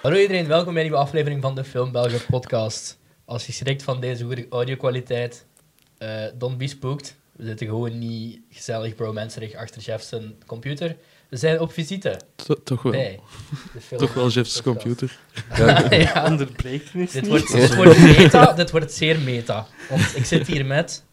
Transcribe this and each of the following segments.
Hallo iedereen, welkom bij een nieuwe aflevering van de Film België podcast. Als je schrikt van deze goede audio-kwaliteit, don't be spooked. We zitten gewoon niet gezellig bromancerig achter Jeff zijn computer. We zijn op visite Toch wel. bij de Film Toch wel Jeff's podcast. computer. Ja. Onderbreekt me Dit niet. wordt meta, dit wordt zeer meta. Want ik zit hier met...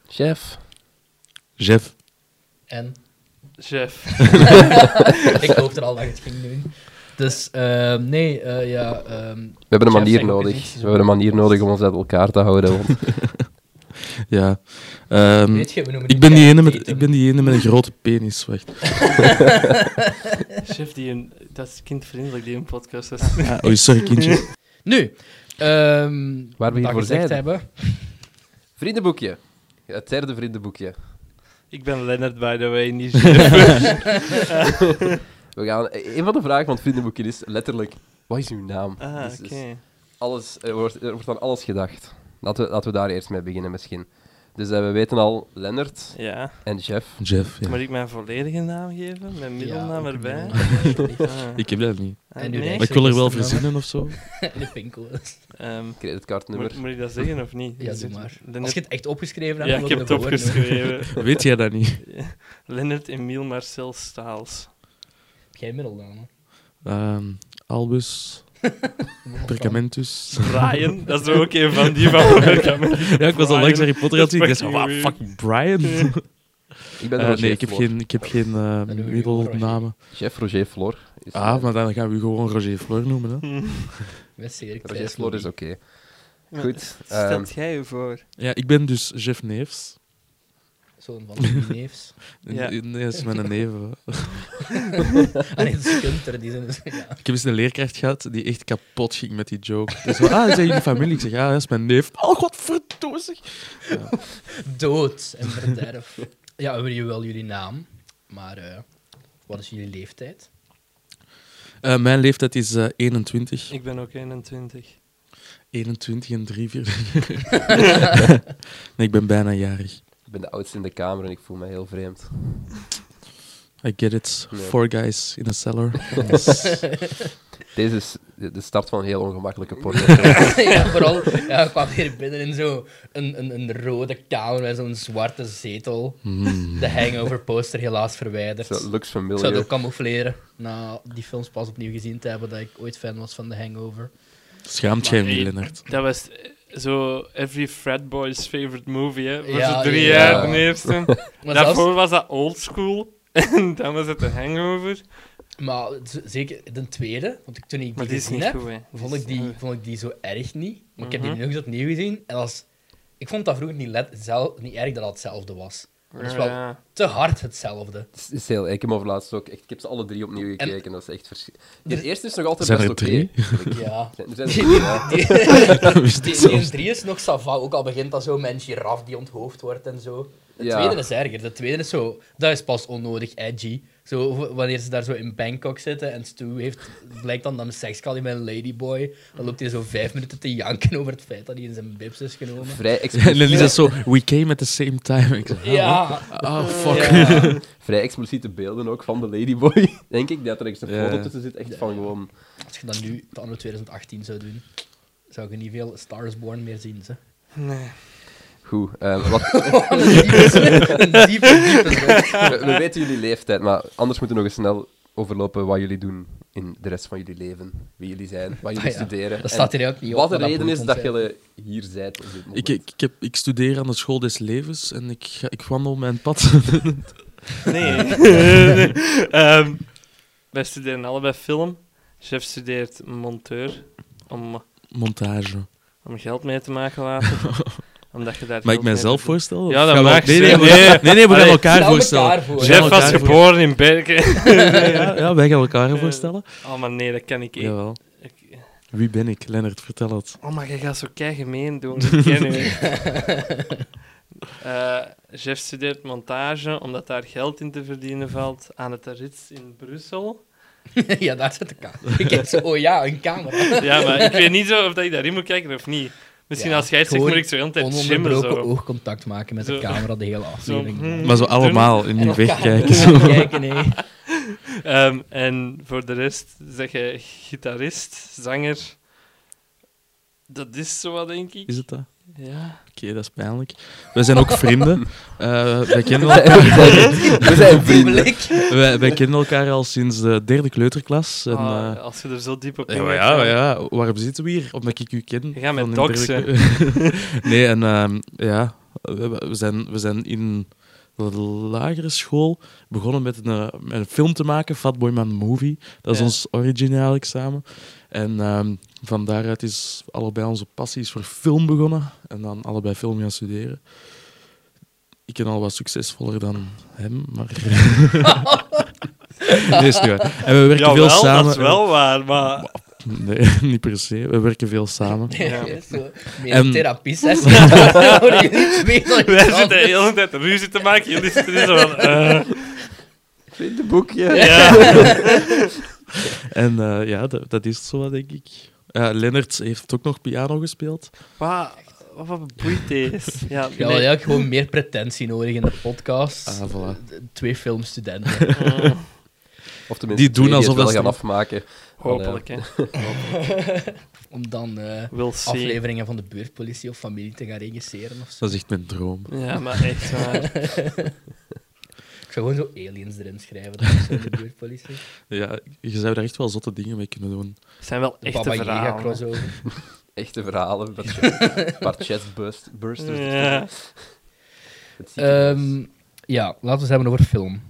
Jeff. En... Chef. ik hoopte al dat je het ging doen. Dus, nee, ja... We hebben een manier nodig. We hebben een manier nodig om ons uit elkaar te houden. Want... Ja. Weet je, we noemen Ik ben die ene met een grote penis. Wacht. Chef, dat is kindvriendelijk, die een podcast is. Oei, sorry, kindje. Nu, Waar we hier dat voor gezegd zijn. hebben... Vriendenboekje. Het derde vriendenboekje. Ik ben Lennart, by the way, niet Chef. We gaan... Een van de vragen van het vriendenboekje is letterlijk... Wat is uw naam? Ah, Dus oké. alles, er wordt aan alles gedacht. Laten we daar eerst mee beginnen misschien. Dus we weten al Lennart Ja. en Jeff. Jeff, ja. Moet ik mijn volledige naam geven? Mijn middelnaam ook erbij? een middelnaam. Ah. Ik heb dat niet. Ah, En uw nee? rechts- Maar ik wil er wel verzinnen of zo. In de pinkel. Creditcardnummer. Moet ik dat zeggen of niet? Ja, Is doe het maar. Lennart- Als je het echt opgeschreven hebt... Ja, dan ik wil heb ik het het gewoon opgeschreven. Weet jij dat niet? Lennart Emiel Marcel Staals. Heb jij middelnaam? Albus. Pergamentus. Brian, dat is er ook een van die van Perkament. Ja, ik was al langs Harry Potter aan het zien. Ik dacht, Dat is wat, fucking Brian? Ik ben Roger Nee, Floor. ik heb geen noem je middelnamen. Chef Roger Floor. Is, Maar dan gaan we u gewoon Roger Fleur noemen. Hè. Met zeer Roger Floor is oké. Maar Goed. Stelt jij je voor? Ja, ik ben dus Jeff Neefs. Zo'n van die neefs. Ja. Nee, dat is mijn neef. Hè. Nee, dat is Gunther. Die zijn dus... Ja. Ik heb eens een leerkracht gehad die echt kapot ging met die joke. Dus zo, zijn jullie familie? Ik zeg, ja, dat is mijn neef. Oh, wat verdoozig. Ja. Dood en verderf. Ja, we hebben wel jullie naam. Maar wat is jullie leeftijd? Mijn leeftijd is 21. Ik ben ook 21. 21 en 3, 4. Nee, ik ben bijna jarig. Ik ben de oudste in de kamer en ik voel me heel vreemd. I get it. Nee. 4 guys in a cellar. Deze is de start van een heel ongemakkelijke porno. Ja, vooral... Ja, ik kwam hier binnen in zo een rode kamer met zo'n zwarte zetel. De Hangover poster helaas verwijderd. So, looks Ik zou het familiar. ook camoufleren, na die films pas opnieuw gezien te hebben, dat ik ooit fan was van The Hangover. Schaamt jij Maar, niet, hey, Lennart? Dat was zo every frat boy's favorite movie, hè. Voor Ja, zo'n 3 ja. jaar de eerste. Maar, Daarvoor was dat old school. En dan was het de Hangover. maar zeker de tweede, want toen ik Maar die die is gezien niet heb, goed, hè. vond ik die zo erg niet. Maar ik heb die Mhm. nu eens opnieuw gezien en ik vond dat vroeger niet erg dat het hetzelfde was. Maar het is wel Ja. te hard hetzelfde. Het is heel... Ik heb hem over laatst ook... Ik heb ze alle 3 opnieuw gekeken. Dat is echt verschrikkelijk. De eerste is nog altijd Zijn best er oké. 3? Ja. Er zijn er 3, ja. Die 3 is nog sava, ook al begint dat zo met een giraf die onthoofd wordt en zo. De Ja. tweede is erger. De tweede is zo... Dat is pas onnodig edgy. Zo, wanneer ze daar zo in Bangkok zitten en Stu blijkt dan een sekskal met een ladyboy, dan loopt hij zo 5 minuten te janken over het feit dat hij in zijn bibs is genomen. Vrij En dan is expliciete, dat zo, we came at the same time. Ik zeg, Ja. oh, fuck. Ja. vrij expliciete beelden ook van de ladyboy, denk ik. Dat er echt een Ja. foto tussen zit. Echt van gewoon... Als je dat nu, anno 2018 zou doen, zou je niet veel Stars Born meer zien. Ze. Nee. Goed. Wat... Een diepe druk. we weten jullie leeftijd, maar anders moeten we nog eens snel overlopen wat jullie doen in de rest van jullie leven. Wie jullie zijn, wat jullie Ah ja, studeren. Dat en staat hier ook niet op. wat de maar reden boeit is ons dat eigenlijk. jullie hier zijt op dit moment. Ik studeer aan de school des levens en ik wandel mijn pad. Nee. Wij studeren allebei film. Chef studeert monteur om Montage. geld mee te maken later. Omdat je daar Mag ik geld mee mijzelf te- voorstellen? Ja, Of dat gaan we- mag, Nee, zeg. nee, we gaan Allee, elkaar stel voorstellen. elkaar voor. We gaan Chef was elkaar geboren in Berken. Ja, wij gaan elkaar voorstellen. Oh, maar nee, dat kan ik niet. Jawel. Wie ben ik? Lennart, vertel het. Oh, maar je gaat zo keigemeen doen. Ik ken u. Chef studeert montage, omdat daar geld in te verdienen valt aan het Ritz in Brussel. Ja, daar zit de camera. Ik kijk zo, oh ja, een camera. Ja, maar ik weet niet zo of dat ik daarin moet kijken of niet. Misschien Ja, als jij het zegt, gewoon moet ik zo heel de tijd shimmen. Ononderbroken Zo. oogcontact maken met de Zo. camera de hele aflevering. Zo, Maar zo allemaal en niet elkaar wegkijken. niet Zo. aankijken, nee. En voor de rest zeg je gitarist, zanger. Dat is zo wat, denk ik. Is het dat? Ja. Oké, dat is pijnlijk. We zijn ook vrienden. Wij kennen elkaar... We zijn vrienden. Wij kennen elkaar al sinds de 3e kleuterklas. En, Als je er zo diep op ja, in maar gaat ja, gaan. waarom zitten we hier? Omdat ik u ken. Je gaat met van in doxen. de 3e Nee, en ja, we zijn in de lagere school begonnen met een film te maken, Fatboy Man Movie. Dat is Ja. ons origin eigenlijk samen. En van daaruit is allebei onze passies voor film begonnen. En dan allebei film gaan studeren. Ik ben al wat succesvoller dan hem, maar... Nee, is niet waar. En we werken Jawel, veel samen. dat is wel waar, maar... Nee, niet per se. We werken veel samen. Ja. Zo, meer En- een therapiesessie. Wij Wij zitten de hele tijd ruzie te maken. Jullie zitten hier zo van... Vriendenboekje. Ja. En ja, dat is zo, denk ik. Lennart heeft ook nog piano gespeeld. Wat boeit deze? Ja, Ja, nee. eigenlijk gewoon meer pretentie nodig in de podcast. Voilà. 2 filmstudenten. Of tenminste, Die doen twee alsof het dat wel gaan ze- afmaken. Hopelijk, hè. Om dan We'll see. afleveringen van de buurtpolitie of familie te gaan regisseren of zo. Dat is echt mijn droom. Ja, maar echt waar. Ik zou gewoon zo aliens erin schrijven. Dat is zo de buurtpolitie. Ja, je zou daar echt wel zotte dingen mee kunnen doen. Het zijn wel De echte Baba Yaga verhalen. crossover. Echte verhalen. Een paar chestbursters. Ja. Het ziekenhuis. Ja, laten we het hebben over film.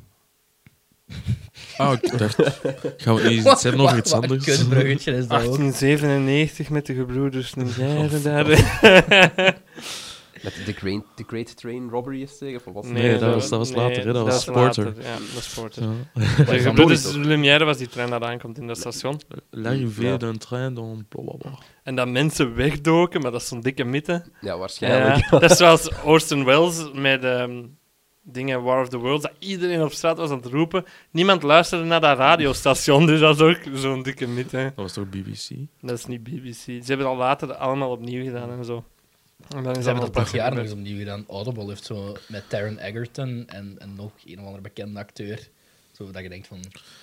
Ik dacht, gaan we niet iets hebben over iets Wat anders? een kutbruggetje is dat ook. 1897 met de gebroeders Nugère daar. Met de Great Train Robbery is tegen? Of wat was het? Nee, dat was later, hè. Dat was Porter. later, ja, dat is Porter. Ja. De gebroeders Lumière was die trein dat aankomt in dat station. L'arrivée Ja. d'un train dans... blablabla. En dat mensen wegdoken, maar dat is zo'n dikke mythe. Ja, waarschijnlijk. Ja, dat is zoals Orson Welles met dingen War of the Worlds, dat iedereen op straat was aan het roepen. Niemand luisterde naar dat radiostation, dus dat is ook zo'n dikke mythe. Dat was toch BBC? Dat is niet BBC. Ze hebben al later allemaal opnieuw gedaan en zo. En dan is Ze hebben dat pas toch jaren nog gebeurd. eens opnieuw gedaan. Audible heeft zo met Taron Egerton en nog een of andere bekende acteur. Zo dat je denkt van...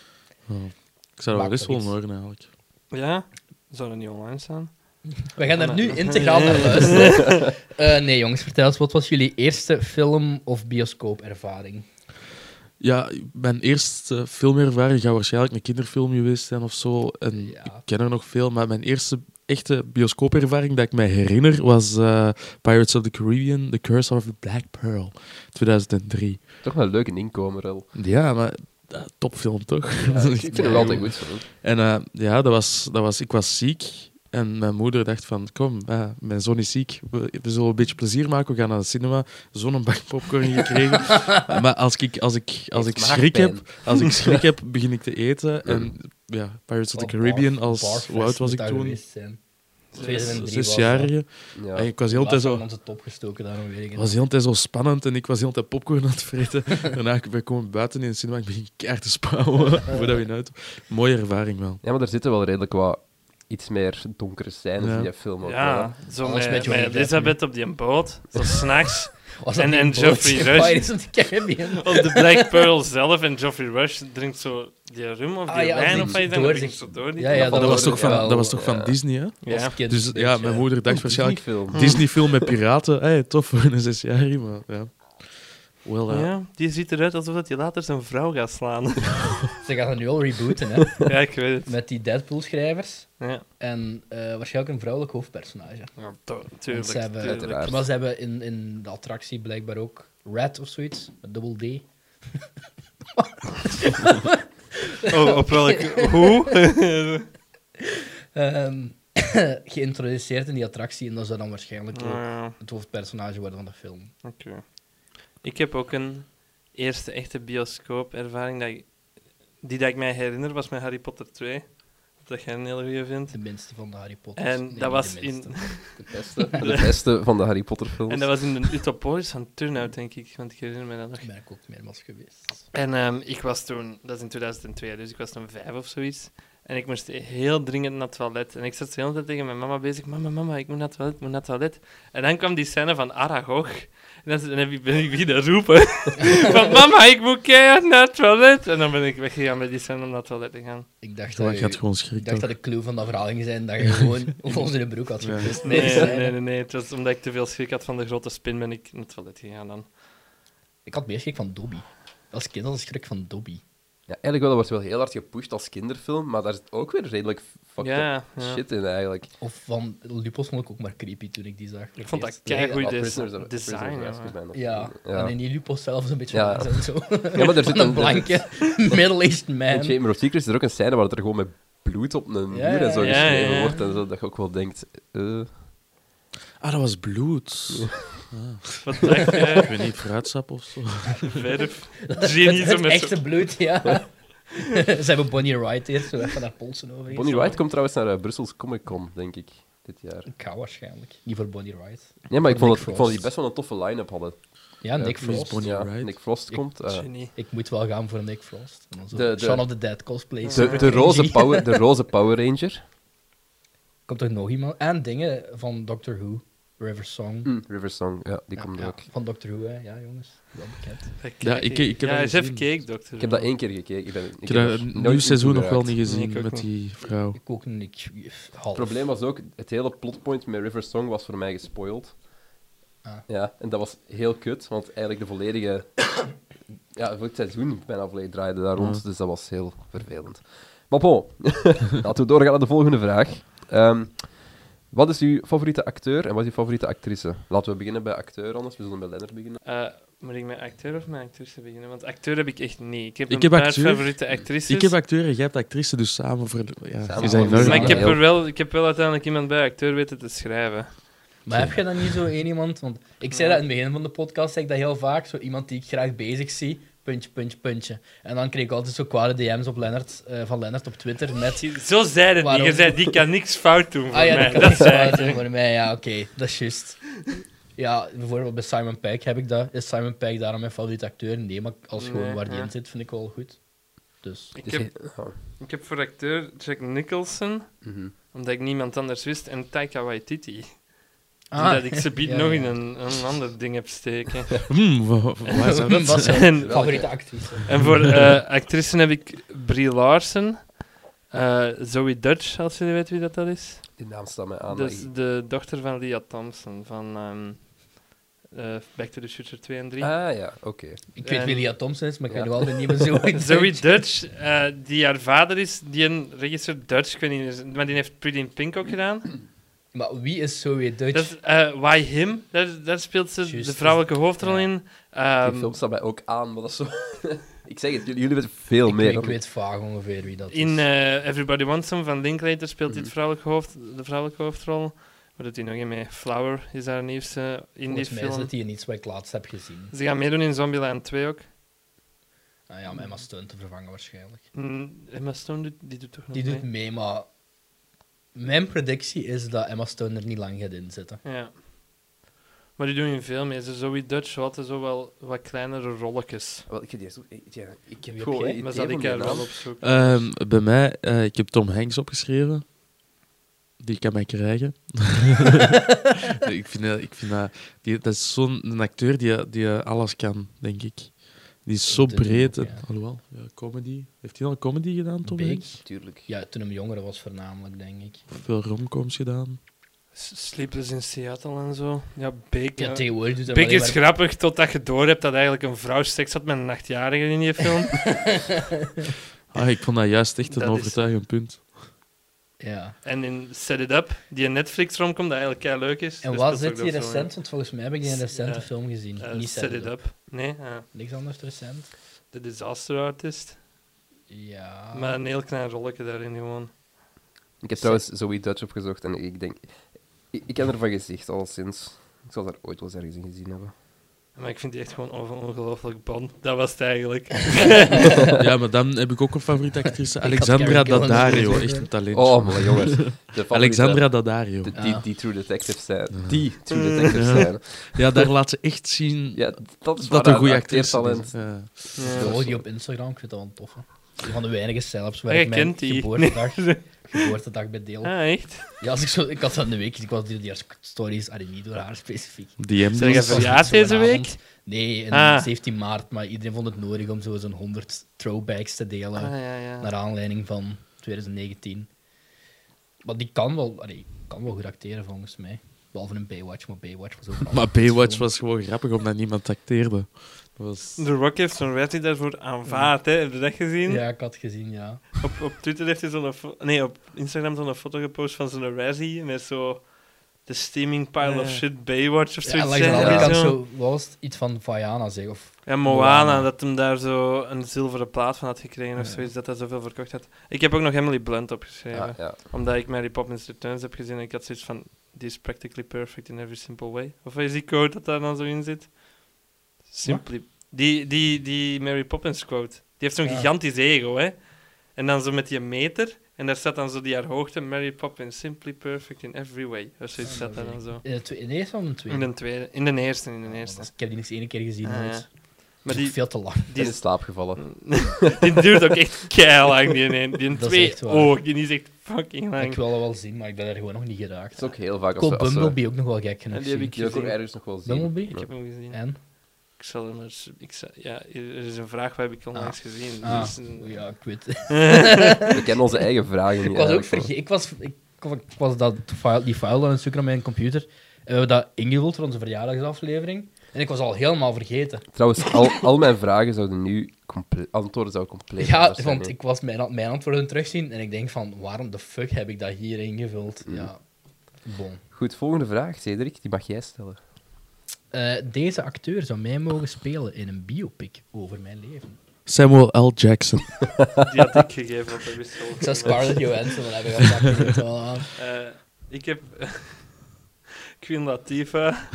Ik zou dat wel Maakt eens toch willen iets. horen, eigenlijk. Ja? Zou dat niet online staan? We gaan er nu integraal naar luisteren. Nee, jongens, vertel eens, wat was jullie eerste film- of bioscoopervaring? Ja, mijn eerste filmervaring gaat waarschijnlijk een kinderfilm geweest zijn of zo. En Ja. ik ken er nog veel, maar mijn eerste echte bioscoopervaring dat ik mij herinner was Pirates of the Caribbean, The Curse of the Black Pearl, 2003. Toch wel een leuke inkomer, El. Ja, maar topfilm toch? Ik vind het wel altijd goed. Zo. En ja, ik was ziek. En mijn moeder dacht van, kom, mijn zoon is ziek. We zullen een beetje plezier maken. We gaan naar de cinema. Zo'n bak popcorn gekregen. Maar als ik schrik heb, begin ik te eten. En ja, Pirates of the Caribbean, hoe oud was ik toen? 6-jarige. Ja. En ik was heel de tijd zo... onze top gestoken, daarom weet ik Het het. was de hele tijd zo spannend en ik was de hele tijd popcorn aan het vreten. Daarna we komen buiten in de cinema en ik begin keihard te spouwen voordat we uit. Mooie ervaring wel. Ja, maar er zitten wel redelijk wat iets meer donkere scènes Ja. in die film. Ook wel, hè. Ja, zo Alles met, met Johnny met Depp Elizabeth op die boot, zo s'nachts. Was dat En- die en boot Geoffrey in Rush. Pirates of the Caribbean? Op de Black Pearl zelf en Geoffrey Rush drinkt zo die rum of die Ah, ja, wijn die of wat je dan door drinkt zich- zo door. die Ja, ja, knop. Dat was toch van, wel, dat was toch van ja. Disney, hè? Ja. Als kind Dus een ja, beetje. mijn moeder dacht waarschijnlijk... Disney-film. Disney-film met piraten, hey, tof voor een 6-jarige, maar ja. Wel, Ja, die ziet eruit alsof dat hij later zijn vrouw gaat slaan. Ze gaan het nu al rebooten, hè? Ja, ik weet het. Met die Deadpool-schrijvers. Ja, En waarschijnlijk een vrouwelijk hoofdpersonage. ja Want tuurlijk. ze hebben, Uiteraard. maar ze hebben in de attractie blijkbaar ook Red of zoiets, met dubbel D. Oh, op welke... Hoe? Geïntroduceerd in die attractie en dat zou dan waarschijnlijk ook Ja, het hoofdpersonage worden van de film. oké. Ik heb ook een eerste echte bioscoopervaring die ik mij herinner, was met Harry Potter 2. Of dat jij een hele goeie vindt. De minste van de Harry Potter. En dat was in... De beste van de Harry Potter films. En dat was in een Utopolis van Turnhout, denk ik, want ik herinner me dat nog. Daar ben ik ook meermaals geweest. En ik was toen, dat is in 2002, dus ik was toen 5 of zoiets. En ik moest heel dringend naar het toilet. En ik zat de hele tijd tegen mijn mama bezig. Mama, ik moet naar het toilet. En dan kwam die scène van Aragog. En dan ben ik weer roepen. Van mama, ik moet keihard naar het toilet. En dan ben ik weggegaan met die scène om naar het toilet te gaan. Ik dacht Ja, je had gewoon ik schrik. dacht dat de clue van dat verhaal ging zijn dat je gewoon los in de broek had Ja. gepist. Nee. Het was omdat ik te veel schrik had van de grote spin, ben ik naar het toilet gegaan dan. Ik had meer schrik van Dobby. Als kind had ik schrik van Dobby. Ja, eigenlijk wel, dat wordt wel heel hard gepusht als kinderfilm, maar daar zit ook weer redelijk fucked Ja, up ja. shit in, eigenlijk. Of van Lupus vond ik ook maar creepy toen ik die zag. Ik vond dat Eerst. keigoed Prisoners of design. Azkaban, Ja. of Ja, ja. en in die Lupus zelf is een beetje Ja. en zo. Ja, maar er zit Van een blanke, middle-aged In man. Chamber of Secrets is er ook een scène waar het er gewoon met bloed op een muur en zo ja, geschreven ja. wordt en zo, dat je ook wel denkt... Ah, dat was bloed. Wat dacht je? Ik weet niet, fruitsap of zo. Verf. Het Genieten met zo... echte bloed, ja. Ze hebben Bonnie Wright eerst zo even naar polsen over. Bonnie Wright komt trouwens naar Brussels Comic Con, denk ik, dit jaar. Ik ga waarschijnlijk. Niet voor Bonnie Wright. Ja, maar ik Nick vond, ik Frost. vond die best wel een toffe line-up hadden. Ja, Nick wie is Frost. Bonnie Ja, Wright? Nick Frost komt. Genie. Ik moet wel gaan voor Nick Frost. En dan zo De- Shaun of the Dead cosplay. de- super de cringy. roze Power Ranger. Komt er nog iemand? En dingen van Doctor Who. River Song. River Song, ja, die Ja, komt ja, ook. van Doctor Who, hè. Ja, jongens. Wel bekend. Ja, ik heb ja, dat Jeff gezien. keek, dokter. Ik heb dat 1 keer gekeken. Ik heb dat er een nooit nieuw seizoen nog naartoe wel niet geraakt. gezien Nee, ik ook met niet. die vrouw. Ik ook niet. Half. Het probleem was ook, het hele plotpoint met River Song was voor mij gespoild. Ah. Ja, en dat was heel kut, want eigenlijk de volledige... ja, voor het seizoen bijna volledig draaide daar rond, dus dat was heel vervelend. Maar bon, laten we doorgaan naar de volgende vraag. Wat is uw favoriete acteur en wat is uw favoriete actrice? Laten we beginnen bij acteur, anders we zullen bij Lennart beginnen. Moet ik met acteur of met actrice beginnen? Want acteur heb ik echt niet. Ik heb Ik een heb paar acteur. favoriete actrices. Ik heb acteur en jij hebt actrice, dus samen voor... Ja, Samen je zijn voor- enorm. Maar Ja. ik heb wel uiteindelijk iemand bij acteur weten te schrijven. Maar heb je dan niet zo één iemand? Want ik zei dat in het begin van de podcast, zeg ik dat heel vaak. Zo iemand die ik graag bezig zie. Puntje, puntje, puntje. En dan kreeg ik altijd zo kwade DM's op Lennart, van Lennart op Twitter met... Zo zei het niet. Waarom? Je zei, die kan niks fout doen voor Ah ja, mij. dat kan Dat niet zei fout ik. doen voor mij. Ja, oké. Dat is juist. Ja, bijvoorbeeld bij Simon Pegg heb ik dat. Is Simon Pegg daarom mijn favoriete acteur? Nee, maar als gewoon Nee, waar die ja. in zit, vind ik wel goed. Dus... Ik heb voor acteur Jack Nicholson, Mhm. omdat ik niemand anders wist, en Taika Waititi. Ah, dat ik ze biedt ja, nog ja. in een ander ding heb steken. Waar zou dat Wat zijn? is jouw En- favoriete actrice? En voor actrice heb ik Brie Larson, Zoe Dutch, als jullie weten wie dat is. Die naam staat mij aan. Dat is de dochter van Leah Thompson van Back to the Future 2 en 3. Ah ja, oké. Ik weet En- wie Leah Thompson is, maar ik weet Ja. nu wel de nieuwe Zoe. Zoe Dutch, die haar vader is, die een regisseur Dutch, ik weet niet, maar die heeft Pretty in Pink ook gedaan. Maar wie is Zoe Dutch? Dat is Why Him, daar speelt ze Juist. de vrouwelijke hoofdrol Ja. in. Die Um, film staat mij ook aan, maar dat is zo... ik zeg het, jullie weten veel meer. ik dan weet vaag ongeveer wie dat in is. Everybody Wants Some van Linklater speelt hij de vrouwelijke hoofdrol. Wat doet hij nog in mee? Flower is haar nieuwste indie Volgens mij is film. dat die iets wat ik laatst heb gezien. Ze gaan meedoen in Zombieland 2 ook. Nou ja, om Emma Stone te vervangen waarschijnlijk. Emma Stone die doet toch nog Die mee? doet mee, maar... Mijn predictie is dat Emma Stone er niet lang gaat inzitten. Ja. Maar die doen in veel mee. Ze Zoe Dutch had zo wel wat kleinere rolletjes. Wel, ik heb die zo... Ik heb Wie heb gewoon jij? een Maar idee zal ik van haar die wel naam. opzoeken? Bij mij, ik heb Tom Hanks opgeschreven. Die kan mij krijgen. ik vind dat is zo'n acteur die alles kan, denk ik. Die is zo Dat doet hij breed. ook, En, ja. alhoewel, ja, comedy. Heeft hij al comedy gedaan, Tom Big. Hanks? Tuurlijk. Ja, toen hem jonger was voornamelijk, denk ik. Veel romcoms gedaan. Sleepless in Seattle en zo. Ja, Big. Ja, tegenwoordig doet hij Big alleen is maar- grappig totdat je door hebt dat eigenlijk een vrouw seks had met een 8-jarige in die film. Ik vond dat juist echt een Dat is- overtuigend punt. Ja. En in Set It Up, die Netflix-romcom, dat eigenlijk kei leuk is. En daar wat speelt zit ze die ook zo in. recent? Want volgens mij heb ik die een recente Eh, film gezien. Niet Set It Up. Nee, Niks anders recent. The Disaster Artist. Ja. Maar een heel klein rolletje daarin gewoon. Ik heb trouwens Zoe Dutch opgezocht en ik denk... Ik ken haar van gezicht al sinds... Ik zal haar ooit wel eens ergens in gezien hebben. Maar ik vind die echt gewoon ongelooflijk bon. Dat was het eigenlijk. Ja, maar dan heb ik ook een favoriete actrice. Ik had Alexandra Karen Gillan Daddario. gezien. Echt een talent. Oh, maar jongens. De favoriete- Alexandra Daddario. Die True Detective zijn. Ja. Die True Detective Ja. zijn. Ja, daar laat ze echt zien Ja, dat is dat waar een goede haar actrice acteertalent. is. Ja. Ja. Volg die op Instagram, ik vind dat wel tof. Hè. Een van de weinige zelfs Ah, waar je ik mijn kent die. geboortedag bij deel. Ah, echt? Ja, ik had dat een week, ik was die stories, niet door haar specifiek. DM Zeg je dus. verjaard Zo'n deze week? avond. Nee, in Ah. 17 maart, maar iedereen vond het nodig om zo'n 100 throwbacks te delen, Ja. naar aanleiding van 2019. Maar die kan wel goed acteren, volgens mij. Behalve een Baywatch, maar Baywatch was ook... Maar Baywatch was gewoon grappig, omdat niemand acteerde. Dat was... The Rock heeft zo'n Razzie daarvoor aanvaard, hè? Heb je dat gezien? Ja, ik had gezien, ja. Op Twitter heeft hij op Instagram zo'n foto gepost van zo'n Razzie met zo de steaming pile of shit Baywatch of Ja, zoiets. langs de hè? andere Ja, kant zo. zo, wat was het? Iets van Vaiana, zeg, of... Ja, Moana, dat hem daar zo een zilveren plaat van had gekregen of Ja. zoiets, dat hij zoveel verkocht had. Ik heb ook nog Emily Blunt opgeschreven, Ah, ja. omdat ik Mary Poppins Returns heb gezien en ik had zoiets van, die is practically perfect in every simple way. Of wat is die quote dat daar dan zo in zit? Simply. Die Mary Poppins quote. Die heeft zo'n Ja. gigantisch ego, hè. En dan zo met die meter, en daar staat dan zo die haar hoogte, Mary Poppins, simply perfect in every way. Of zoiets staat daar dan zo. In de eerste of in de tweede? In de tweede. In de eerste. Ik heb die niks één keer gezien, Ah, nooit. ja. Maar Maar die, veel te lang. die in slaap gevallen. die duurt ook echt keilang, die een. Die Dat is twee echt waar. oog, die is echt fucking lang. Ik wil dat wel zien, maar ik ben er gewoon nog niet geraakt. Het is ook heel vaak Ik wil als we... Bumblebee ook nog wel gek genoeg En die heb zien. ik Die wil ik ook gezien. ergens nog wel zien. Bumblebee? Ik heb hem gezien. En? Ik zal hem eens... Ja, er is een vraag, waar heb ik onlangs gezien. Ah, Dus, ja, ik weet We kennen onze eigen vragen niet. Ik was ook eigenlijk. vergeten. Ik was die file aan het zoeken op mijn computer. En we hebben dat ingevuld voor onze verjaardagsaflevering. En ik was al helemaal vergeten. Trouwens, al mijn vragen zouden nu... Antwoorden zouden compleet Ja, anders zijn, want hè. ik was mijn antwoorden terugzien en ik denk van, waarom de fuck heb ik dat hier ingevuld? Ja, bon. Goed, volgende vraag, Cedric. Die mag jij stellen. Deze acteur zou mij mogen spelen in een biopic over mijn leven. Samuel L. Jackson. die had ik gegeven op de wissel. Ik zou Scarlett Johansson dan hebben gezegd. Ik heb... Queen Latifah.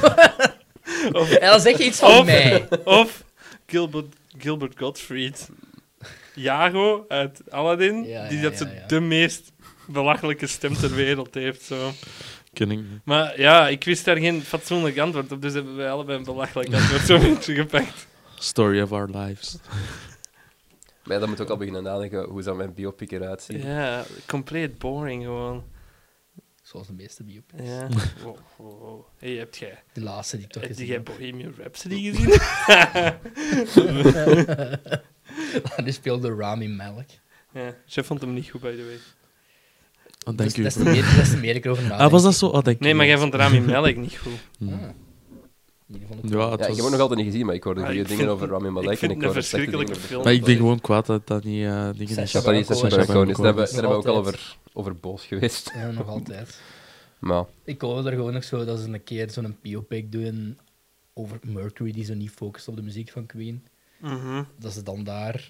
En dan zeg je iets van mij. Of Gilbert Gottfried. Jago uit Aladdin. Ja, die ja, dat ja, ze ja. de meest belachelijke stem ter wereld heeft. Zo. Ken ik niet. Maar ja, ik wist daar geen fatsoenlijk antwoord op, dus hebben wij allebei een belachelijk antwoord zo'n beetje gepakt. Story of our lives. Maar ja, dan moet ook al beginnen nadenken, hoe zou mijn biopic eruit zien? Ja, compleet boring gewoon. Zoals de meeste biopics. Ja. Wow. Hey, heb De laatste die ik toch jij gezien heb. Bohemian Rhapsody gezien? Die speelde Rami Malek. Ja, chef vond hem niet goed, by the way. Oh, dank u. Des te meer ik erover nadenk. Ah, was dat zo? Oh, dank Nee, u. maar jij vond Rami Malek niet goed. Hm. Ah. Jullie vonden het Ja, wel- het Ja, ik was... heb het nog altijd niet gezien, maar ik hoorde Ah, goede ik dingen vind- over Rami Malek. ik vind en het een hoorde slechte verschrikkelijke dingen film. over- Maar ik ben gewoon kwaad dat dat niet dingen is. Sacha Dat is Baron Sacha Cohen. Baron Cohen, dus daar hebben Nog we ook al altijd. over boos geweest. Ja, nog altijd. Maar Ik hoorde er gewoon nog zo dat ze een keer zo'n biopic doen over Mercury, die zo niet focust op de muziek van Queen. Mhm. Dat ze dan daar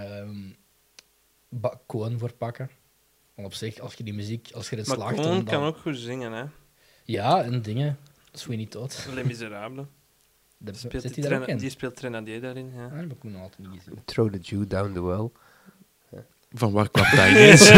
Cohen voor pakken. Want op zich, als je die muziek, als je erin Maar slaagt, Cohen dan... kan ook goed zingen, hè. Ja, en dingen. Sweeney Todd. Les Miserables. Daar Speelt zit die, hij daar ook in? die speelt Thénadier daarin, ja. Ah, dat heb ik nog altijd niet gezien. Throw the Jew down the well. Van waar kwam dat ineens?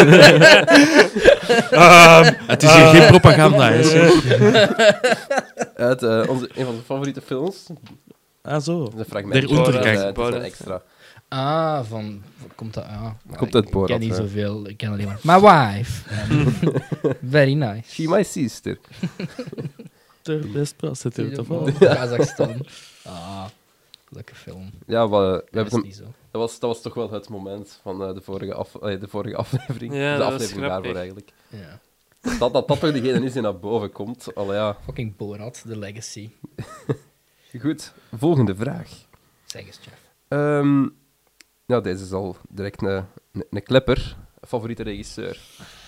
Het is hier geen propaganda, hè. zeg. Uit een van de favoriete films. Ah, zo. Dat is een fragment. Der Untergang. Het is een extra. Ah, komt dat... Ah, Komt uit ik Borat, ken niet hè. zoveel. Ik ken alleen maar... My wife. Very nice. She my sister. De best prostitute of wel? Kazachstan. Ah, leuke film. Ja, we Dat hebben is hem, niet zo. dat was toch wel het moment van de vorige aflevering. Ja, de dat was aflevering grappig. daarvoor eigenlijk. Ja. Dat toch degene is die naar boven komt. Allee, ja. Fucking Borat, The Legacy. Goed, volgende vraag. Zeg eens, Jeff. Ja, deze is al direct een klepper. Favoriete regisseur?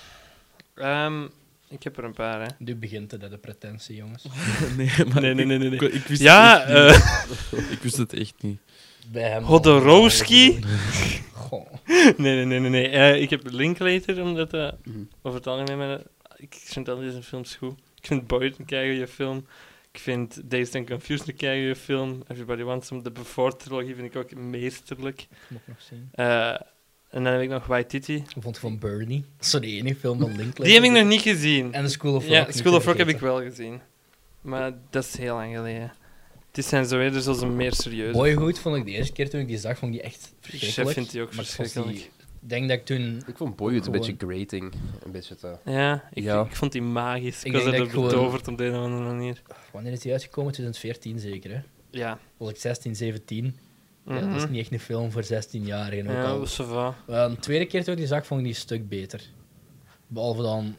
Ik heb er een paar, hè. Nu begint het, hè, de pretentie, jongens. Nee, maar Nee. Ik wist Ja, het echt niet. Ik wist het echt niet. Bij hem Hodorowski. Goh. Nee. Ik heb Linklater, omdat Mhm. over het algemeen... Ik vind al deze films goed. Ik vind Boyd een keigoede film. Ik vind Dazed and Confused een keigoede film. Everybody Wants Some. De Before-trilogie vind ik ook meesterlijk. Moet ik nog zien. En dan heb ik nog Waititi. Ik vond van Bernie. Dat is zo de enige film van Linklater. Die heb ik nog niet gezien. En The School of Rock. Ja, niet School of Rock heb vergeten. ik wel gezien. Maar dat is heel lang geleden. Het zijn zo eerder zoals een meer serieuze. Boyhood vond ik de eerste keer toen ik die zag, vond ik die echt Chef verschrikkelijk. vindt die ook Maar ik vond verschrikkelijk. Ik denk dat ik toen... Ik vond Boyhood een Gewoon- beetje grating. Een beetje te... Ja, Ja. ik vond die magisch. Ik Ik was denk er dat ik gewoon- betoverd op de een of andere manier. Wanneer is die uitgekomen? 2014 zeker, hè? Ja. Was ik 16, 17. Ja, dat is Mhm. niet echt een film voor 16-jarigen. Ook Ja, al. dat is zo va. Een tweede keer toen ik die zag, vond ik die een stuk beter. Behalve dan...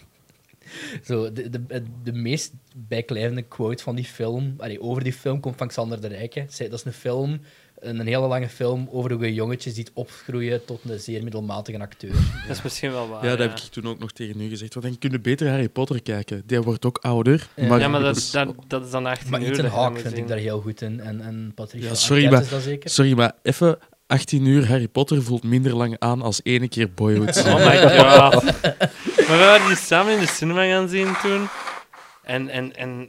Zo, de meest bijklijvende quote van die film, over die film, komt van Xander de Rijke. Dat is een film, een hele lange film, over hoe je jongetjes ziet opgroeien tot een zeer middelmatige acteur. Dat is misschien wel waar. Ja, dat heb ik toen ook nog tegen u gezegd. Want dan kun je beter Harry Potter kijken. Die wordt ook ouder. Ja. Maar, Ja, maar dat is dan 18 Maar uur. Ethan dat je Hawke moet vind ik zien. daar heel goed in. En Patricia Ja, sorry, Arquette maar- is dat zeker? Sorry, maar even 18 uur Harry Potter voelt minder lang aan als 1 keer Boyhood. Oh my god. Maar we waren die samen in de cinema gaan zien toen. En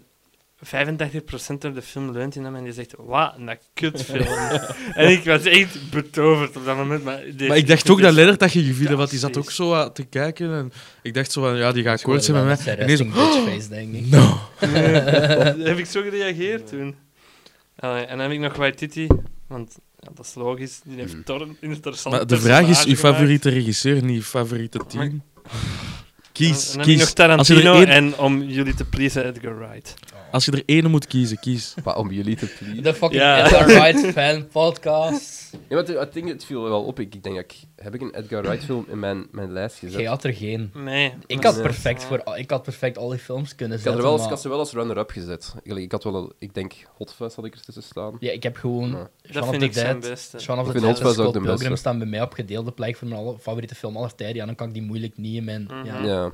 85% door de film leunt in hem en die zegt, wat een kutfilm. En ik was echt betoverd op dat moment. Maar Maar ik dacht ook dat Lennart dat ging vinden, Ja, want die zat ook precies. zo te kijken. En ik dacht zo van, ja, die gaat akkoord zijn met mij. Zijn En ineens resting zo, bitch face, denk ik. no. heb ik zo gereageerd toen. Allee, en dan heb ik nog Waititi, want ja, dat is logisch. Die heeft toch een interessant Maar de vraag is, personage uw gemaakt. favoriete regisseur, niet uw favoriete team? Kies, En dan heb ik kies. nog Als je, er Tarantino één, en om jullie te pleasen, Edgar Wright. als je er één moet kiezen, kies. Maar om jullie te pleasen. De fucking Ja. Edgar Wright fan podcast. Ja, maar ik denk, het viel wel op. Ik denk dat heb ik een Edgar Wright film in mijn lijst gezet. Jij had er geen. Nee. Ik dat had, is- ik had perfect al die films kunnen Ik had, zetten. ik maar- had ze wel als runner-up gezet. Ik had wel, ik denk, Hot Fuzz had ik er tussen staan. Ja, ik heb gewoon Ja. Dat Shaun of vind the ik zijn Dead, beste. Shaun of Ik the vind Dead Hot en Fuzz ook Scott de Pilgrim beste. staan bij mij op gedeelde plek voor mijn favoriete film aller tijden. Ja, dan kan ik die moeilijk niet in mijn... Mhm. Ja. Ja.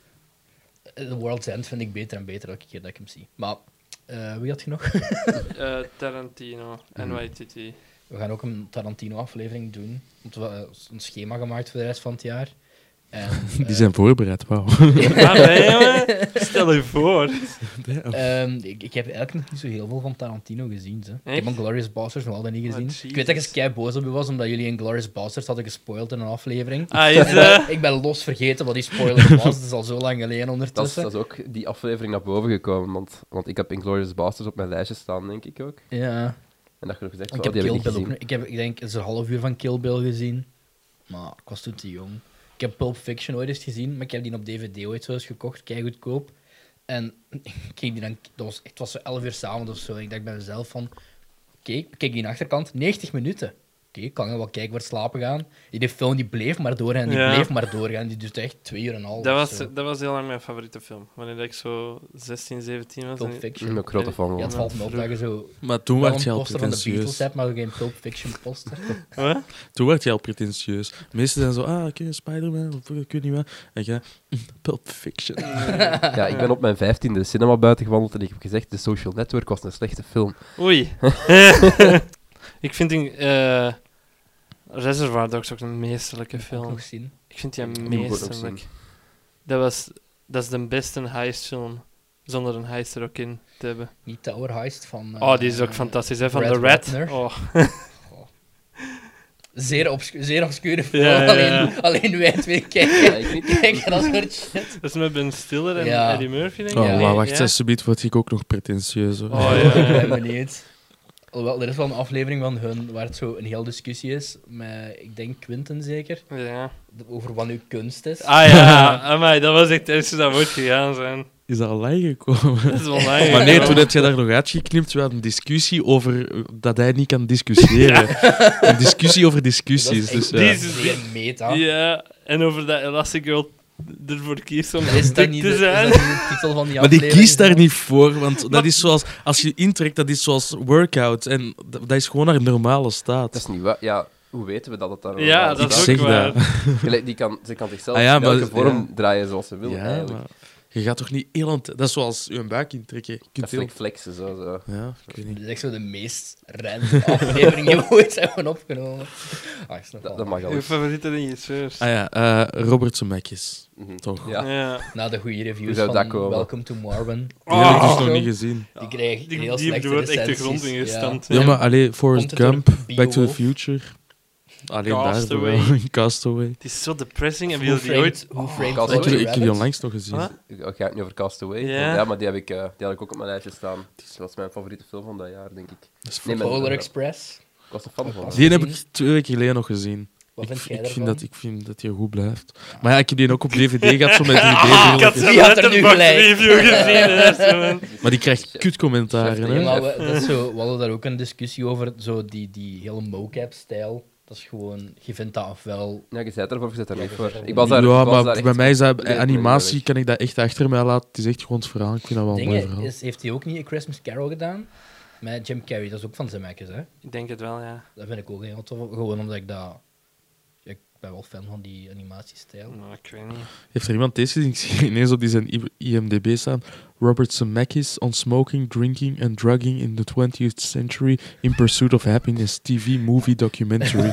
The World's End vind ik beter en beter elke keer dat ik hem zie. Maar, wie had je nog? Tarantino en Mhm. Waititi. We gaan ook een Tarantino-aflevering doen. Want we hebben een schema gemaakt voor de rest van het jaar. En, Die zijn voorbereid, wauw. Maar nee, jongen. Stel je voor. ik heb eigenlijk nog niet zo heel veel van Tarantino gezien. Hè. Ik Echt? heb Inglourious Basterds nog altijd niet gezien. Jesus. Ik weet dat ik eens kei boos op u was, omdat jullie Inglourious Basterds hadden gespoild in een aflevering. Ah, is, Ik ben los vergeten wat die spoiler was. Het is al zo lang geleden Dat ondertussen. is ook die aflevering naar boven gekomen. Want ik heb Inglourious Basterds op mijn lijstje staan, denk ik ook. Ja. En dat je nog gezegd Ik van, heb die Kill heb ik Bill niet ook gezien. nog. Ik denk eens een half uur van Kill Bill gezien. Maar ik was toen te jong. Ik heb Pulp Fiction ooit eens gezien, maar ik heb die op DVD ooit zo eens gekocht, kei goedkoop. En ik keek die dan, het was zo 11 uur s'avonds of zo. En ik dacht bij mezelf van, kijk die in de achterkant, 90 minuten. Oké, ik kan wel kijken voor het slapen gaan. Die film die bleef maar doorgaan, en die Ja. bleef maar doorgaan. Die duurde echt 2 uur en een half. dat, of was, zo. dat was heel lang mijn favoriete film. Wanneer ik zo 16, 17 was. Pulp en- Fiction. Ik ben ook grote fan Ja, van. het valt me op dat je zo Maar toen wel werd je een al poster van de Beatles pretentieus. hebt, maar geen Pulp Fiction poster. Wat? Toen werd je al pretentieus. De meesten zijn zo, oké, Spider-Man, of ik weet niet wat. En jij, Pulp Fiction. Ja, ik ben op mijn 15e de cinema buiten gewandeld en ik heb gezegd, The Social Network was een slechte film. Oei. Ik vind Reservoir Dogs ook een meesterlijke Ook film. nog zien. Ik vind die Die moet ik ook nog meesterlijk. zien. Dat is de beste heistfilm zonder een heist er ook in te hebben. Niet Tower Heist van... Oh, die is ook fantastisch, hè? Van Brad The Rat. Ratner. Oh. Zeer obscure film. Ja, ja, ja. Alleen wij twee Ja, kijken. ik niet. Kijken dat soort shit. Dat is met Ben Stiller en Ja. Eddie Murphy, denk ik. Oh, Ja. maar wacht, Ja. subiet word ik ook nog pretentieus. Hoor. Oh, ja. Ik ben benieuwd. Alhoewel, er is wel een aflevering van hun waar het zo een heel discussie is. Met, ik denk Quinten zeker. Ja. Over wat nu kunst is. Ah ja, amai, dat was echt het eerste dat moet gegaan zijn. Is dat al lang gekomen? Dat is wel lang. Maar nee, toen heb je daar nog uitgeknipt. We hadden een discussie over dat hij niet kan discussiëren. Een discussie over discussies. Dat is Dus, echt ja. zeer meta. Ja, en over dat Elastigirl ervoor kiest om Is dat dik niet te de, zijn. is dat niet de titel van die Maar die aflevering? kiest daar niet voor, want dat is zoals... Als je intrekt, dat is zoals workout. En dat is gewoon haar normale Dat staat. is niet waar. Ja, hoe weten we dat het daar Ja, normaal dat is Ik ook zeg waar. dat. Gelijk, ze kan zichzelf Ah ja, in elke maar- vorm ja. draaien zoals ze wil, Ja, eigenlijk. maar je gaat toch niet heel... Dat is zoals je buik intrekken. Je Dat kunt is heel... like flexen, zo. Ja, ik weet niet. Dat is echt zo de meest random aflevering die we ooit hebben opgenomen. Ah, ik snap wel. Dat mag al. Uw favoriete regisseurs. Ah ja, Robert Zemeckis. Mhm. Toch. Ja. Ja. Na de goede Hoe reviews zou dat van komen? Welcome to Marvin. Die heb ik dus Oh. nog niet gezien. Die krijgt heel Die slechte wordt echt de recensies. grond ingestampt. Ja, maar alleen Forrest Komt het door Gump, Back to the Beowulf? Future. alleen Castaway. daar. Castaway. Het is zo depressing. Hebben Who jullie die ooit... Framed, Who Framed Castaway. Roger Ik heb die Rabbit? onlangs nog gezien. Wat? Ga ik niet over Castaway? Ja. Maar die had ik ook op mijn lijstje staan. Dat was mijn favoriete film van dat jaar, denk ik. Dat is Nee, maar- Polar Express. Ik was er fan van. Pas. Die heb ik 2 weken geleden nog gezien. Wat vind jij ik daarvan? vind dat hij goed blijft. Maar ja, ik heb die ook op DVD gehad, zo met 3D Ik had brilletjes. zijn Wie had er nu Letterboxd gelijk? review gezien. hè, zo, man. Maar die krijgt kutcommentaren, Ja, hè. maar dat is zo, we hadden daar ook een discussie over, zo die hele mocap-stijl. Dat is gewoon, je vindt dat ofwel... Ja, je zei het ervoor, je zit er Ja, niet je voor. zit er Ik was niet daar, Ja, ik was maar daar bij echt- mij is dat... Nee, Animatie nee, kan ik dat echt achter mij laten. Het is echt gewoon het verhaal. Ik vind dat wel een mooi verhaal. Heeft hij ook niet A Christmas Carol gedaan? Met Jim Carrey, dat is ook van Zemeckis, hè? Ik denk het wel, ja. Dat vind ik ook heel tof, gewoon omdat ik dat... Ik ben wel fan van die animatiestijl. Nou, ik weet niet. Heeft er iemand deze gezien? Ik zie ineens op die zijn IMDb staan. Robert Zemeckis on smoking, drinking and drugging in the 20th century in pursuit of happiness TV movie documentary.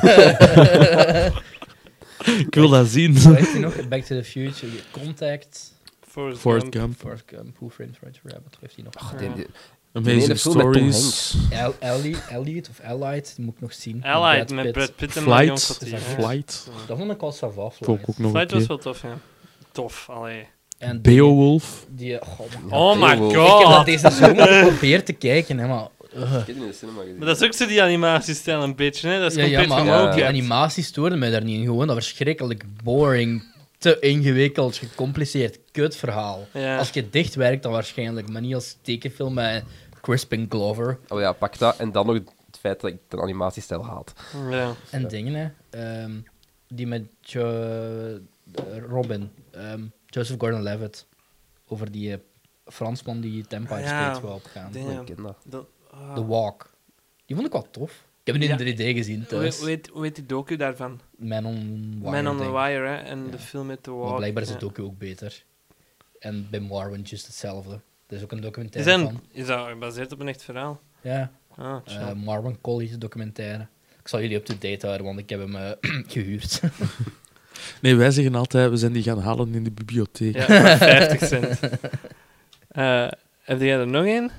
Ik wil dat zien. Hoe heet die nog? Back to the Future, Contact, Forrest Gump. Forrest Gump, Who Framed Roger Rabbit, wat heeft hij nog? Ach, die- Amazing ene film met Tom Stories. Elliot of Allied, die moet ik nog zien. Allied met Pitt. Brad Pitt en Flight. Marion Cotillard. Flight. Dat vond ik wel sava, Vond ik ook nog een Flight was keer. wel tof, ja. Tof, allee. En Beowulf. die god, man. Oh my Beowulf. Ik heb dat god! deze zomer geprobeerd te kijken, hè, maar... Ik heb die in de cinema gezien. Maar dat is ook zo die animatiestijl een beetje, hè. Dat is Ja, compleet maar gemocap. die animatie stoorde mij daar niet in. Gewoon dat verschrikkelijk boring, te ingewikkeld, gecompliceerd kutverhaal. Ja. Als je dicht werkt, dan waarschijnlijk, maar niet als tekenfilm met Crispin Glover. Oh ja, pak dat. En dan nog het feit dat ik de animatiestijl haat. Ja. En dingen, hè. Die met Robin, Joseph Gordon-Levitt, over die Fransman die het Empire Ah, ja. State wou opgaan. Dingen. Ik ken dat. The Walk. Die vond ik wel tof. Ik heb het in Ja. 3D gezien thuis. Hoe heet die docu daarvan? Man on Wire. Man on the denk ik. Wire, hè. En Ja. de film met The Maar Walk. blijkbaar is ja. het docu ook beter. En bij Marwen juist hetzelfde. Er is ook een Is documentaire dat, van. is dat gebaseerd op een echt verhaal? Ja, Ah, chill. Marwen College documentaire. Ik zal jullie up-to-date houden, want ik heb hem gehuurd. Nee, wij zeggen altijd, we zijn die gaan halen in de bibliotheek. Ja, voor 50 cent. Heb jij er nog één?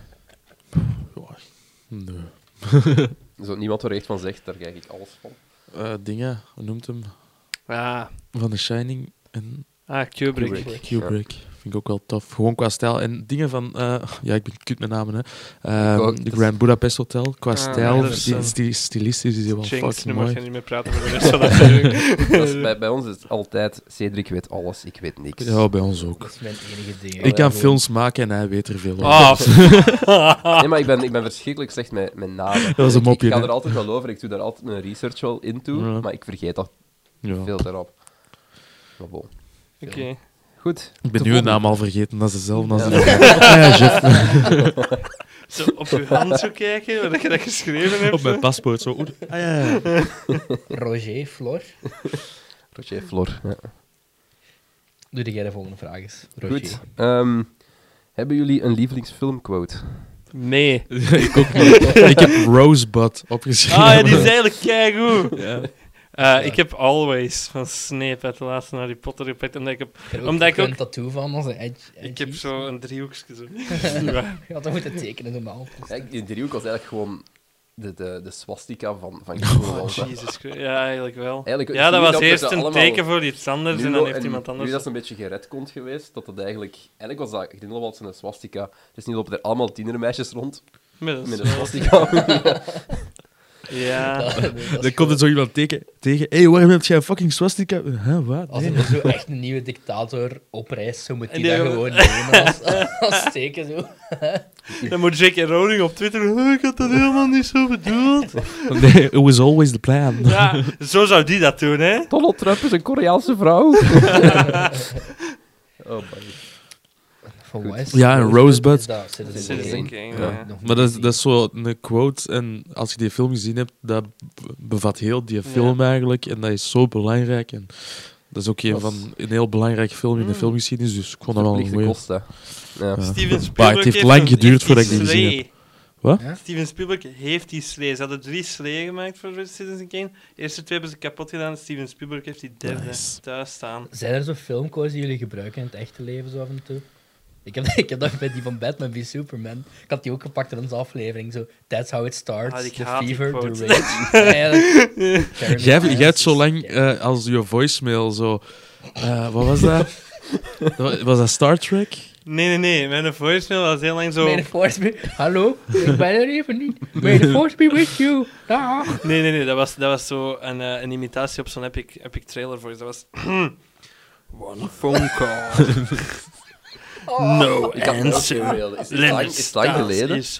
Nee. Zo, niemand er echt van zegt, daar kijk ik alles van. Dingen, hoe noemt hem? Ja. Van The Shining en Kubrick. Kubrick. Vind ik ook wel tof. Gewoon qua stijl. En dingen van... ja, ik ben kut met namen, hè. ook, De dus- Grand Budapest Hotel. Qua stijl, dat is, stilistisch is die wel Jinx, nu fucking mag mooi. je niet meer praten voor de rest van de aflevering. Dat is bij ons is het altijd, Cedric weet alles, ik weet niks. Ja, bij ons ook. Dat is mijn enige ding. Ik kan Gewoon- films maken en hij weet er veel over. Ah, Nee, maar ik ben verschrikkelijk slecht met namen. Dat was een mopje, Ik ga hè? er altijd wel over, ik doe daar altijd mijn research wel in toe, Ja. maar ik vergeet dat Ja. veel erop. Maar bon. Oké. Goed. Ik ben De nu een volgende. naam al vergeten, dat is dezelfde als Ja. die. Ja, Jeff. Zo op je hand zo kijken, wat je dat geschreven hebt. Op mijn zo. paspoort zo. Oeh, ah, ja. Roger, Flor. Roger Flor. Ja. Doe jij de volgende vraag eens. Roger. Goed. Hebben jullie een lievelingsfilmquote? Nee. Ik ook niet. Ik heb Rosebud opgeschreven. Ah ja, die is eigenlijk keigoed. Ja. Ik heb Always van Snape uit de laatste Harry Potter gepakt. Omdat ik heb, Ik heb er Omdat ik een ook- tattoo van, als een edge. ik heb zo een driehoekje. Zo. Je had dat moeten tekenen normaal. Ja, die driehoek was eigenlijk gewoon de swastika van Grindelwald. Oh, Jesus Christ. Ja, eigenlijk wel. Eigenlijk, Ja, dat was dat eerst ze een allemaal- teken voor iets anders en dan heeft en iemand Nu anders... dat is een beetje geredcond geweest, dat het eigenlijk was dat Grindelwald zijn swastika. Het is niet lopen er allemaal tienermeisjes rond Met met een een swastika. Ja. Dan komt er zo iemand tegen. Hé, waarom heb jij een fucking swastika? Huh, wat? Als Nee. er zo echt een nieuwe dictator op reis, zo moet En die die dat hebben- gewoon nemen als teken. Zo. Dan moet J.K. Rowling op Twitter... Oh, ik had dat helemaal niet zo bedoeld. Nee, it was always the plan. Ja, zo zou die dat doen, hè. Donald Trump is een Koreaanse vrouw. Oh, boy. Van wat is Ja, en Rosebud. Is dat Citizen Citizen Kane? Kane, Ja. ja. Nog Maar niet dat is zo een quote. En als je die film gezien hebt, dat bevat heel die film eigenlijk. En dat is zo belangrijk. En dat is ook een heel belangrijke film in de filmgeschiedenis. Dus ik vond dat wel een Verplichte goeie. kosten. Ja. Ja. Steven Maar Spielberg het heeft lang een- geduurd heeft voordat ik die gezien slee. heb. Wat? Ja? Steven Spielberg heeft die slee. Ze hadden 3 slee gemaakt voor Citizen Kane. De eerste 2 hebben ze kapot gedaan. Steven Spielberg heeft die derde Nice. thuis staan. Zijn er zo filmquotes die jullie gebruiken in het echte leven zo af en toe? Ik heb dat met die van Batman v Superman. Ik had die ook gepakt in onze aflevering. Zo, that's how it starts. Ik The haat die fever, the quote. rage. Jij hebt zo lang als je voicemail zo... wat was dat? Was dat Star Trek? Nee. Mijn voicemail was heel lang zo... May the force be... Hallo, ik ben er even niet. May the force be with you. Dag. Nee. Dat was zo een imitatie op zo'n epic trailer voice. Dat was... One phone call. No Ik had het ook answer. veel. Is Limit het lang geleden? is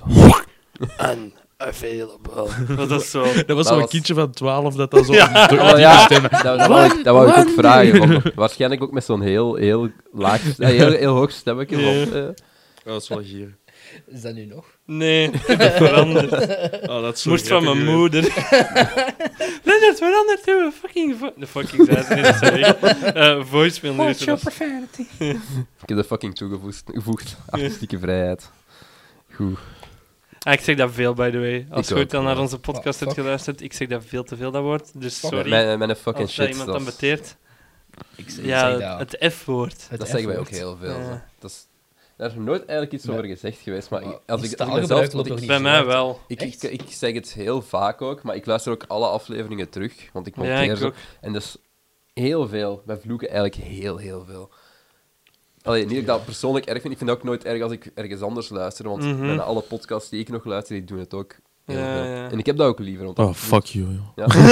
unavailable. Dat was zo... Dat was Dat zo'n was- kindje van 12 dat zo... Ja. door Oh, die ja. stemmen. Dat wou ik ook vragen. Want waarschijnlijk ook met zo'n heel laag... heel hoog stemmetje. Ja. Want, Dat was wel gier. Is dat nu nog? Nee, dat veranderd. Oh, dat is zo Moest van grappig mijn geweest. moeder. Leonard, veranderd to a fucking... De fucking zei ze niet, sorry. Voicemail nu. What's your profanity? ik heb de fucking toegevoegd. Artistieke vrijheid. Goed. Ik zeg dat veel, by the way. Als je ook, ooit dan naar ja. onze podcast hebt Fuck. geluisterd, ik zeg dat veel te veel, dat woord. Dus sorry. Mijn fucking Als dat shit. iemand Dat, dan beteert. Ik zeg Ja, dat. het F-woord. Het dat zeggen wij ook F-woord. heel veel. Ja. zo. Dat is, daar is nooit eigenlijk iets over gezegd geweest. Maar als die ik taalgebruik mezelf... loopt want toch ik- niet Bij zo mij hard. wel. Ik zeg het heel vaak ook, maar ik luister ook alle afleveringen terug. Want ik Ja, monteer ik ze. ook. En dus heel veel. Wij vloeken eigenlijk heel veel. Allee, niet dat ik dat persoonlijk erg vind. Ik vind het ook nooit erg als ik ergens anders luister. Want Mhm. bijna alle podcasts die ik nog luister, die doen het ook heel Ja, veel. ja. En ik heb dat ook liever. Want Oh, dat fuck you, joh. Ja.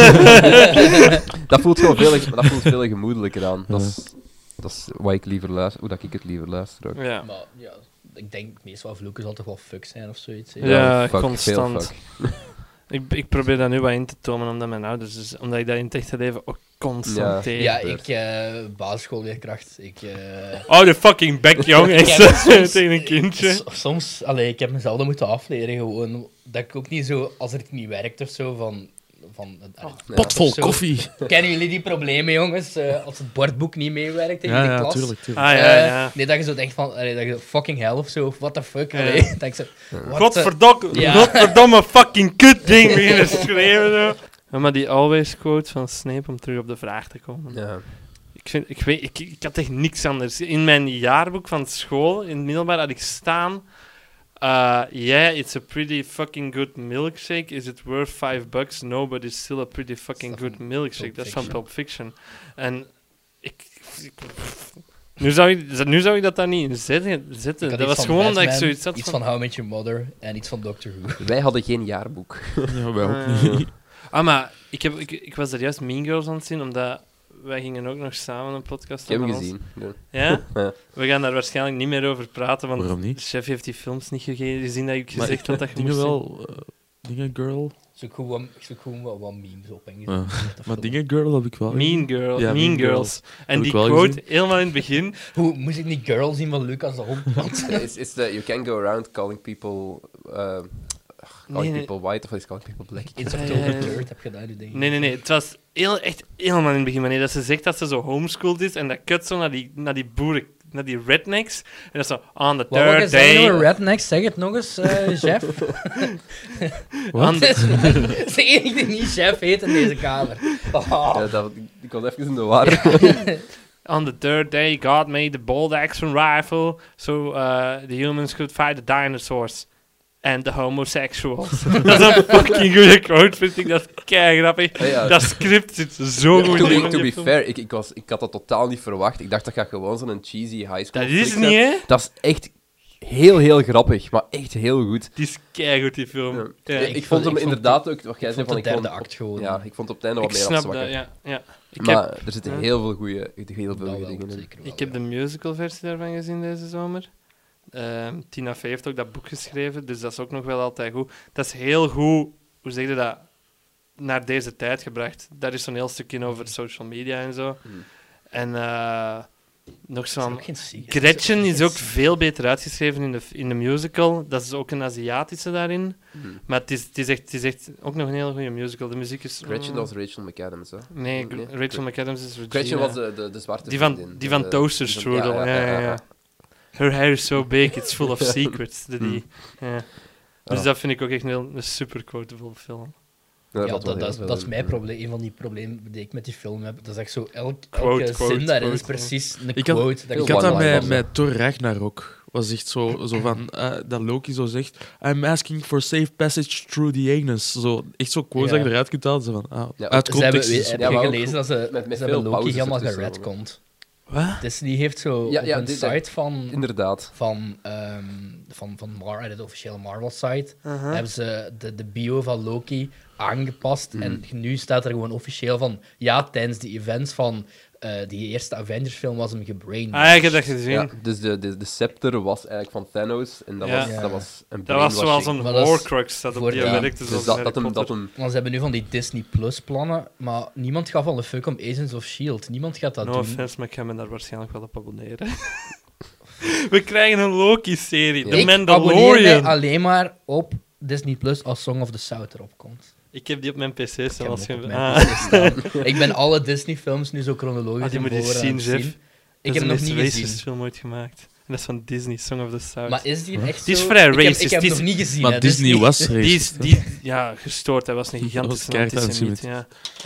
dat voelt gewoon veel gemoedelijker aan. Dat is wat ik liever luister, hoe dat ik het liever luister ook. Ja. Maar ja, ik denk meestal vloeken zal toch wel fuck zijn of zoiets. hè? Ja, fuck, constant. veel fuck. Ik probeer dat nu wat in te tomen, omdat mijn ouders... Dus, omdat ik dat in het echte leven ook constant Ja. tegen. Ja, ik, basisschoolleerkracht. Oh, de fucking bek, jong. Ik Echt heb zo, soms- tegen een kindje. Soms, ik heb mezelf dat moeten afleren gewoon. Dat ik ook niet zo, als het niet werkt of zo, van Ja. Pot vol Zo. koffie. kennen jullie die problemen, jongens? Als het bordboek niet meewerkt in Ja, de ja, klas. tuurlijk. Ah, ja. Nee, dat je zo denkt van, dat je fucking hell of zo, of what the fuck. Ja. Dat ik zo, Ja. Godverdomme fucking kutding beginnen schreeuwen. Zo. Ja, maar die always quote van Snape, om terug op de vraag te komen. Ja. Ik had echt niks anders. In mijn jaarboek van school, in het middelbaar, had ik staan... yeah, it's a pretty fucking good milkshake. Is it worth $5? No, but it's still a pretty fucking Dat is good van milkshake. Pulp Dat is van Fiction. Pulp Fiction. En nu zou ik dat daar niet in zetten. Ik had Dat iets was van gewoon omdat ik Batman, zoiets had iets van... van How I Met Your Mother en iets van Doctor Who. Wij hadden geen jaarboek. Ja, wij ook Ah. niet. Maar ik was er juist Mean Girls aan het zien, omdat wij gingen ook nog samen een podcast Ik heb doen hem van ons. gezien. Ja. Ja? Ja. We gaan daar waarschijnlijk niet meer over praten, want Waarom niet? de chef heeft die films niet gezien dat ik Maar gezegd had dat je dingen moest zien. wel... dingen girl. Ik zoek gewoon wat memes op. En Ja. Maar dingen girl heb ik wel. Mean Girl, Ja, Mean Mean Girls. En Heb die ik wel quote gezien. helemaal in het begin. Hoe moest ik die girl zien van Lucas de Hond? Is the you can go around calling people people white of is calling people black? It's Ja, October ja, ja. 3rd, heb je dat nu denk ik? Nee. Het was echt helemaal in het begin, wanneer dat ze zegt dat ze zo homeschooled is en dat kut zo naar die boeren, naar die rednecks. En dat is zo, on the Wat wil je third zeggen over day... rednecks? Zeg het nog eens, chef. On Het the, is de enige die niet chef heet in deze kamer. Ja, ik was even in de war. on the third day, God made the bolt action rifle so the humans could fight the dinosaurs. And the homosexuals. Dat is een fucking goede quote, vind ik. Dat is kei grappig. Ja. Dat script zit zo goed in. To be fair, ik had dat totaal niet verwacht. Ik dacht dat gaat gewoon zo'n cheesy high school Dat is flick niet, zijn. hè? Dat is echt heel grappig, maar echt heel goed. Het is keigoed, die film. Ja. Ja, Ik vond hem inderdaad ook, wat jij Ik zei vond van de ik derde vond, act gewoon. ja, ik vond op het einde wat Ik meer snap afzwakken. dat, ja. Maar er zitten ja. heel veel goede Dat wel, dingen in. zeker wel, Ik heb de ja. musicalversie daarvan gezien deze zomer. Tina Fey heeft ook dat boek geschreven, dus dat is ook nog wel altijd goed. Dat is heel goed, hoe zeg je dat, naar deze tijd gebracht. Daar is zo'n heel stukje over social media en zo. Hmm. En nog Dat is zo'n... ook geen serie. Gretchen is ook veel beter uitgeschreven in de musical. Dat is ook een Aziatische daarin. Maar het is echt ook nog een hele goede musical. De muziek is... Gretchen was Rachel McAdams, hè? Nee, Nee? Rachel McAdams is Regina. Gretchen was de zwarte Die van, vriendin. die van Toaster die van- Strudel. Ja. Her hair is so big, it's full of secrets. Ja. Dus Ja. dat vind ik ook echt een super quotable film. Ja, was wel heel dat is veel. mijn probleem. Een van die problemen die ik met die film heb. Dat is echt zo, elke Quote, zin daarin is quote, precies een Ik had- quote. Dat Ik Heel had dat one-liners, met hè. Thor Ragnarok. was echt zo van... dat Loki zo zegt... I'm asking for safe passage through the Agnes. Zo, echt zo quotes dat je eruit kunt halen. Zo van, Ja, uit Ze hebben, context. is heb het je maar ook gelezen dat ze, met ze veel hebben Loki pauzes helemaal ertussen. geredcond. Wat? Disney heeft zo Ja, op ja, een dit- site van de officiële Marvel-site, hebben ze de bio van Loki aangepast. En nu staat er gewoon officieel van... Ja, tijdens de events van die eerste Avengers-film was hem gebrainwashed. Ah, ik heb dat gezien. Ja, dus de scepter was eigenlijk van Thanos en dat, Ja. dat was een Dat was zoals brainwashing. een Maar dat is Horcrux dat op voor- die ja. werkte. Dus Zoals dat Harry hem... Potter. Dat hem Want ze hebben nu van die Disney Plus plannen, maar niemand gaf al een fuck om Agents of S.H.I.E.L.D. Niemand gaat dat No doen. offense, maar ik ga me daar waarschijnlijk wel op abonneren. We krijgen een Loki-serie, Ja. The Ik abonneer Mandalorian. mij alleen maar op Disney Plus als Song of the South erop komt. Ik heb die op mijn PC Ik heb zoals hem ook je... op mijn Ah. PC staan. Ik ben alle Disney-films nu zo chronologisch Die in moet je volgorde zien, aan het Jeff. zien. Dat Ik heb is hem nog de niet meest racist gezien. film ooit gemaakt. En dat is van Disney, Song of the South. Maar is die echt Die is zo- vrij Ik heb racist. hem Die is- nog niet gezien. Maar hè, dus Disney niet- was racist. Ja, gestoord. Hij was een gigantische keihard antisemiet. Ja.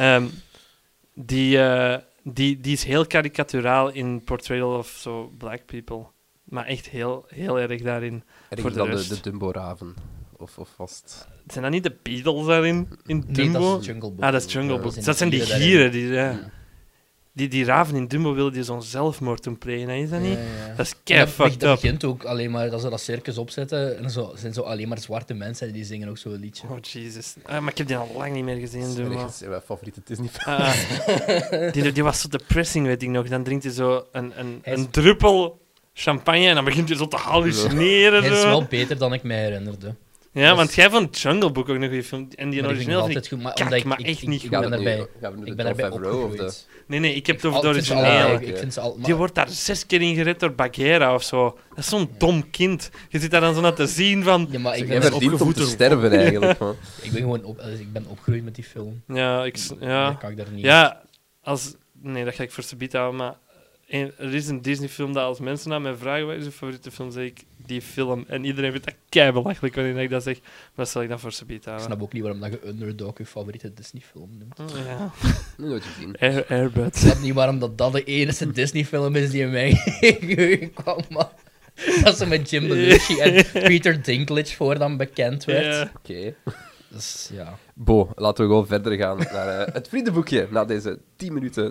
Die is heel karikaturaal in portrayal of zo black people. Maar echt heel, heel erg daarin. ergens voor de dan rest. de Dumbo-raven. Of vast... Zijn dat niet de Beatles daarin? In Nee, Dumbo? dat is Jungle Book. Ah, dat is Jungle Ja, Book. zijn Dat zijn die daarin. gieren. Die, ja. Ja. Die raven in Dumbo willen die zo'n zelfmoord doen plegen. Hè? Is dat niet? Ja, ja. Dat is En kei fucked dat up. begint ook alleen maar dat ze dat circus opzetten en zo zijn zo alleen maar zwarte mensen en die zingen ook zo'n liedje. Oh, Jesus. Maar ik heb die al lang niet meer gezien, Dat Dumbo. is mijn favoriete Disney Die was zo depressing, weet ik nog. Dan drinkt hij zo Hij is- een druppel champagne en dan begint hij zo te hallucineren. Het is Zo. wel beter dan ik mij herinnerde. Ja, want jij vond Jungle Book ook nog een goede film. En die Maar die vind ik origineel vind altijd ik... goed, maar kak, omdat maar echt niet ik goed. ben erbij, Gaan we nu ik de ben Jon erbij Favreau of de... opgegroeid. Nee, ik heb het over de Ik vind ze origineel. allemaal- ik vind ze al, maar- Die wordt daar 6 keer in gered door Bagheera of zo. Dat is zo'n dom kind. Je zit daar dan zo naar te zien van... Ja, maar ik Jij ben, verdient om opgevoed te door- sterven, eigenlijk. Man. ik ben gewoon ik ben opgegroeid met die film. Ja, Dan kan ik daar niet... Ja, nee, dat ga ik voor ze bieden houden, maar er is een Disney-film dat als mensen naar mij vragen wat is je favoriete film, zeg ik die film. En iedereen vindt dat keibelachelijk wanneer ik dat zeg, maar dat zal ik dan voor ze bieden Ik houden. snap ook niet waarom dat je Underdog je favoriete Disney-film noemt. Ja. Nooit gezien. Airbud. Ik snap niet waarom dat de enige Disney-film is die in mij geheugen kwam, maar dat ze met Jim Belushi en Peter Dinklage voor dan bekend werd. Ja. Oké. Dus ja. Bo, laten we gewoon verder gaan naar het vriendenboekje, na deze 10 minuten.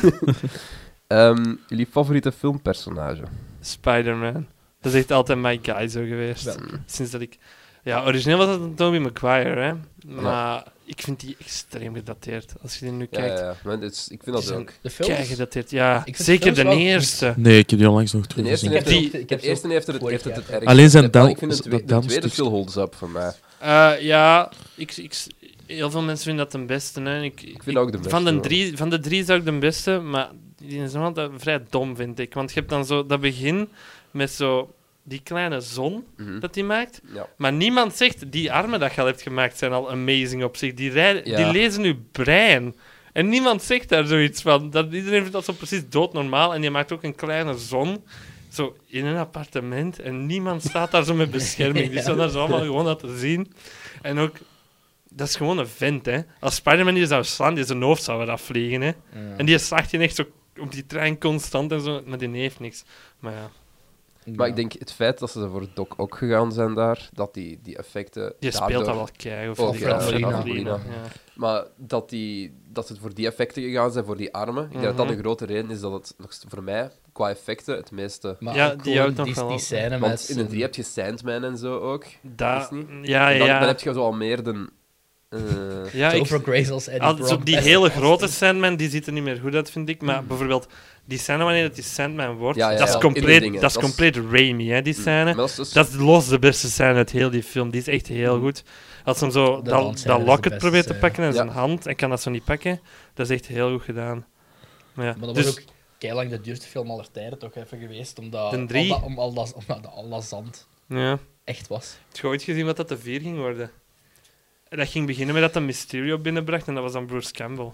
Jullie favoriete filmpersonage? Spider-Man. Dat is echt altijd my guy zo geweest. Welke? Sinds dat ik... Ja, origineel was het Tobey Maguire, hè. Maar ik vind die extreem gedateerd. Als je die nu kijkt. Ja. Maar ik vind dat Die ook. De films? Kei gedateerd, ja. Ik vind Zeker films de wel goed. eerste. Nee, ik heb die onlangs nog De terug eerste gezien. heeft, Die- ik heb de eerste heeft het vorig jaar ergste. Alleen zijn Maar dan- ik vind dat de tweede danstuk. veel holds up voor mij. Ja, heel veel mensen vinden dat de beste. Hè. Ik vind ook de beste, Van de drie zou ik de beste, maar die is nog altijd vrij dom, vind ik. Want je hebt dan zo dat begin met zo die kleine zon Mhm. dat die maakt. Ja. Maar niemand zegt, die armen dat je al hebt gemaakt zijn al amazing op zich. Die Ja. lezen je brein. En niemand zegt daar zoiets van. Iedereen vindt dat zo precies doodnormaal. En die maakt ook een kleine zon. Zo in een appartement. En niemand staat daar zo met bescherming. Die staan daar zo allemaal gewoon aan te zien. En ook, dat is gewoon een vent, hè. Als Spider-Man die zou slaan, die zijn hoofd zou eraf vliegen, hè. Ja. En die slaagt je echt zo op die trein constant en zo. Maar die heeft niks. Maar ja, Maar ik denk het feit dat ze voor Doc Ock gegaan zijn daar, dat die effecten. die daardoor- speelt dat wel keihard. Oh, die ja, Alfred Molina. Molina, ja. Maar dat ze voor die effecten gegaan zijn, voor die armen. Ik denk dat dat Mhm. een grote reden is dat het nog voor mij, qua effecten, het meeste. Maar Ja, ook die gewoon houdt nog wel die op. scène Want met... in de 3 heb je Sandman en zo ook. Dat, Disney. ja, En dan ja. heb je zo al meer de. Ja, ik, Topher Grace als Eddie al, zo Brock. die best hele fantastisch. grote Sandman, die ziet er niet meer goed uit, vind ik. Maar bijvoorbeeld, die scène wanneer dat die Sandman wordt, Ja, ja, dat is ja. compleet, In de dingen. dat is Dat is- compleet Raimi, hè, die scène. Maar dat is dus- Dat is los de beste scène uit heel die film. Die is echt heel goed. Als hem zo De dat dansscène is de locket beste probeert te scène. pakken in Ja. zijn hand en kan dat zo niet pakken, dat is echt heel goed gedaan. Maar ja, Maar dat dus, was ook keilang de duurste film aller tijden toch even geweest, omdat De 3? omdat al dat zand ja. echt was. Heb je ooit gezien wat dat de 4 ging worden? En dat ging beginnen met dat een Mysterio binnenbracht en dat was dan Bruce Campbell.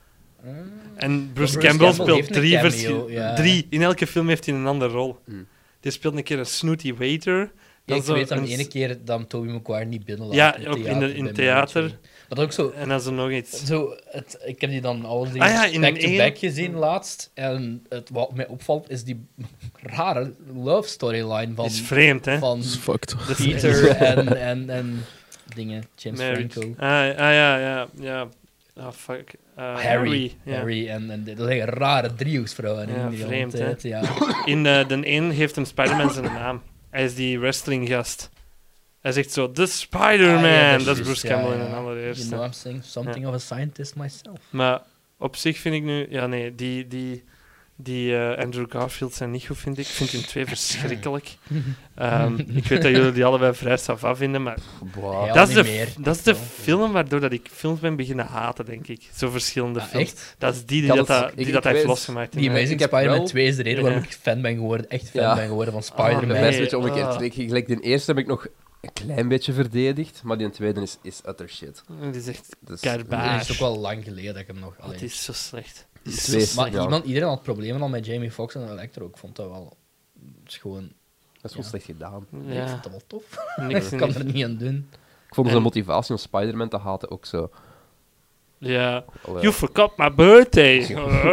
En Bruce Campbell heeft speelt een 3 cameo, ja. 3. In elke film heeft hij een andere rol. Mm. Die speelt een keer een snooty waiter. Ja, ik zo weet dan een ene keer dat Tobey Maguire niet binnenlaat. Ja, het ook in theater in bij theater. Mary Jane. Maar dat ook zo... En dan zo nog iets. Ik heb die dan alle drie Ah ja, in back-to-back één- gezien laatst. En wat mij opvalt is die rare love storyline van, Is vreemd, hè? van Dat is fucked. Peter en dingen, James Marriage. Franco. Ja. Ah, fuck. Harry. Ja. Harry en dat zijn rare driehoeksvrouwen Ja, in die vreemd, hele tijd. Ja. In de een heeft hem Spider-Man zijn naam. Hij is die wrestlinggast. Hij zegt zo, The Spider-Man. Ah, ja, dat is Bruce Campbell in een You allereerste. know I'm saying something of a scientist myself. Maar op zich vind ik nu... Ja, nee, die Andrew Garfield zijn niet goed, vind ik. Ik vind die twee verschrikkelijk. Ik weet dat jullie die allebei vrij sava vinden, maar Boah. Ja. dat is, niet de, meer. dat is de Ja. film waardoor dat ik films ben beginnen haten, denk ik. Zo verschillende Ah, films. echt? Dat is die Ja, dat, dat- dat, ik- die ik dat hij heeft weet- losgemaakt. Die Amazing ik heb Spider-Man wel- 2 is de reden waarom Ja. ik fan ben geworden, echt fan Ja. ben geworden van Ah, Spider-Man. Bij mij is het een beetje Nee, omgekeerd. ah. Gelijk de eerste heb ik nog een klein beetje verdedigd, maar die tweede is utter shit. Die is echt... Dus, Garbage. Het is ook wel lang geleden dat ik hem nog... Oh, allee. die is zo slecht. Die De is twee- zo Maar Ja. iedereen had problemen al met Jamie Foxx en Electro. Ik vond dat wel... Het is gewoon... Dat is wel Ja. slecht gedaan. Ik Ja, vind dat wel tof. niks Ik kan niet. er niet aan doen. Ik vond En- zijn motivatie om Spider-Man te haten ook zo. Ja. Allee, You forgot my birthday.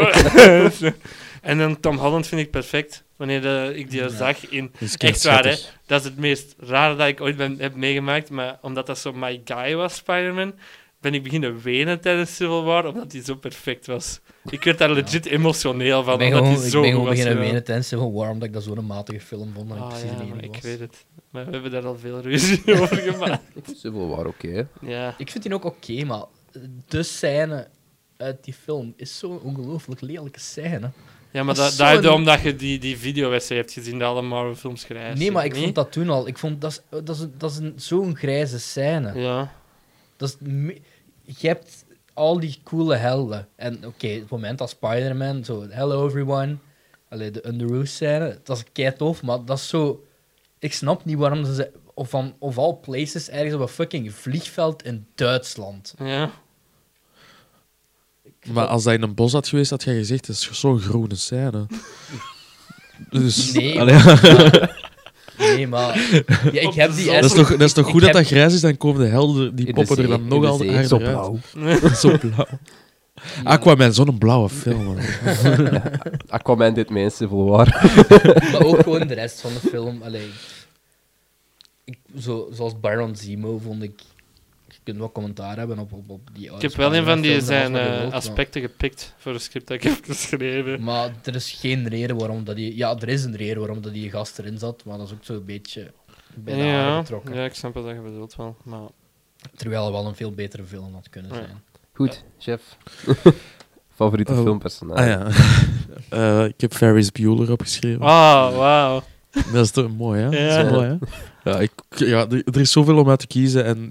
En dan Tom Holland vind ik perfect. Wanneer ik die Ja. zag in... Dat is Echt waar, hè. schattig. Dat is het meest rare dat ik ooit heb meegemaakt. Maar omdat dat zo my guy was, Spider-Man, ben ik beginnen wenen tijdens Civil War, omdat hij zo perfect was. Ik werd daar legit emotioneel van, Ik ben omdat gewoon, hij ik zo ben goed gewoon was. beginnen gedaan. wenen tijdens Civil War, omdat ik dat zo'n matige film vond. Dat ik Ah, precies ja, de maar enige ik was. weet het. Maar we hebben daar al veel ruzie over gemaakt. Civil War, oké. Ja. Ik vind die ook oké, maar de scène uit die film is zo'n ongelooflijk lelijke scène. Ja, maar Dat is dat zo'n- omdat je die videowedstrijd hebt gezien, dat alle Marvel-films grijs Nee, maar ik zijn, vond dat toen al. Ik vond dat is zo'n grijze scène. niet? Ja. Dat is je hebt al die coole helden. En oké, het moment als Spider-Man, zo, hello everyone. Allee, de Underoos scène, dat is kei tof, maar dat is zo... Ik snap niet waarom ze... Of all places, ergens op een fucking vliegveld in Duitsland. Ja. Maar als dat in een bos had geweest, had jij gezegd, het is zo'n groene scène. Dus, Nee, allee, Nee, maar... Ja, ik Op heb de die zon. dat is toch ik goed dat heb- dat grijs is, dan komen de helden, die In de poppen er zee, dan in nog de al zee, harder zo uit. blauw. Zo blauw. Aquaman, zo'n blauwe film. Man. Aquaman dit mee in Civil War. Maar ook gewoon de rest van de film. Allee, zoals Baron Zemo vond ik... Je kunt wel commentaar hebben op die Ik heb wel een van die Spider-Man zijn films en alles wat je wilt, aspecten gepikt voor een script dat ik heb geschreven. Maar er is geen reden waarom dat die... Ja, er is een reden waarom dat die gast erin zat, maar dat is ook zo'n beetje bij de haren getrokken. Ja, ik snap wat je bedoelt wel. Maar... Terwijl het wel een veel betere film had kunnen Ja. zijn. Goed, chef. Favoriete Oh. filmpersonage? Ah ja. Ik heb Ferris Bueller opgeschreven. Oh, wauw. Dat is toch mooi, hè? Ja. Dat is mooi, hè? Ja, er is zoveel om uit te kiezen. En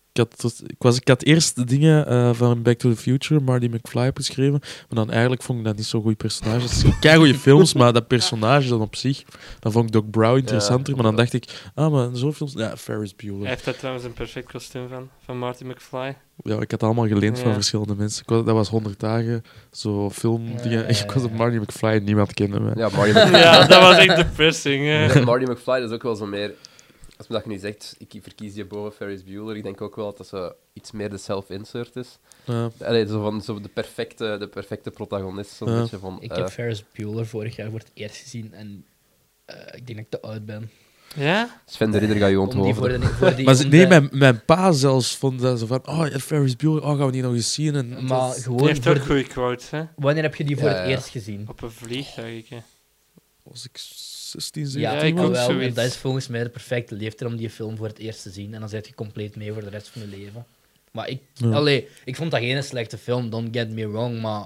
ik had eerst de dingen van Back to the Future, Marty McFly, opgeschreven. Maar dan eigenlijk vond ik dat niet zo'n goed personage. Het zijn keigoeie films, maar dat personage dan op zich, dan vond ik Doc Brown interessanter. Maar dan dacht ik, maar zo'n films... Ja, Ferris Hij Bueller. heeft daar trouwens een perfect kostuum van Marty McFly. Ja, ik had allemaal geleend van Ja. verschillende mensen. Dat was 100 dagen, zo filmdingen. Ja. Ik was op Marty McFly en niemand kende mij. Ja, Marty McFly. Ja, dat was echt depressing. hè. Ja, Marty McFly is ook wel zo meer... Als men dat nu zegt, ik verkies die boven Ferris Bueller, ik denk ook wel dat dat zo iets meer de self-insert is. Ja. Allee, zo van zo de perfecte protagonist, zo'n Ja. beetje van... Ik heb Ferris Bueller vorig jaar voor het eerst gezien en ik denk dat ik te oud ben. Ja? Sven de Ridder gaat je Om die voor onthoofden. de, voor die, Maar om nee, de- mijn pa zelfs vond dat zo van, Ferris Bueller, gaan we die nog eens zien? En Maar dat is- Die gewoon, heeft ook goede quotes, hè? wanneer heb je die voor Ja, het ja. eerst gezien? Op een vliegtuig, ik, hè. was ik 16, 17 Ja, ik ik ook wel. zoiets. En dat is volgens mij de perfecte leeftijd om die film voor het eerst te zien. En dan zit je compleet mee voor de rest van je leven. Maar Ja. ik vond dat geen slechte film, don't get me wrong, maar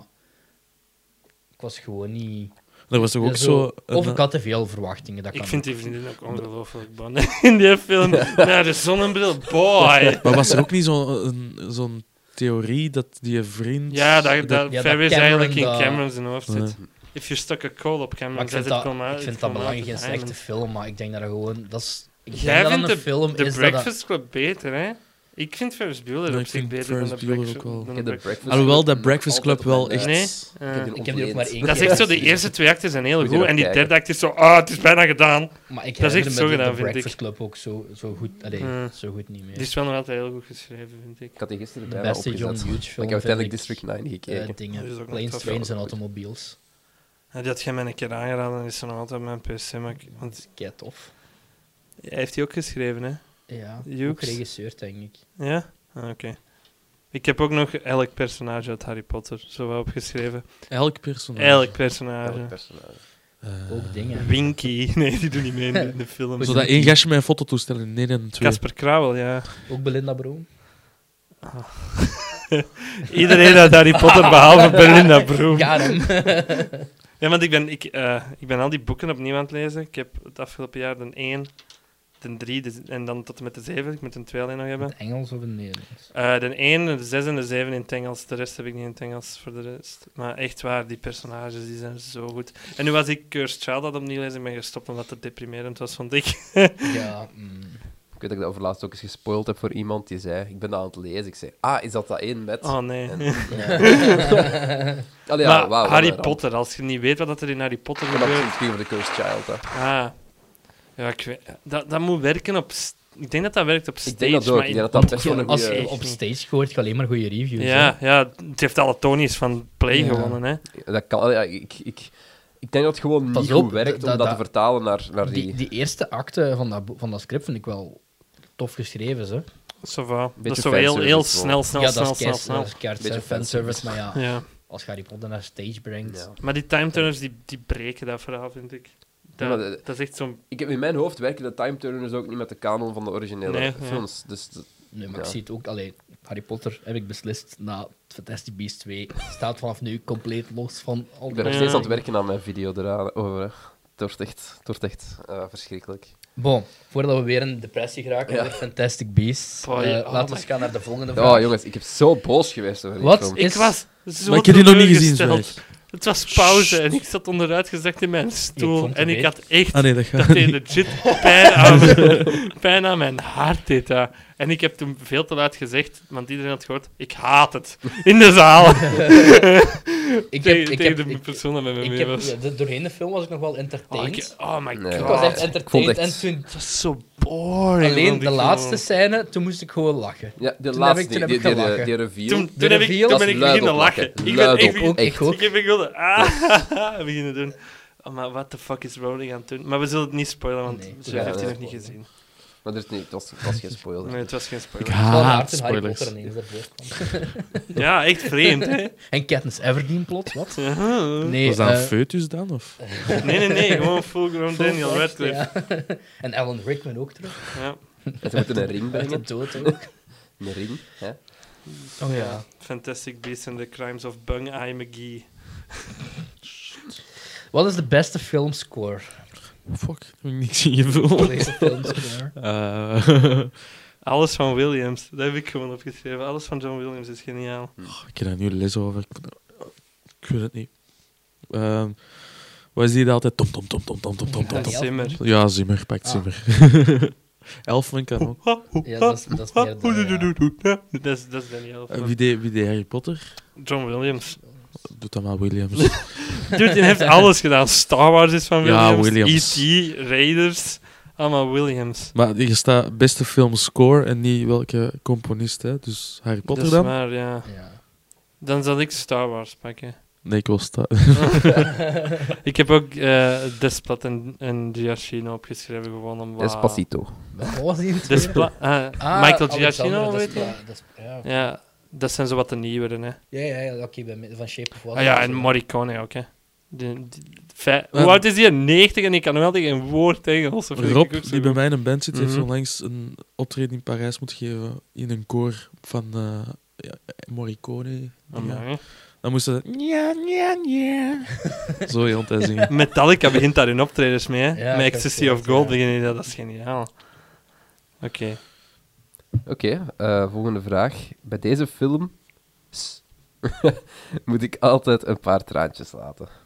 ik was gewoon niet... Er was toch ook Ja, zo... Of ik had te veel verwachtingen. Dat Ik kan vind ook. die vriendin ook ongelooflijk bang in die film. Met de zonnebril, boy. Maar was er ook niet zo'n theorie dat die vriend... Ja, dat Ja, dat Ferris Cameron eigenlijk in dat- Cameron zijn hoofd zit. Ja. If you stuck a coal op Maar Cameron, ik vind says it dat, come out. ik vind it dat come belangrijk out geen of slechte Diamond. film, maar ik denk dat dat gewoon... Dat is, ik Jij denk dat vindt een de film is dat... Breakfast Club beter, hè? Ik vind Ferris Bueller Ja, op ik zich vind beter Ferris dan de Bueller Breakfast. ook wel. dan Ik de heb de Breakfast. Alhoewel dat Breakfast Club wel echt... Nee? Ik heb Ik heb die ook maar één Dat is keer echt zo, de gezien. eerste 2 acten zijn heel Moet je goed. nog En die kijken. derde act is zo, het is bijna gedaan. Maar ik Dat is echt herinner zo me gedaan, de vind ik. Breakfast Club ook zo goed. Allee, zo goed niet meer. Die is wel nog altijd heel goed geschreven, vind ik. Ik had die gisteren De bijna beste John opgezet. Hughes Maar film ik heb uiteindelijk vind ik, District 9 gekeken. Dat dingen. is ook nog Planes, tof, Trains ja. en Automobiles. Ja, die had jij mij een keer aangeraden en is er nog altijd op mijn PC. Maar want Kei tof. hij heeft die ook geschreven, hè? Ja, Hughes. ook geregisseerd, denk ik. Ja? Ah, oké. Ik heb ook nog elk personage uit Harry Potter zo wel opgeschreven. Elk personage. Elk personage. Elk personage. Ook dingen. Winky. Nee, die doet niet mee in de film. Zo dat één gastje met een fototoestel in 1 en 2. Casper Krauwel, ja. Ook Belinda Broom. Iedereen uit Harry Potter behalve Belinda Broom. Ja, hem. Ja, want ik ben al die boeken opnieuw aan het lezen. Ik heb het afgelopen jaar de 1, de 3 en dan tot en met de 7. Ik moet een 2 alleen nog hebben. Het Engels of het Nederlands? De 1, de 6 en de 7 in het Engels. De rest heb ik niet in het Engels voor de rest. Maar echt waar, die personages die zijn zo goed. En nu was ik Cursed Child aan het opnieuw lezen. Ik ben gestopt omdat het deprimerend was, vond ik. Ja, Ik weet dat ik dat over laatst ook eens gespoild heb voor iemand die zei... Ik ben dat aan het lezen. Ik zei, is dat één met... Oh nee. En, Maar Allee, ja, wauw, Harry wat een Potter, als je niet weet wat er in Harry Potter ramp. Maar dat is gebeurt... misschien voor de Cursed Child, hè. Ja, ik weet... Dat moet werken op... Ik denk dat dat werkt op stage. Ik denk dat ook. maar Ik denk dat dat best wel een als goeie- je op stage hoort, je alleen maar goede reviews. Ja, het heeft alle Tonys van Play Ja. gewonnen, hè. Dat kan... Ja, ik denk dat het gewoon Pas niet op, goed werkt dat- om dat dat- te vertalen naar Die, die eerste acte van dat script vind ik wel tof geschreven. Hè? Ça va. Dat is Beetje zo heel fanservice snel, snel, ja, snel, dat is snel, keihard- snel. dat is keihard Beetje fanservice, maar ja, Ja. als je Harry Potter naar stage brengt... Ja. Maar die time turners die breken dat verhaal, vind ik. Ja, maar de- Dat is echt zo'n... Ik heb in mijn hoofd werken de time turners ook niet met de kanon van de originele Nee, films. Dus Nee, maar Ja. ik zie het ook... Allee, Harry Potter heb ik beslist na Fantastic Beasts 2. Staat vanaf nu compleet los van al ik die... ben nog Ja. steeds aan het werken aan mijn video eraan over. Het wordt echt verschrikkelijk. Bon, voordat we weer in depressie geraken Ja. over Fantastic Beasts, Boy, oh laten we my- eens gaan naar de volgende vraag. Oh jongens, ik heb zo boos geweest over die Wat? film. Ik was zo Maar ik heb die nog niet gezien, teleurgesteld. zeg. Het was pauze en ik zat onderuitgezakt in mijn Ik stoel. vond het En ik beter. had echt... Ah nee, dat gaat Dat deed niet. legit pijn aan mijn hart, deed dat. En ik heb toen veel te luid gezegd, want iedereen had gehoord, ik haat het. In de zaal. Tegen de persoon dat met me mee was. doorheen de film was ik nog wel Oh, entertained. oh my Nee. god. Ik was echt Ik vond entertained en echt- toen... Het was zo boring. Alleen man, de die laatste film. scène, toen moest ik gewoon lachen. Ja, de Toen laatste, heb ik die gelachen. review. Toen De ben ik reveal- toen Dat ben is ik beginnen luid op lachen. lachen. Ik ben Luid echt op, beginnen- echt. ook. Ik heb begonnen beginnen doen. Oh, maar what the fuck is Rowling aan het doen? Maar we zullen het niet spoilen, want Nee, Jeff ja, heeft die ja. nog niet gezien. Maar er is niet, het was geen spoiler. Nee, het was geen Ik spoiler. Het is wel raar haat toen Harry spoilers. Potter ineens daarvoor kwam. Ja, echt vreemd, hè? En Katniss Everdeen plot, wat? Nee, Nee, Was dat een foetus dan? Of? nee, gewoon full-grown Daniel Radcliffe. Ja. En Alan Rickman ook terug. Ja. En ze moeten een ring Uit de brengen. dood ook. Een ring, hè. Oh ja. Fantastic Beasts and the Crimes of Bung-Eye McGee. Wat is de beste filmscore? Fuck, heb ik niks ingevuld. Deze filmscore. Alles van Williams, dat heb ik gewoon opgeschreven. Alles van John Williams is geniaal. Ik heb daar nu les over. Ik weet het niet. Wat is die dat altijd? Tom, tom, tom, tom, tom, tom, tom, tom, En tom. Zimmer. Ja, Zimmer, pakt Ah. Zimmer. Elfman kan ook. Ja, dat is meer de... Dat is Danny Elfman. Wie deed Harry Potter? John Williams. Doet dat maar Williams. Dude, die heeft alles gedaan. Star Wars is van Ja, Williams. Williams. E.T., Raiders. Allemaal Williams. Maar hier staat beste filmscore en niet welke componist. Hè? Dus Harry Potter Dat is dan? waar, ja. Ja. Dan zal ik Star Wars pakken. Nee, ik wil Ik heb ook Desplat en Giacchino opgeschreven, gewoon om... Despacito. Wat was die in het tweede? Michael Alexander Giacchino, weet je? Ja, Ja, dat zijn zo wat de nieuwere, hè. ja, oké, van Shape of Water. Ah ja, en Morricone ook, hè. Hoe oud is die? 90 en ik kan nog altijd geen woord Engels. Of weet Rob, ik ook zo die bij goed. mij in een band zit, heeft Mhm. onlangs een optreden in Parijs moeten geven in een koor van Morricone. Ja. Amai. Dan moesten ze... Ja, ja, ja. Zo heel tijd zingen. Metallica begint daar in optredens mee, hè. Ja, Met ik Ecstasy heb of gehoord, Gold ja. beginnen die dat. Dat is geniaal. Oké. Oké, volgende vraag. Bij deze film moet ik altijd een paar traantjes laten.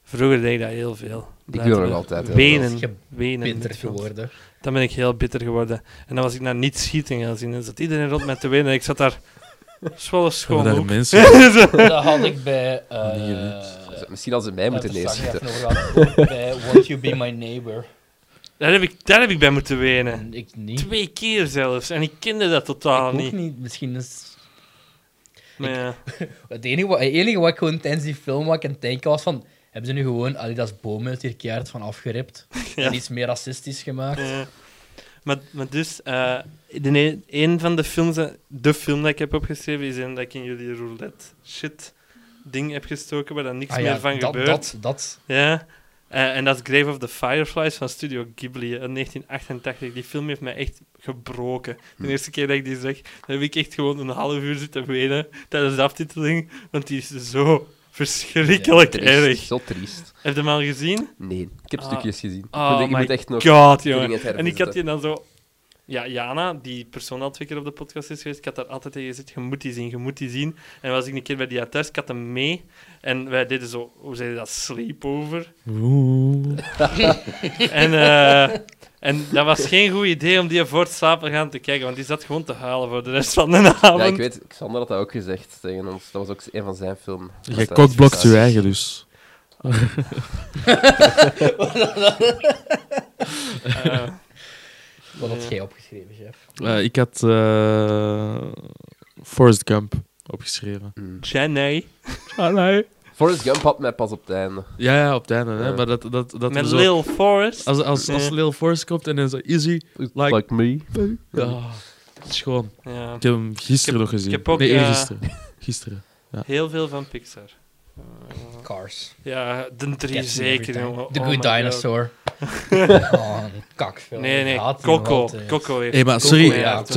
Vroeger deed ik dat heel veel. Ik doe dat nog altijd. Wenen. Je Wenen. bitter met films. geworden. Dan ben ik heel bitter geworden. En dan was ik naar niet schieten gaan zien. En zat iedereen rond met te wenen. En ik zat daar... Zwolle Hebben schoon daar ook. mensen... Dat had ik bij... Misschien hadden ze mij moeten neerschieten. Bij Won't You Be My Neighbor. Daar heb ik bij moeten wenen. En ik niet. 2 keer zelfs. En ik kende dat totaal Ik ook niet. niet. Misschien is... Maar ja. Het enige wat ik gewoon tijdens die film wat ik aan het denken was van... Hebben ze nu gewoon Adidas boom uit hier keihard van afgeript? Ja. En iets meer racistisch gemaakt? Maar dus, een van de films, de film dat ik heb opgeschreven, is een dat ik in jullie roulette shit ding heb gestoken, waar dan niks meer van gebeurt. Dat. Ja. En dat is Grave of the Fireflies van Studio Ghibli in 1988. Die film heeft mij echt gebroken. De eerste keer dat ik die zeg, dan heb ik echt gewoon een half uur zitten wenen tijdens de aftiteling, want die is zo verschrikkelijk erg. Zo triest. Heb je hem al gezien? Nee, ik heb stukjes gezien. Oh Ik moet echt nog god, dingen jongen. hervisiten. En ik had die dan zo... Ja, Jana, die persoon al 2 keer op de podcast is geweest, ik had daar altijd tegen gezegd, je moet die zien. En was ik een keer bij die thuis, ik had hem mee. En wij deden zo, hoe zei je dat, sleepover. Oeh. En dat was geen goed idee om die voor het slapen gaan te kijken, want die zat gewoon te huilen voor de rest van de avond. Ja, ik weet, Xander had dat ook gezegd tegen ons. Dat was ook een van zijn films. Jij kokblokt je eigen, dus. Wat had jij opgeschreven, chef? Ik had Forrest Gump opgeschreven. Jenny. Forrest Gump had mij pas op het einde. Ja, op het einde. Hè? Ja. Maar dat Met we zo, Lil Forrest. als Lil Forrest komt en dan zo easy. Like me. Ja, het is gewoon. Ja. Ik heb hem gisteren nog gezien. ik heb ook, nee, ja. eergisteren. Gisteren. Heel veel van Pixar. Cars. Ja, de 3 Catch Me zeker, Every Time. jongen. The Oh Good my God. Dinosaur. Oh, een kakfilm. Nee, Ik haat die nog Coco. altijd. Coco heeft... Hé, maar Coco sorry, heeft-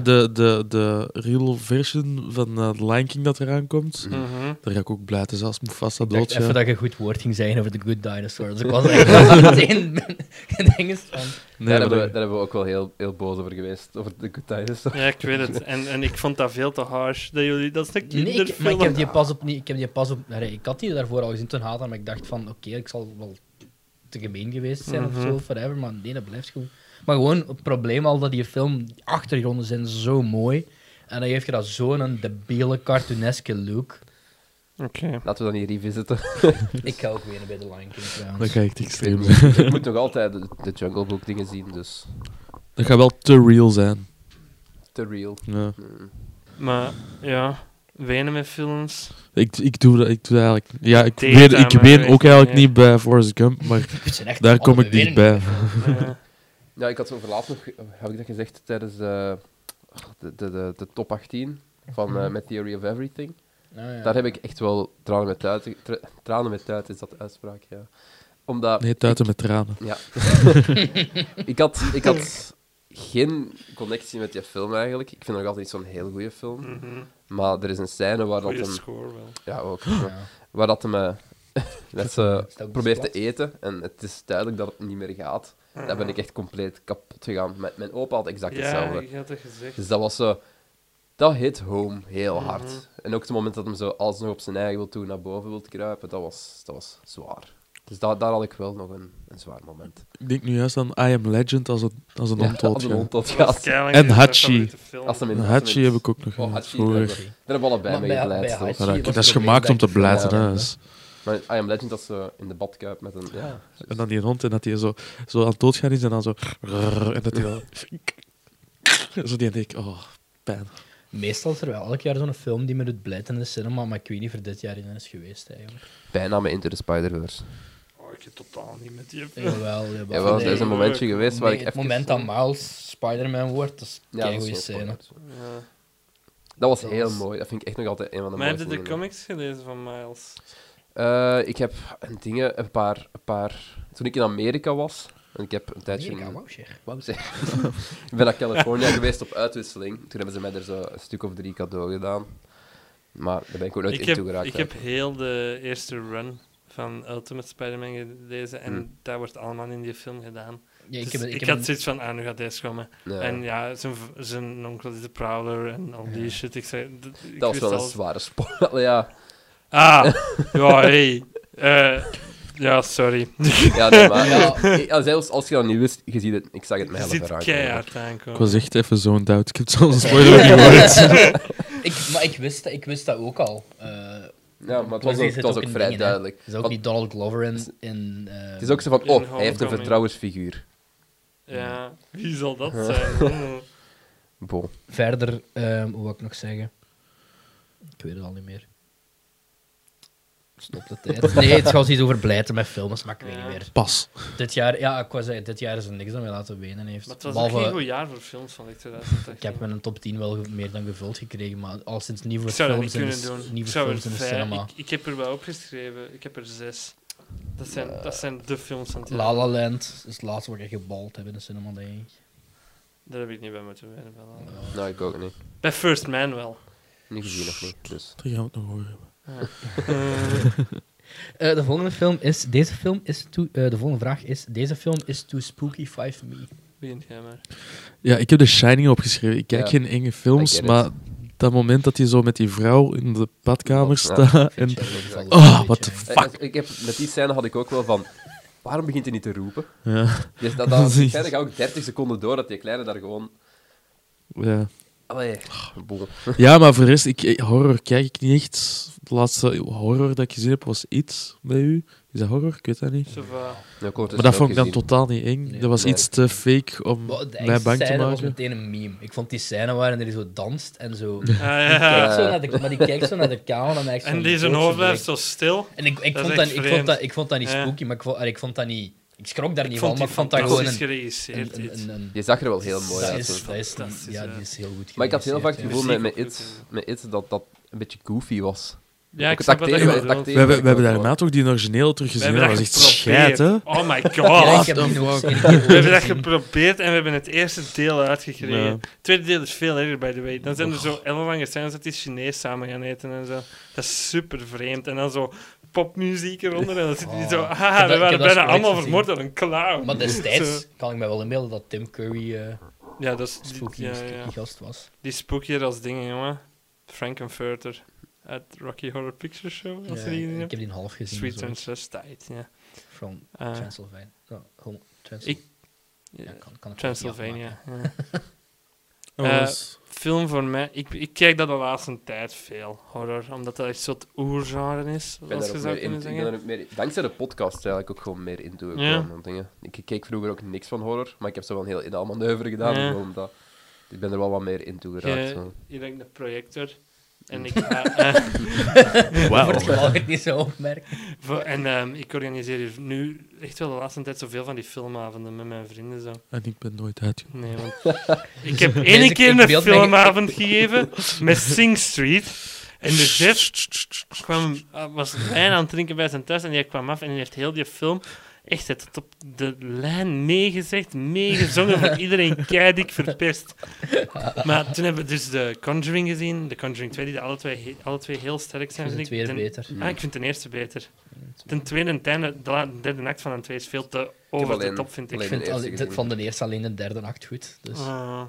de real version van The Lion King dat eraan komt, Mhm. daar ga ik ook blij zijn als Mufasa Ik dacht dood even ja. dat je een goed woord ging zeggen over The Good Dinosaur. Dus ik was echt meteen ding van... Nee, daar, maar hebben we ook wel heel boos over geweest. Over de Good Dinosaur. Ja, ik weet het. En ik vond dat veel te harsh. Dat is een Nee, kinderfilm. maar ik heb die pas op... niet- Ik heb die pas op... Nee, ik had die daarvoor al gezien toen haten, maar ik dacht van, oké, ik zal wel te gemeen geweest zijn of zo, forever, maar nee, dat blijft goed. Maar gewoon het probleem al dat die film, die achtergronden zijn zo mooi, en dan geeft je dat zo'n debiele, cartooneske look. Oké. Laten we dat niet revisiten. Ik ga ook weer bij de Lion King dat trouwens. ga echt extreem zijn. Ik moet nog altijd de Jungle Book dingen zien, dus Dat gaat wel te real zijn. te real. Ja. Maar, ja... Wenen met films. Ik doe dat eigenlijk. Ja, ik Daytime, ween hè, ook eigenlijk ja. niet bij Forrest Gump, maar Het zijn echt daar kom allemaal ik niet winnen. bij. Ja, ik had zo laatst nog, heb ik dat gezegd tijdens de top 18 van met Theory of Everything. Nou ja. Daar heb ik echt wel tranen met tuiten, is dat de uitspraak, ja. Omdat Nee, tuiten met tranen. Ja. ik had geen connectie met die film eigenlijk. Ik vind het nog altijd niet zo'n heel goede film. Maar er is een scène waar dat Goeie hem... score wel. Ja, ook. Ja. Waar dat hem net zo Is dat ook probeert te plat? eten en het is duidelijk dat het niet meer gaat. Daar ben ik echt compleet kapot gegaan. Mijn opa had exact Ja, hetzelfde. ik had het gezegd. Dus dat was zo... Dat hit home heel hard. En ook het moment dat hem zo alsnog op zijn eigen wil toe naar boven wil kruipen, dat was zwaar. Dus daar had ik wel nog een zwaar moment. Ik denk nu juist aan I Am Legend als een Als ontoot. een Ja. hond dat Dat gaat. was keilang En mijn Hachi. favoriete film. Als hem in- Hachi heb ik ook nog Oh, Hachi, vroeger. daar hebben we allebei Maar mee bij geleid. Hachi- Maar dat was is het gemaakt probleem om te dat ik blijven. film Hè, had, dus. Maar I Am Legend, dat ze in de badkuip met een... Ja. En dan die hond en dat hij zo aan het doodgaan is en dan zo... En dat hij wel... Zo die denk ik, oh, pijn. Meestal is er wel elk jaar zo'n film die me doet blijten in de cinema, maar ik weet niet of er dit jaar in is geweest eigenlijk. Bijna met Into the Spider-Verse. Oh, ik heb totaal niet met die Jawel. Jawel, er is een momentje geweest waar ik Het even... moment dat Miles Spider-Man wordt, dat is een Ja, dat is goede geen scène. spoiler. Ja. Dat was Dat heel was- mooi. Dat vind ik echt nog altijd een van de Maar heb mooiste je de dingen. comics gelezen van Miles? Ik heb een paar... Toen ik in Amerika was, en ik heb een tijdje... Amerika, wauw, zeg. Wauw, zeg. Ik ben naar Californië geweest op uitwisseling. Toen hebben ze mij er zo een stuk of 3 cadeau gedaan. Maar daar ben ik ook nooit in toegeraakt. Ik heb heel de eerste run van Ultimate Spider-Man gelezen en dat wordt allemaal in die film gedaan. Ja, Dus ik ik had zoiets van, nu gaat deze komen. Ja. En ja, zijn onkel is de Prowler en al die Ja. shit. Ik zei, ik Dat was wist wel een al- zware spoiler. Ja. Ah, ja, hey. Ja, sorry. Ja, nee, maar... Ja. Ja, zelfs als je dat niet wist, je ziet het... Ik zag het Je mij ziet helemaal keihard Ik aankomen. was echt even zo'n doubt. Ik heb het zo'n spoiler niet gehoord. Maar ik wist dat ook al. Ja, maar het Maar was die ook, zit het was ook ook in vrij dingen, hè. duidelijk. Het is ook Want niet Donald Glover in het is ook zo van, in hij heeft een Homecoming. vertrouwensfiguur. Ja, wie zal dat zijn? Bon. Verder, hoe wou ik nog zeggen? Ik weet het al niet meer. Stop de tijd. Nee, het gaat iets over blijten met films, maar ik weet Ja. niet meer. Pas. Dit jaar, ja, ik wou zeggen, dit jaar is er niks dat mij laten wenen heeft. Maar het was Behalve, ook geen goed jaar voor films, vond ik 2018. ik heb mijn top 10 wel meer dan gevuld gekregen, maar al sinds nieuwe Ik zou dat niet films in kunnen de, doen. nieuwe Ik zou films in de er vijf- cinema. ik heb er wel opgeschreven. Ik heb er 6. Dat zijn de films van het jaar. La La Land is het laatste wat ik gebald heb in de cinema, denk ik. Daar heb ik niet bij moeten weten. bij La La Land. Nou, ik ook niet. Bij First Man wel. Niet gezien nog niet, dus... Daar gaan we het nog horen. De volgende film is... Deze film is de volgende vraag is... Deze film is too spooky for me. Begint jij maar. Ja, ik heb The Shining opgeschreven. Ik kijk Ja. geen enge I films, get it. maar dat moment dat hij zo met die vrouw in de badkamer Ja. staat en... Fuck. Oh, what the fuck. Ik heb, met die scène had ik ook wel van... Waarom begint hij niet te roepen? Ja, Dus Dat dat is die echt- scène gaat ook 30 seconden door, dat die kleine daar gewoon... ja. Allee, bon. Ja, maar voor de rest, horror kijk ik niet echt. De laatste horror dat ik gezien heb was It bij u. Is dat horror? Ik weet dat niet. Zo van... Ja, ik hoor het Maar dat ook vond ik dan gezien. totaal niet eng. Nee, Dat was nee. iets te fake om Maar de mij engste bang te scène was maken. meteen een meme. Ik vond die scène waarin hij zo danst en zo... Ah, ja. Maar die kijkt zo naar de camera en dan echt En zo'n deze doodse hoofd blijft blik. zo stil. En ik Dat vond is dat, echt ik, vreemd. vond dat, ik vond dat niet Ja. spooky, maar ik vond dat niet... Ik schrok daar Ik niet vond van, maar die ik vond dat gewoon fantastisch een... geregisseerd. Dit. Je zag er wel heel mooi dat uit. is, zo. dat is, Fantastisch, ja, ja. die is heel goed Maar ik had heel vaak het geregisseerd, gevoel ja. met It dat dat een beetje goofy was. Ja, Ook ik het snap wat acteren, je het bedoelt. acteren. We hebben daarna toch die origineel teruggezien. We Dat hebben was dat echt scheid, hè? geprobeerd. Oh my ja. god. Ja, ik heb die nog eens We hebben dat geprobeerd en we hebben het eerste deel uitgekregen. Ja. Het tweede deel is veel erger, by the way. Dan zijn er zo ellenlange scènes dat die Chinees samen gaan eten en zo. Dat is super vreemd. En dan zo popmuziek eronder en dan zit hij zo... Oh. Haha, Ik we heb waren dat bijna project allemaal gezien. vermoord door een clown. Maar Zo. destijds kan ik me wel inbeelden dat Tim Curry Ja, dat is... spooky, ja, spooky ja. gast was. Die spookier als dingen, jongen. Frankenfurter uit Rocky Horror Picture Show, als je die gezien ik hebt. heb die een half gezien. Sweet of zoiets. Transvestite, ja. From Eh, Transylvania. Oh, gewoon Ik- Ja, kan het niet Transylvania. afmaken. Ja. Dat was- Film voor mij, ik kijk dat de laatste tijd veel, horror, omdat dat echt zo'n oergenre is, Ik ben als daar je ook zou meer kunnen in, ik ben zeggen. daar ook meer, dankzij de podcast eigenlijk ook gewoon meer into gekomen. Ja. Want dingen. Ik keek vroeger ook niks van horror, maar ik heb zo wel een heel inhaalmanoeuvre gedaan. Ja. Gewoon omdat, ik ben er wel wat meer into geraakt. Je- Zo. Hier heb ik de projector. En ik, Voor het geval ik het niet zo opmerk. ik organiseer hier nu echt wel de laatste tijd zoveel van die filmavonden met mijn vrienden. Zo. En ik ben nooit uit. Nee, want ik heb Deze- één keer ik een beeld me- filmavond gegeven met Sing Street. En de chef was wijn aan het drinken bij zijn thuis en die kwam af en die heeft heel die film echt het tot op de lijn meegezegd, meegezongen voor iedereen keidik verpest. Maar toen hebben we dus de Conjuring gezien, de Conjuring 2, die alle twee heel sterk Ik zijn. vind de vind ik. tweede Ten- beter. Ah, ik vind ten eerste beter. Ten tweede en het einde, de derde act van een 2 is veel te over de alleen- top, vind ik. alleen- Ik vind de eerste dit gezien. van de eerste alleen de derde act goed. Dus.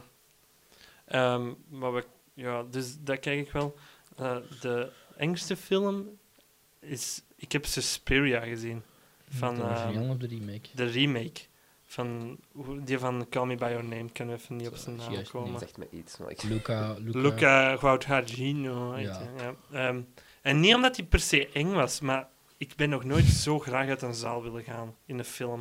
Dus dat kijk ik wel. De engste film is... Ik heb Suspiria gezien. Van de origineel of de remake? de remake. Die van Call Me By Your Name. Ik kan even niet op zijn naam Juist, komen. Dat zegt me iets. Maar ik... Luca Guadagnino heet Ja. hij, ja. En niet omdat hij per se eng was, maar ik ben nog nooit zo graag uit een zaal willen gaan in een film.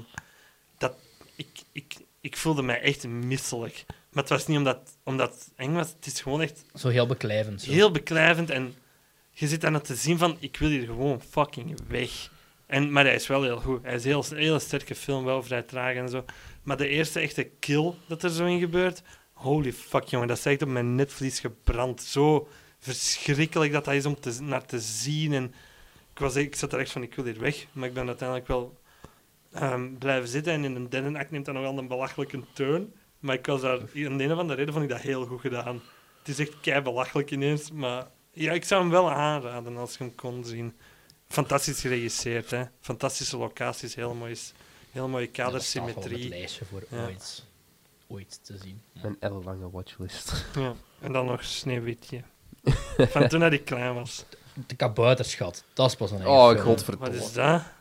Ik voelde mij echt misselijk. Maar het was niet omdat het eng was, het is gewoon echt Zo heel beklijvend. Zo. heel beklijvend en je zit aan het te zien van, ik wil hier gewoon fucking weg. Maar hij is wel heel goed. Hij is een hele sterke film, wel vrij traag en zo. Maar de eerste echte kill dat er zo in gebeurt, holy fuck, jongen, dat is echt op mijn netvlies gebrand. Zo verschrikkelijk dat is om naar te zien. En ik zat er echt van, ik wil hier weg. Maar ik ben uiteindelijk wel blijven zitten. En in de derde act neemt dat nogal een belachelijke turn. Maar ik was daar, in de een of andere reden vond ik dat heel goed gedaan. Het is echt kei belachelijk ineens, maar ja, ik zou hem wel aanraden als je hem kon zien. Fantastisch geregisseerd, hè. Fantastische locaties, heel mooie Ja, dat staat wel op het kadersymmetrie. lijstje voor Ja. ooit te zien. Ja. Een ellenlange watchlist. Ja. En dan nog Sneeuwwitje. Van toen dat ik klein was. De kabouterschat, dat is pas een eigen Oh, film. Wat godverdomme. is dat?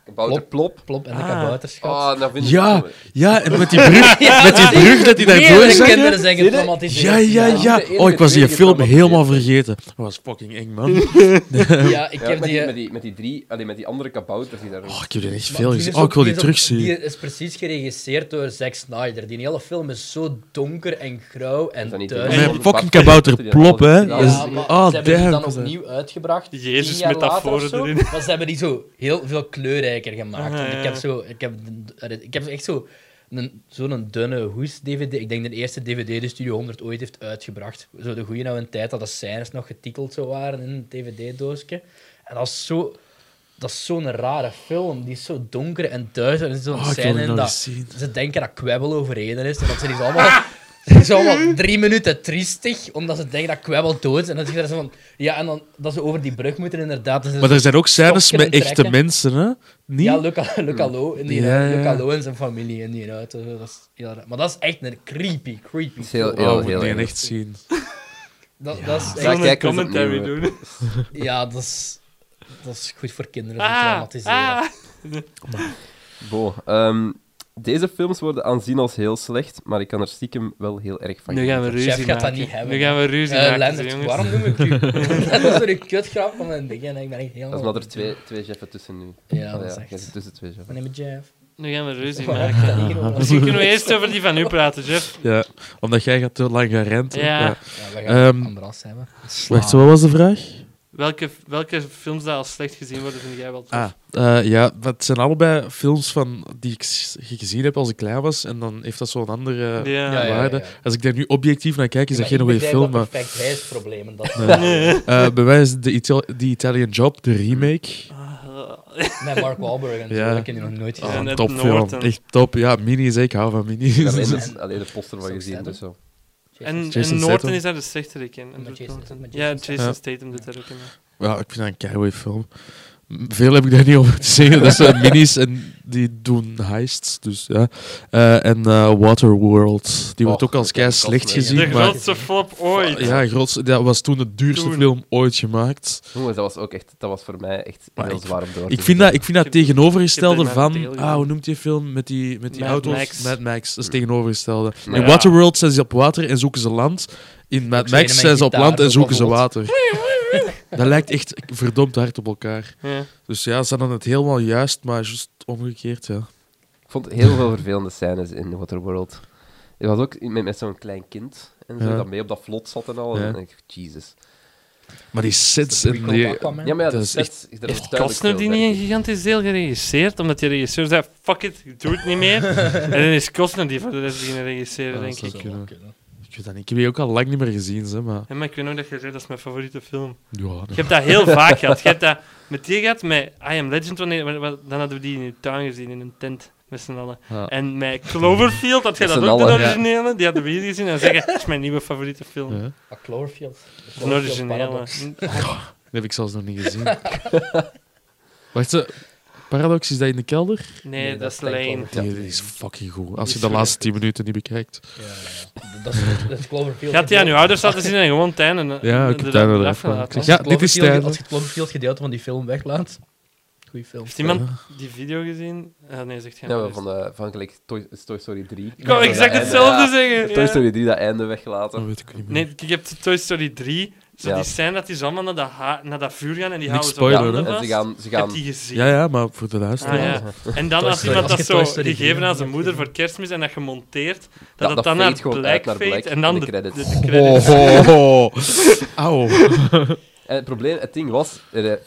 Kabouter plop. Plop en de Ah. kabouterschat. Oh, dat vind ik Ja, zo- ja, en met die brug, met die brug dat hij daardoor Meerdere zag. kinderen zijn Zie je? getraumatiseerd. Ja. Oh, ik was die film helemaal vergeten. Dat was fucking eng, man. Ja, ik Ja, heb met die andere kabouters die daar... Oh, ik heb er echt Maar veel die gezien. is Oh, ik ook- wil die is ook- terugzien. Die is precies geregisseerd door Zack Snyder. Die hele film is zo donker en grauw Is dat en niet duister. Met Met fucking Bart- kabouter die plop, hè. alles- Dat Ja, is- maar Oh, ze hebben die damn. dan opnieuw uitgebracht. Jezus, 10 jaar later metaforen of zo. erin. Maar ze hebben die zo heel veel kleurrijker gemaakt. Ah, Want ja. ik heb echt zo zo'n dunne hoes-DVD. Ik denk de eerste DVD die Studio 100 ooit heeft uitgebracht. Zo de goeie oude tijd dat de scènes nog getiteld zo waren in een DVD-doosje. En dat is zo'n rare film. Die is zo donker en duister. Er is zo'n Oh, ik wil scène die in nog dat eens zien. ze denken dat Quabbel overreden is. En dat ze die zo allemaal... Het is allemaal 3 minuten triestig, omdat ze denken dat Quabbel dood is. En dan zeg je zo van... Ja, en dan dat ze over die brug moeten, inderdaad. Dus Maar er zijn ook scènes stokje met en echte trekken. mensen, hè? Niet? Ja, Luc Allo in die Ja, Luc ja. Allo en zijn familie in die auto. Dat is heel raar. Maar dat is echt een creepy is heel- film. Oh, moet heel die erg. echt zien. Dat is Ja, echt... Zo'n kijk eens commentary opnieuw, doen. Ja, dat is goed voor kinderen om te traumatiseren. Bo, deze films worden aanzien als heel slecht, maar ik kan er stiekem wel heel erg van Nu gaan we genieten. ruzie Chef gaat dat maken. niet hebben. Nu gaan we ruzie maken, Leonard, jongens. waarom noem ik u? Dat is door een kutgrap van een ding en ik ben echt helemaal... Dat is omdat er twee Jeffen tussen nu. Ja, dat is je echt... zit tussen twee Jeffen. Mijn naam is Jeff. Nu gaan we ruzie Waarom maken. heb je dat niet genomen? Misschien kunnen we eerst over die van u praten, Jeff. Ja, omdat jij gaat te lang gaan renten. Ja. Ja, we gaan Ehm, een ambras hebben. Wacht, wat was de vraag? Welke films die als slecht gezien worden, vind jij wel tof? Ja, het zijn allebei films die ik gezien heb als ik klein was. En dan heeft dat zo'n andere Ja. waarde. Als ik daar nu objectief naar kijk, is dat Maar geen ik goede begrijp film. dat Maar perfect huisproblemen. Dat bij mij is die Italian Job, de remake. Met Mark Wahlberg en zo, Ja. dat heb je nog nooit Ja, gezien. net Topfilm. Norton. Echt top. Ja, Mini is ik hou van Mini. Ik heb alleen de poster van Zo gezien, staat dus zo. En Jason Norton Statham. is daar de slechte ik in. Met Jason Ja, Statham. Jason Ja. Statham doet daar ook in. Ja, ik vind dat een keigoeie film. Veel heb ik daar niet over te zeggen. Dat zijn minis en die doen heists. Dus, ja. En Waterworld. Die wordt Och, ook als dat kei heb ik slecht als gezien. De maar, grootste flop ooit. ja, dat was toen de duurste Toen. film ooit gemaakt. Jongens, dat was voor mij echt Maar heel ik- zwaar om door te Ik vind dat Ik heb tegenovergestelde er maar een van... deel gezien. hoe noemt die film met die Mad auto's? Max. Mad Max. Dat is tegenovergestelde. Ja. In Waterworld zijn ze op water en zoeken ze land. In Mad Ook zo ene Max met zijn ze op gitaar land en zo zoeken ze van vlot. water. Dat lijkt echt verdomd hard op elkaar. Ja. Dus ja, ze hadden het helemaal juist, maar juist omgekeerd, ja. Ik vond heel veel vervelende scènes in Waterworld. Het was ook met zo'n klein kind en zo, Ja. dat mee op dat vlot zat en al. Ja. En dan denk ik, Jesus. Maar die sets en Prequel die... Aquaman. Ja, maar ja, Dat de is sets, er is Heeft duidelijk Costner veel die werk niet in. een gigantisch deel geregisseerd? Omdat die regisseur zei, fuck it, ik doe het niet meer. En dan is Costner die voor de rest beginnen regisseren, Ja, denk dat ik. zou kunnen. Ik weet dat niet. Ik heb die ook al lang niet meer gezien, hè, maar... Ja, maar ik weet nog dat je zei, dat is mijn favoriete film. Ja, Je hebt dat heel vaak gehad. Je hebt dat met die gehad, met I Am Legend, dan hadden we die in de tuin gezien, in een tent, met z'n allen. ja. En met Cloverfield, had jij Met dat z'n ook, de allen, ja. originele? Die hadden we hier gezien en zeggen, dat is mijn nieuwe favoriete film. Ja. Ah, Cloverfield. Een originele. Paradox. Dat heb ik zelfs nog niet gezien. Wacht, Paradox, is dat in de kelder? Nee, Nee, dat dat is is Lane. Cloverfield. Nee, dat is fucking goed. Als je is de zo laatste goed. 10 minuten niet bekijkt. Ja. Dat is Cloverfield. Je had die aan je ouders laten zien en gewoon Tijn en Ja, ik heb daar nog even gelaten. geklikt. Ja, dit is Tijn. Als je het Cloverfield gedeelte van die film weglaat. Goeie film. Heeft iemand die video gezien? Nee, zegt geen Ja, van gelijk Toy Story 3. Ik wou exact Ja, hetzelfde ja. zeggen. Toy ja. Story 3, dat einde Dat weggelaten. weet ik niet meer. Nee, ik heb Toy Story 3. Zo Ja. die scène dat die zo allemaal naar dat vuur gaan en die Niks houden zo spoiler, handen hè? En vast. ze gaan... Ik heb die gezien. Ja, ja, maar voor de luisteraar. Ah, ja. En dan Toy had Story. iemand Als dat je Toy zo Story gegeven aan zijn vier moeder hebt, voor kerstmis en dat gemonteerd, dat Ja, het dat dan fade naar gewoon black uit naar fade black en dan en de de credits. credits. Oh, auw. En het probleem, het ding was,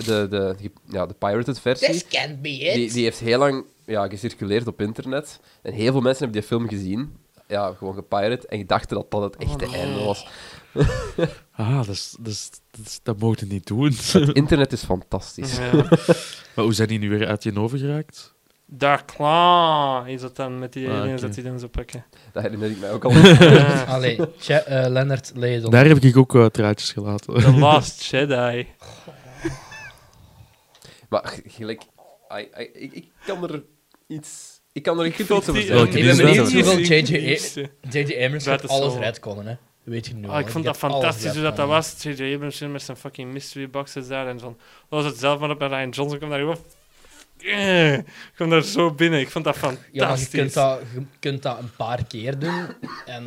de pirated versie, This can't be it. die heeft heel lang gecirculeerd op internet. En heel veel mensen hebben die film gezien. Ja, gewoon gepirate. En dachten dat dat het echte einde was. Ah, dat mocht je niet doen. Het internet is fantastisch. Ja. Maar hoe zijn die nu weer uit je over geraakt? Daar klaar is dat dan met die Ah, aliens oké. dat die dan zo pakken. Dat herinner ik mij ook al. Ja. Allee, Leonard Leedon. Daar heb ik ook traatjes gelaten. The Last Jedi. Maar gelijk... Ik kan er iets... Ik kan er een vond iets over die- zeggen. Welke Ik is ben dat? benieuwd hoeveel Nice. J.J. Abrams gaat Buiten alles Solo. redconnen, hè. Weet je nu al, Ah, ik hè. vond Die dat gaat alles fantastisch hoe dat redconnen. was. J.J. Abrams met zijn fucking mystery boxes daar en van. Dat was het zelf maar op en Ryan Johnson kwam daar gewoon Ik kwam daar zo binnen. Ik vond dat Ja, maar fantastisch. je kunt dat een paar keer doen. En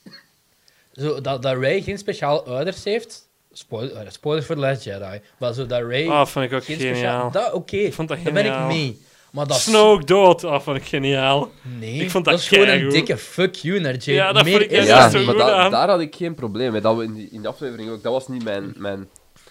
zo, dat Rey geen speciale ouders heeft. Spoilers voor The Last Jedi. Maar zo dat Rey Oh, vond ik ook geen geniaal. speciale... Dat oké, Ik vond dat daar ben ik geniaal. mee. Maar dat is... Snoke dood. Oh, vond ik geniaal. Nee, Ik vond dat is gewoon een keigoed. dikke fuck you naar Jade. Ja, dat Meer vond ik is echt het Ja, zo niet. maar goed aan. daar had ik geen probleem mee. Dat we in de aflevering ook... Dat was niet mijn...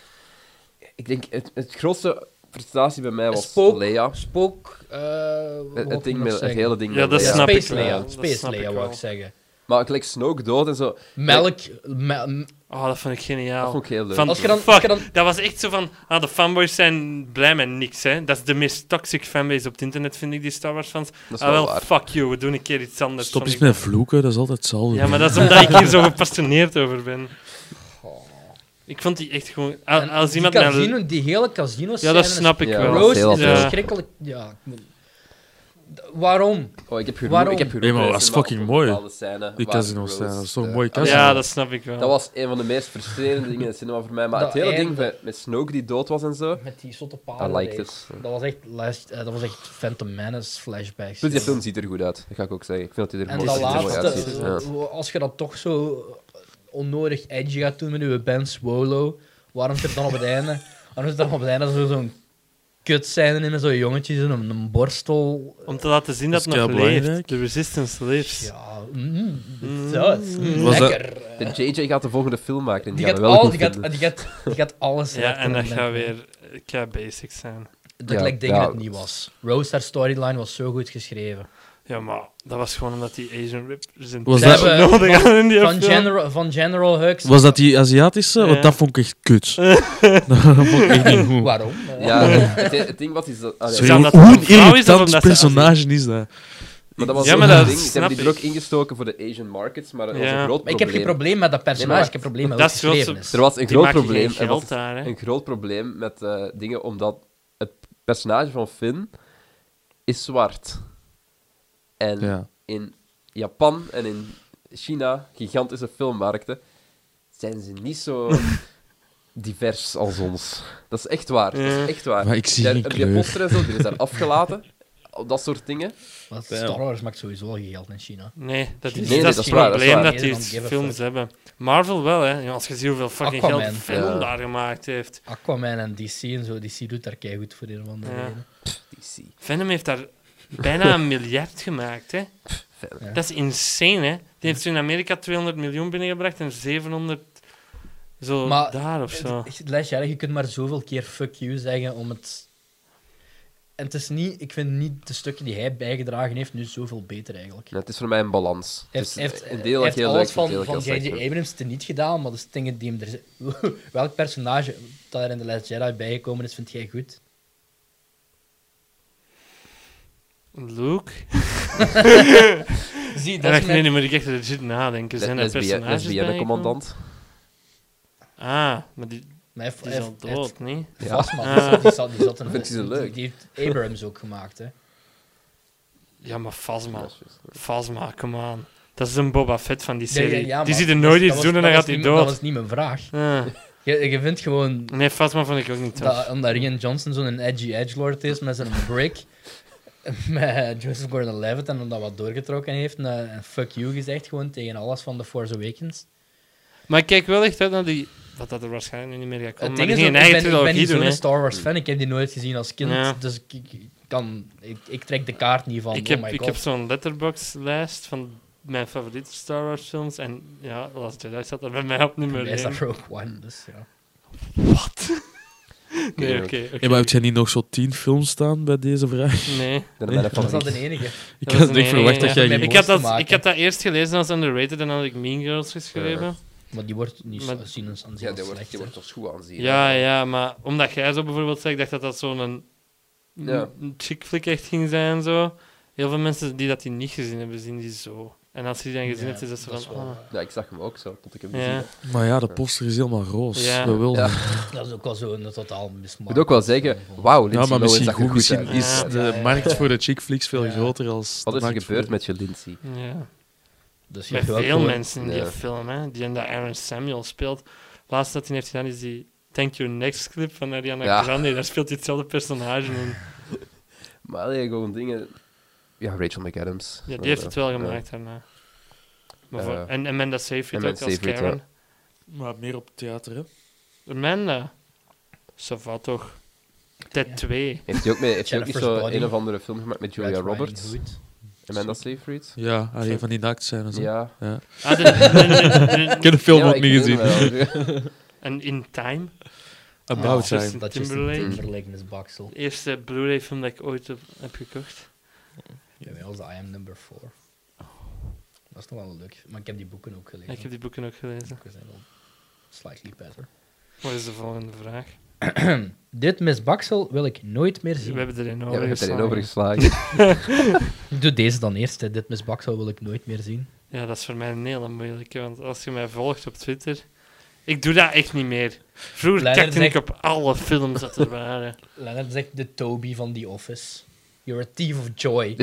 Ik denk, het grootste frustratie bij mij was Spook. Leia. Spook... Het ding met, het hele ding Ja, met dat Leia. snap ik Space wel. Leia. Dat Space snap ik Leia, wou wel. ik zeggen. Maar gelijk Snoke dood en zo. Melk... Oh, dat vond ik geniaal. Dat vond ik heel leuk. Van, Als je dan- fuck, als je dan- dat was echt zo van... de fanboys zijn blij met niks, hè. Dat is de meest toxic fanbase op het internet, vind ik, die Star Wars fans. Dat is wel waar. Fuck you, we doen een keer iets anders. Stop vond eens ik. met vloeken, dat is altijd hetzelfde. Ja, maar dat is omdat ik hier zo gepassioneerd over ben. Ik vond die echt gewoon... En Als die, iemand casino, die hele casino Ja, dat snap ik Ja, wel. dat Rose heel is veel. verschrikkelijk... Ja. Waarom? Oh, ik heb Waarom? Ik heb Nee, maar dat was fucking mooi. Die Die casino-scène, dat is toch een mooie Ja, casino. dat snap ik wel. Dat was een van de meest frustrerende dingen in de cinema voor mij. Maar Dat het hele einde- ding met Snoke die dood was en zo, Met die zotte I paarden. liked it. Dat was echt Phantom Menace flashbacks. Plus die film ziet er goed uit, dat ga ik ook zeggen. Ik vind dat hij er En mooi dat mooi uitziet. laatste, Ja. als je dat toch zo onnodig edgy gaat doen met je Ben Swallow, waarom zit dan op het einde? Waarom zit dan op het einde zo'n kutscène in met zo'n jongetje in een borstel? Om te laten zien dat Dat het is nog kei leeft. belangrijk. De Resistance leeft. Ja, dat is Was dat- lekker. De JJ gaat de volgende film maken en Die die gaat, gaan we wel al, goed die, vinden. die gaat alles Ja, selecten en dat denken. gaat weer kei basic zijn. Dat Ja, lijkt dingen ja. het niet was. Rose, haar storyline was zo goed geschreven. Ja, maar dat was gewoon omdat die Asian representation Was Ze dat- hebben nodig hadden in die Van film. General Hux. Was dat die Aziatische? Ja. Want dat vond ik echt kut. dat vond ik echt niet goed. Waarom? Ja, het ding wat is... allee, Zou dat Hoe een een vrouw is of irritant omdat ze personage is dat? maar dat was Ja, ook maar een dat ding. Ze snap hebben die er ik. ook ingestoken voor de Asian markets, maar dat was Ja. een groot Maar ik heb geen probleem. probleem met dat personage, Nee, maar ik heb probleem met dat hoe is het wel geschreven zo- is. Er was een Die groot maken probleem. geen Er was geld daar, hè. een groot probleem met dingen, omdat het personage van Finn is zwart. En Ja. in Japan en in China, gigantische filmmarkten, zijn ze niet zo divers als ons. Dat is echt waar. Dat Ja. is echt waar. Maar ik zie Die- geen die kleur. poster en zo, die is daar afgelaten. Al dat soort dingen. Maar Star Wars maakt sowieso al geen geld in China. Nee, dat is, Nee, dat dat is is waar, het dat is probleem waar. dat die Don't give a films fuck. hebben. Marvel wel, hè. Ja, als je ziet hoeveel fucking Aquaman. geld Venom Ja. daar gemaakt heeft. Aquaman en DC en zo, DC doet daar keigoed voor een of andere Ja. reden. DC. Venom heeft daar bijna 1 miljard gemaakt, hè. Venom. Ja. Dat is insane, hè. Die heeft in Amerika 200 miljoen binnengebracht en 700 zo Maar- daar of zo. Je kunt maar zoveel keer fuck you zeggen om het... En het is niet... Ik vind niet de stukken die hij bijgedragen heeft nu zoveel beter, eigenlijk. Ja, het is voor mij een balans. Hij Het is heeft een deel dat ik heel leuk alles vind, van deel dat ik heel J.J. slecht vind. Abrams teniet gedaan, maar de dingen die hem er... Welk personage dat er in The Last Jedi bijgekomen is, vind jij goed? Luke? Zie, Dat dat is nee, mijn... nu moet ik echt legit nadenken. Zijn er personages Lesbienne commandant. Ah, maar die Maar is al dood, niet? Ja. Vastman, Ah. die zat in Vind je ze leuk? Die heeft Abrams ook gemaakt, hè. Ja, maar Phasma. Ja, is juist. Phasma, come on. Dat is een Boba Fett van die Ja, serie. ja, die maar ziet er nooit dat iets was- doen en dat dan was gaat hij niet- Dat dood. was niet mijn vraag. Ah. Je vindt gewoon... Nee, Phasma vond ik ook niet tof. Omdat Rian Johnson zo'n edgy edgelord is met zijn brick, met Joseph Gordon-Levitt en dat wat doorgetrokken heeft en fuck you gezegd gewoon tegen alles van The Force Awakens. Maar ik kijk wel echt uit naar die... Wat dat er waarschijnlijk nu niet meer gaat komen. Het Maar ding die is geen ook, eigen ik ben trilogie niet doen, zo'n hè. Star Wars fan, ik heb die nooit gezien als kind, Ja. dus ik trek de kaart niet van, Ik oh my heb god. zo'n letterbox-lijst van mijn favoriete Star Wars films. En ja, Last Jedi staat er bij mij op nummer Hij is 1. dat Rogue One, dus ja. Wat? Nee, oké. Ja, maar heb jij niet nog zo 10 films staan bij deze vraag? Nee. Dat Nee, is mijn Dat is al favoriet. de enige. Ik Dat had was niet een verwacht enige, dat ja. jij... Met ging- Ik had, boos te dat, maken. ik had dat eerst gelezen als underrated en dan had ik Mean Girls geschreven. Maar die wordt niet Maar- zien als Ja, die slecht. wordt toch goed aanzien. Ja, ja, maar omdat jij zo bijvoorbeeld zei, ik dacht dat dat zo'n Ja. een chick flick echt ging zijn. Zo. Heel veel mensen die dat niet gezien hebben, zien die zo. En als je die dan gezien hebt, is dat zo dat is van... wel- ah. Ja, ik zag hem ook zo, tot ik hem Ja. gezien heb. Maar ja, de poster is helemaal roos. Ja. We wilden. Ja. Dat is ook wel zo een totaal Ik mismaak. moet ook wel zeggen, wauw, Lindsay Ja, maar Lohan misschien, zag er goed misschien uit. is Ja. de Ja, ja, markt ja. voor de chick flicks veel Ja. groter als Wat de is er markt gebeurd voor... met je Lindsay? Ja. Dus je Met hebt wel veel gewoon- mensen in die Ja. film, hè. Die en dat Aaron Samuel speelt. Laatst dat hij heeft gedaan is die Thank You Next clip van Ariana Ja. Grande. Daar speelt hij hetzelfde personage in. Maar allee, gewoon dingen... Ja, Rachel McAdams. Ja, die heeft het wel gemaakt daarna. Maar en Amanda Seyfried ook als Seyfried, Karen. Maar meer op theater, hè? Amanda. Ça va toch. Ted 2. Heeft hij ook, heeft hij ook niet Jennifer's zo Body. een of andere film gemaakt met Julia Red Riding Roberts? Hood. Amanda Seyfried? Ja, een van die naaktscènes. hè. Ja. Ah, Ik heb de film Ja, ook ik niet gezien. herinner me wel. en In Time. About Ja, Time. Dat Timberlake. Justin Timberlake is Baxel. De eerste Blu-ray film dat ik ooit heb gekocht. Ja, dat was I Am Number 4. Dat is toch wel leuk. Maar ik heb die boeken ook gelezen. Ik heb die boeken ook gelezen. boeken zijn wel slightly better. Wat is de volgende vraag? Dit Miss Baxel wil ik nooit meer We zien. hebben erin Ja, we hebben erin overgeslagen. overgeslagen. Ik doe deze dan eerst. Hè. Dit Miss Baxel wil ik nooit meer zien. Ja, dat is voor mij een hele moeilijke, want als je mij volgt op Twitter... Ik doe dat echt niet meer. Vroeger Leider kakte ik zegt- op alle films dat er waren. Leonard zegt de Toby van The Office. You're a thief of joy.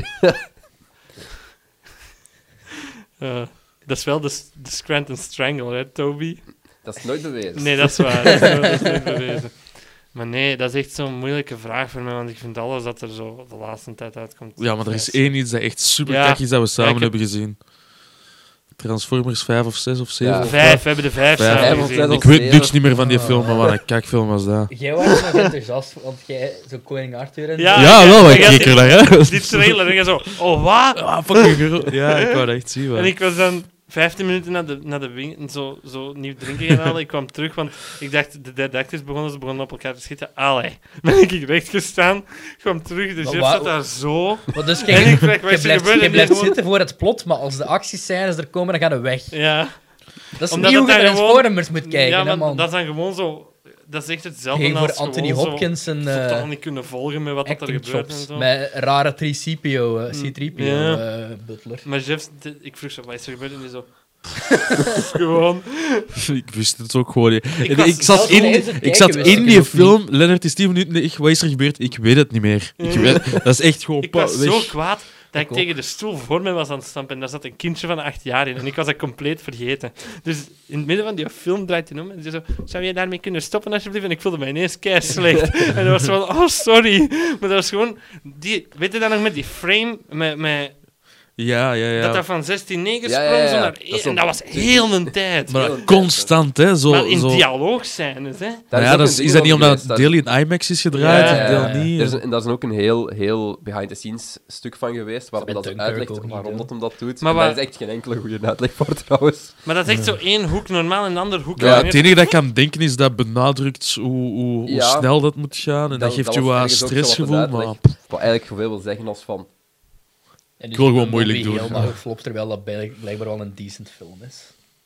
Dat is wel de Scranton Strangle, hè, Toby? Dat is nooit bewezen. Nee, dat is waar. Dat is nooit bewezen. Maar nee, dat is echt zo'n moeilijke vraag voor mij, want ik vind alles dat er zo de laatste tijd uitkomt... Ja, maar er is vrij één iets dat echt super Ja. kak is dat we samen Ja, ik heb- hebben gezien. Transformers 5 of 6 of 7. Ja. of 5, wat. we hebben de 5 Vijf. samen Vijf of gezien. zes Ik weet zeven. niks niet meer van die film, maar wat een kakfilm was dat. Jij was nog enthousiast, want jij zo Koning Arthur en Ja. Ja, wel, ik ik keek er naar uit. Die trailer, en je zo... Oh, wat? Ah, fucking groot. Ja, ik wou dat echt zien. En man. ik was dan 15 minuten naar de winkel, zo nieuw drinken gaan halen. Ik kwam terug, want ik dacht, de derde act is begonnen, ze begonnen op elkaar te schieten. Allee, ben ik recht gestaan. Ik kwam terug, de Maar chef wa- zat daar zo. Maar dus En ik vraag, wat je is er blijft, gebeurd? je En die blijft gewoon- zitten voor het plot, maar als de actiescènes er komen, dan gaan we weg. Ja, Dat is Omdat niet hoe het je dan gewoon- Transformers moet kijken, ja, hè, maar man. dat is dan gewoon zo... Dat is echt hetzelfde Geen voor als Anthony gewoon Hopkins zo een totaal niet kunnen volgen met wat dat er acting gebeurt en chops. zo. Met rare C-3PO Ja. butler. Maar Jeff, ik vroeg zo, wat is er gebeurd? En die zo... gewoon... Ik wist het ook gewoon niet. Ik En was Ik zat zelfs in, tijdens het ik kijken zat wist in ik die het ook film, Lennart is 10 minuten, nee, wat is er gebeurd? Ik weet het niet meer. Dat is echt gewoon... Ik was weg. zo kwaad dat ik ook. tegen de stoel voor mij was aan het stampen. En daar zat een kindje van 8 jaar in. En ik was dat compleet vergeten. Dus in het midden van die film draait hij om. En zei zo, zou je daarmee kunnen stoppen alsjeblieft? En ik voelde mij ineens kei slecht. En dat was van, oh sorry. Maar dat was gewoon... Weet je dan nog met die frame? Met Ja. dat van 16-9 sprong. Ja. Zo naar Dat is één. zo- En dat was heel een tijd. Maar Heel constant, hè. Zo, Maar in zo. dialoogscènes, hè. Maar ja, ook dat een is ding dat niet over omdat geweest, het daar- deel in IMAX is gedraaid Ja, en ja, deel niet? Er is en dat is ook een heel behind-the-scenes stuk van geweest, waarom Met dat ze Dunkirk uitlegt ook niet, waarom hè. dat hem dat doet. Maar Maar waar- daar is echt geen enkele goede uitleg voor, trouwens. Maar dat is echt zo één hoek normaal en de andere hoek... Ja, en het enige dat ik kan denken is dat benadrukt hoe Ja. snel dat moet gaan. En dat Dat- geeft dat je was wat ergens ook zo wat stressgevoel. de Maar uitleg. Wat eigenlijk veel wil zeggen als van... En Ik wil gewoon Bumblebee moeilijk doen, helemaal ja. geflopt, terwijl dat blijkbaar wel een decent film is.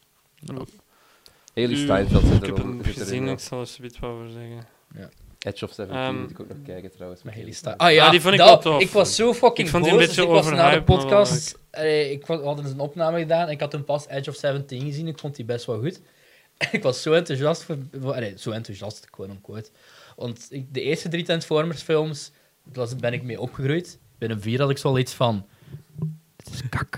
Haley Steinfeld zit Ik heb erin. hem zit gezien, erin, ik zal er zoiets over zeggen. Edge of 17 moet ik ook nog kijken, trouwens. Met Haley Steinfeld. Ah ja, Ah, die vond ik dat- wel tof. Ik was zo fucking Ik vond die boos, een beetje dus ik was na de overhyped, maar podcast... we hadden dus een opname gedaan en ik had toen pas Edge of 17 gezien. Ik vond die best wel goed. Ik was zo enthousiast zo enthousiast, quote-unquote. Want de eerste 3 Transformers films, daar ben ik mee opgegroeid. Binnen 4 had ik zoiets van... Dit is kak.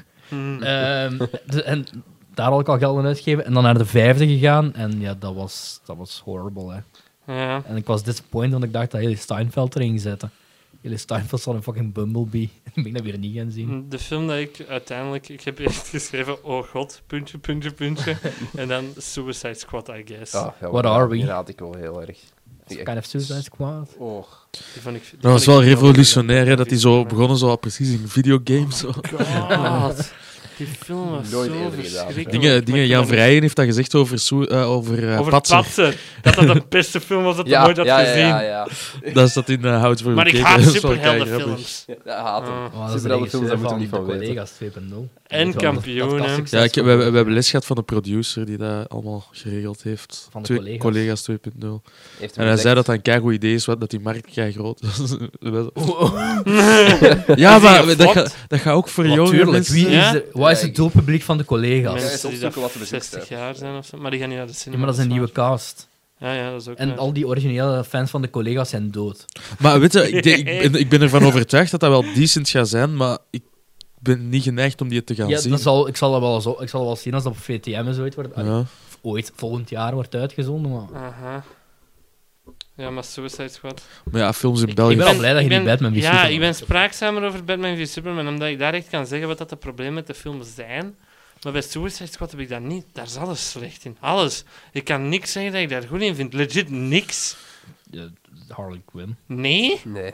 En daar had ik al geld aan uitgegeven. En dan naar de 5e gegaan. En ja, dat was horrible, hè. Ja. En ik was disappointed, want ik dacht dat Haley Steinfeld erin ging zetten. Haley Steinfeld zat een fucking Bumblebee. En ben ik dat weer niet gaan zien. De film dat ik uiteindelijk... Ik heb echt geschreven, oh god, puntje, puntje, puntje. En dan Suicide Squad, I guess. Ah, ja, What are we? Die raad ik wel heel erg. It's kind of Suicide Squad. Oh, Die vond ik- die dat was vond wel ik revolutionair, hè, heel dat hij zo begonnen zo al precies in videogames. Zo. God, die film was Nooit zo eerder gedaan. verschrikkelijk. Dingen, Jan Vrijen heeft dat gezegd over Over Patser. Patser. Dat de beste film was dat hij ooit had gezien. ja. Dat staat in Hout voor Maar ik bekeken. haat Dat is wel superheldenfilms. Ja, haat hem. Ah. Oh, dat is de Superheldenfilms, daar moeten we regisseur niet van de weten. Collega's 2.0. En Weet wel, kampioen, hè. succes Ja, we was. hebben les gehad van de producer die dat allemaal geregeld heeft. Van de Collega's 2.0. Heeft En hij gezegd- zei dat dat een keigoed idee is, dat die markt kei groot is. Oh, Ja, Is maar die dat geflopt? dat gaat ook voor jonge natuurlijk. mensen. Wie Ja? is wat is het doelpubliek van de collega's? Ja, Mensen die opzoeken dat wat er bezoekt 60 zijn. jaar zijn of zo. Maar die gaan niet naar de Ja, cinema. maar dat is een waar. nieuwe cast. Ja, dat is ook En waar. al die originele fans van de collega's zijn dood. Maar weet je, ik ben ervan overtuigd dat dat wel decent gaat zijn, maar ik ben niet geneigd om die te gaan Ja, zien. ik zal dat wel zien als dat op VTM en zoiets wordt. Ja. Of ooit volgend jaar wordt uitgezonden. Maar Aha. Ja, maar Suicide Squad. Maar ja, films in Ik België... ben al blij dat je die Batman v Ja, Superman ik ben hebt. spraakzamer over Batman v Superman, omdat ik daar echt kan zeggen wat dat de problemen met de film zijn. Maar bij Suicide Squad heb ik dat niet. Daar is alles slecht in. Alles. Ik kan niks zeggen dat ik daar goed in vind. Legit niks. Harley Quinn. Nee? Nee.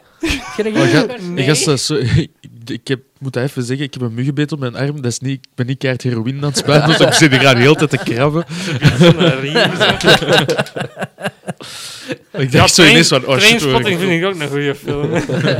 Ik moet dat even zeggen, ik heb een mug gebeten op mijn arm. Dat is niet, ik ben niet keihard heroïne aan het spuiten, dus ik zit hier aan de hele tijd te krabben. Zo'n riem, zo. Ik dacht zo ineens van, oh shit. Trainspotting vind ik ook een goede film.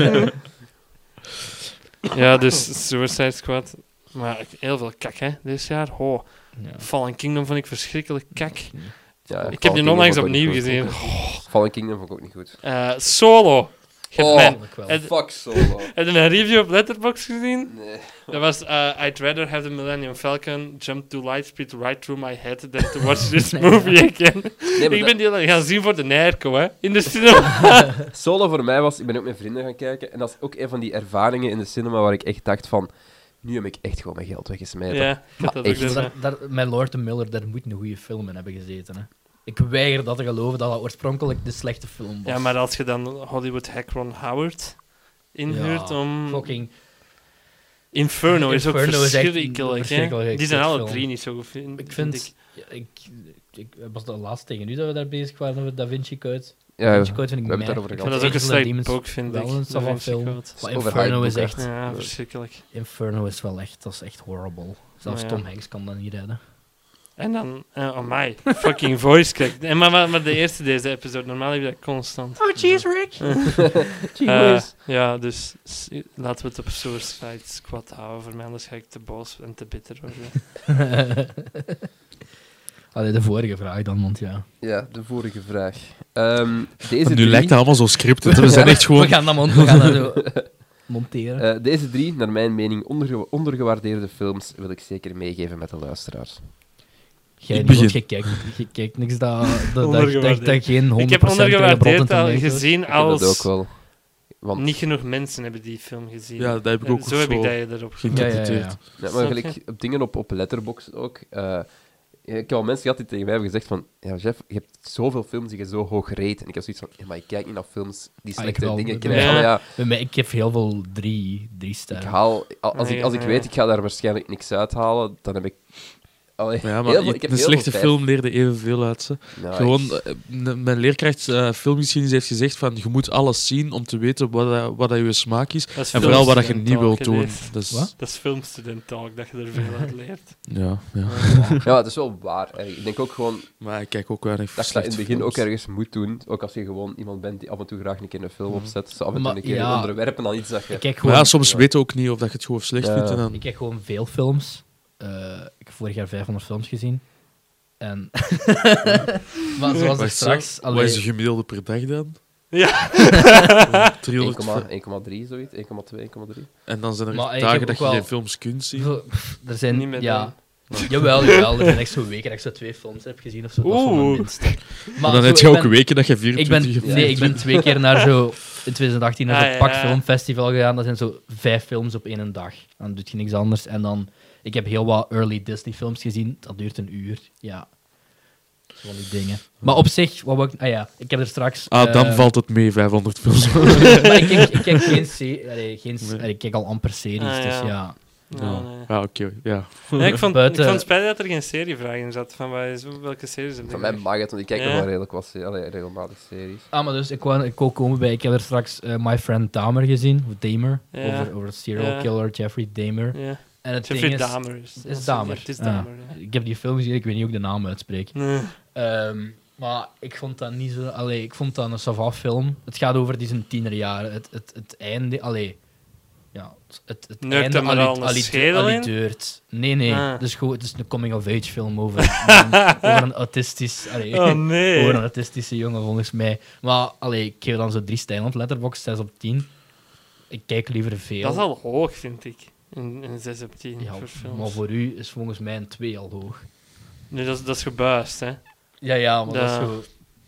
Ja, dus Suicide Squad. Maar heel veel kak, hè, dit jaar. Oh, Ja. Fallen Kingdom vond ik verschrikkelijk kak. Ja, Ik heb Fallen die onlangs Kingdom vond ik opnieuw ook niet gezien. goed. Fallen Kingdom vond ik ook niet goed. Solo. Je hebt Oh. mijn- Ik wel. Fuck Solo. heb je een review op Letterboxd gezien? Nee. Dat was, I'd rather have the Millennium Falcon jump to lightspeed right through my head than to watch this movie again. Nee, maar Ik ben die gaan zien voor de Nerco, hè, in de cinema. Solo voor mij was... Ik ben ook met vrienden gaan kijken. En dat is ook een van die ervaringen in de cinema waar ik echt dacht van... Nu heb ik echt gewoon mijn geld weggesmeten. Ja, ik had dat ook echt. dus, Met Lord and Miller, daar moet een goede film in hebben gezeten. Hè. Ik weiger dat te geloven dat dat oorspronkelijk de slechte film was. Ja, maar als je dan Hollywood hack Ron Howard inhuurt Ja, om... fucking... Inferno is ook Inferno is echt verschrikkelijk, hè. verschrikkelijk Die zijn alle film. drie niet zo goed, Ik vind... Ja, ik was de laatste tegen u dat we daar bezig waren over Da Vinci Code. Da Ja, Vinci Code vind ik we hebben het meh. daarover Ik Maar gehad. dat is ook een Angels and slecht Demons boek, vind ik. wel een Da Vinci savant film. Code. Maar overhyped Inferno is boek, hè. echt... Ja, verschrikkelijk. Inferno is wel echt... Dat is echt horrible. Zelfs Ja. Tom Hanks kan dat niet redden. En dan, oh my, fucking voice crack. En maar de eerste deze episode, normaal heb je dat constant. Oh, jeez, Rick! Ja, dus laten we het op Suicide Squad houden. Voor mij, anders ga ik te boos en te bitter worden. Allee, de vorige vraag dan, want ja... Ja, de vorige vraag. Deze Nu drie, lijkt het allemaal zo scripted. We zijn echt We gewoon... gaan dat zo monteren. deze drie, naar mijn mening, ondergewaardeerde films wil ik zeker meegeven met de luisteraars. Jij ik niet, want begin. je kijkt niks dat Ondergewaardeerd. geen 100% Ik heb ondergewaardeerd al al gezien Ik heb dat ook als... wel. Want, Niet genoeg mensen hebben die film gezien. Ja, dat heb ik En ook zo heb ik zo dat je erop geïnterpreteerd. Ja. ja, maar Snap gelijk op dingen op Letterboxd ook. Ik heb al mensen gehad die tegen mij hebben gezegd van... Ja, Jeff, je hebt zoveel films die je zo hoog rate. En ik heb zoiets van... Ja, maar ik kijk niet naar films die Ah, slechte ik wel. dingen... Ja. Ik heb heel veel drie Ik sterren. haal... Als ik Ja. weet, ik ga daar waarschijnlijk niks uithalen, dan heb ik... Allee, Ja, heel maar veel- ik heb een heel slechte veel film leerde evenveel uit. Ze. Nou, Gewoon, ik- mijn leerkracht filmgeschiedenis heeft gezegd van je moet alles zien om te weten wat dat je smaak is. Dat is En vooral wat dat je niet filmstudent wilt talk, doen. hè, Dus, Wat? Dat is filmstudent talk, dat je er veel uit leert. ja. Ja, het is wel waar. Ik denk ook gewoon Maar ik kijk ook weinig dat je dat in het begin ook films. ergens moet doen. Ook als je gewoon iemand bent die af en toe graag een keer een film opzet. Zo af en toe Maar een keer ja. een onderwerp en dan iets dat je... Ik kijk Maar gewoon, ja, soms weet je ook niet of dat je het goed of slecht Ja. vindt. En dan... ik kijk gewoon veel films. Ik heb vorig jaar 500 films gezien. En... maar zoals er Wacht, straks... zo, wat is de gemiddelde per dag dan? Ja. 300. 1,3 zoiets, 1,2, 1,3. En dan zijn er Maar ik dagen heb dat ook je wel- geen films kunt zien. Er zijn... Niet meer ja. Jawel. Er zijn echt zo weken dat ik zo 2 films heb gezien of zo. Dat is van mijn Oeh. minste. Maar dan zo, heb je ik ook ben- weken dat je Ik 24 ben, nee, ik ben 2 keer naar zo... In 2018 naar Ah, zo'n ja, Pak ja. Filmfestival gegaan. Dat zijn zo 5 films op 1 dag. Dan doe je niks anders. En dan... Ik heb heel wat early Disney films gezien. Dat duurt 1 uur. Ja. Zo van die dingen. Maar op zich... Wat wou ik... Ah ja, ik heb er straks... dan valt het mee, 500 films. maar ik kijk geen serie... Nee. Ik kijk al amper series, Ah, dus ja. ja. Ja, nee. Ja, oké. Ja. Nee, ik vond Buiten- het spijtig dat er geen serievraag in zat. Van welke series heb je Van mij graag? mag het, want ik kijk Ja. nog wel redelijk wat regelmatig series. Ah, maar dus ik wou komen bij... Ik heb er straks My Friend Dahmer gezien. Of Dahmer. Ja. Over serial Ja. killer Jeffrey Dahmer. Ja. En het Jeffrey ding is... Dahmer is Dahmer. Het is Ah. Dahmer, ja. Ik heb die film gezien, ik weet niet hoe ik de naam uitspreek. Nee. Maar ik vond dat niet zo... Allee, ik vond dat een savant film. Het gaat over die zijn tienerjaren. Het einde... Allee... Ja, het Neukt einde hem er al een schedel in? alludeert. Nee. Ah. Dus gewoon, het is een coming-of-age film over, over een autistisch... Allee, Oh nee. over een autistische jongen, volgens mij. Maar allee, ik geef dan zo 3 sterren op Letterboxd, 6 op 10. Ik kijk liever veel. Dat is al hoog, vind ik. Een 6 op 10 Ja, voor films. maar voor u is volgens mij een 2 al hoog. Nee, dat is gebuist, hè. Ja, maar dat is Ja. zo...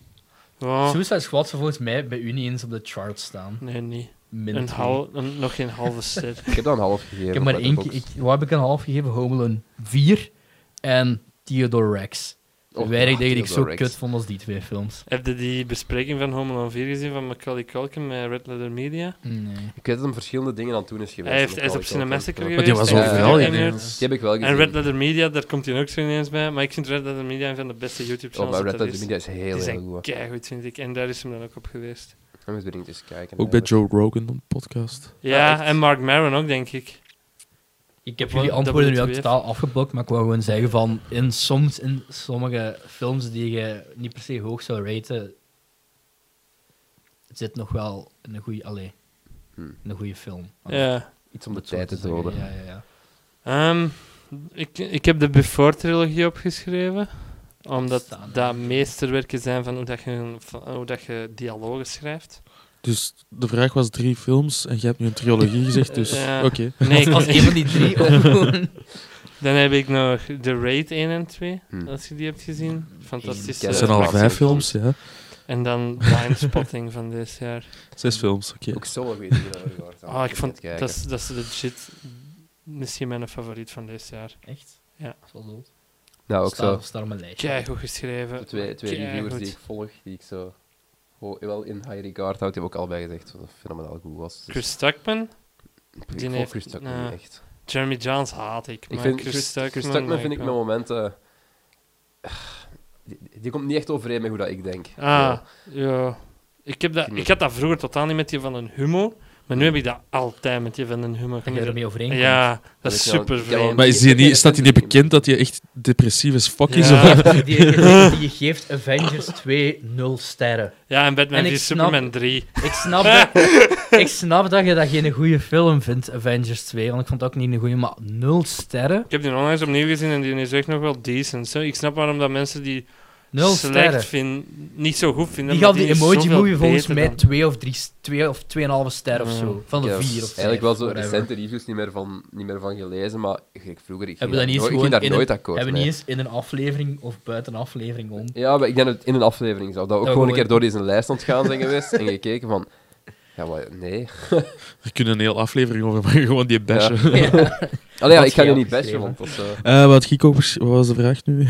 Oh, Suicide Squad zou volgens mij bij u niet eens op de charts staan. nee, niet. Min 2. Nog geen halve ster. Ik heb dat een half gegeven. Ik heb maar op één keer... Letterboxd. Wat heb ik een half gegeven? Home Alone 4 en Theodore Rex. Weinig dingen die ik zo Theodore kut Rex. vond als die 2 films. Heb je die bespreking van Home Alone 4 gezien van Macaulay Culkin met Red Letter Media? Nee. Ik weet dat hem verschillende dingen aan het doen is geweest. Hij is op Macaulay Cinemassacre Culkin. geweest. Maar die was hij heeft overal geanimeerd. ineens. Die heb ik wel gezien. En Red Letter Media, daar komt hij ook zo ineens bij. Maar ik vind Red Letter Media een van de beste Oh, YouTube-channels. maar dat Red er Letter is. Media is heel, Die heel zijn goed. keigoed, vind ik. En daar is hem dan ook op geweest. Dan moet je eens kijken. Ook bij Joe Rogan op de podcast. Ja, echt. en Mark Maron ook, denk ik. Ik heb Wat- jullie antwoorden nu dat ook moet totaal afgeblokt, maar ik wou gewoon zeggen van... In sommige films die je niet per se hoog zou raten... zit nog wel een goede... Allee, een goede film. Ja. Iets om de het zo tijd te zeggen. doden. Ja. Ik heb de Before-trilogie opgeschreven. Omdat Staan, dat meesterwerken zijn van hoe dat je dialogen schrijft. Dus de vraag was 3 films en jij hebt nu een trilogie gezegd, dus Ja. oké. Nee, Als een van die 3 of gewoon... dan heb ik nog The Raid 1 en 2, Hm. als je die hebt gezien. Fantastisch. Ja, Dat zijn al Ja, 5 ja. films, ja. En dan Blindspotting van dit jaar. 6 films, oké. Ook zo'n goede dingen over gehoord. Oh, ik vond Moet kijken. dat is legit misschien mijn favoriet van dit jaar. Echt? Ja. Dat is wel dood. Nou, ook zo. Staat op mijn lijstje. Keigoed geschreven. De twee Keigoed. reviewers die ik volg, die ik zo wel in high regard houd, die hebben ook allebei gezegd dat het fenomenaal goed was. Dus Chris Stuckman. ik die volg heeft- Chris Tuckman nou, niet echt. Jeremy Johns haat ik. Ik Maar vind Chris Stuckman, Tuckman vind ik wel. met momenten... Die komt niet echt overeen met hoe dat ik denk. Ah, ja. Ik had dat vroeger totaal niet met die van een humo, maar nu heb ik dat altijd met die van een humo. En je ermee overeenkomt. Ja, dat is weet je wel, super ik heb al- vreemd. Maar staat hij niet bekend dat hij echt depressief is fuck is? Ja. Of- Die geeft Avengers 2 0 sterren. Ja, en Batman En ik v snap- Superman 3. Ik snap dat je dat geen goede film vindt, Avengers 2, want ik vond het ook niet een goede, maar 0 sterren? Ik heb die onlangs opnieuw gezien en die is echt nog wel decent. Zo. Ik snap waarom dat mensen die 0 slecht sterren. vinden, niet zo goed vinden. Die maar gaf die is Emoji zoveel Movie volgens beter mij dan- 2 of 2 of 2,5 ster of Ja. zo. Van de Ik heb 4 of 5. eigenlijk wel zo whatever. recente reviews niet meer van gelezen, maar vroeger ik Hebben we dat niet eens ging gewoon daar in nooit een, akkoord hebben we mee. niet eens in een aflevering of buiten een aflevering om? Ja, maar ik denk dat het in een aflevering zou. Dat we ook Dat gewoon een gewoon- keer door deze lijst ontgaan zijn geweest en gekeken van... Ja, maar nee. Er kunnen een hele aflevering over maken, gewoon die bashen. Allee, ja, Had ik ga jij je niet opgeschreven? bashen, want dat is... Wat ik ook wat was de vraag nu?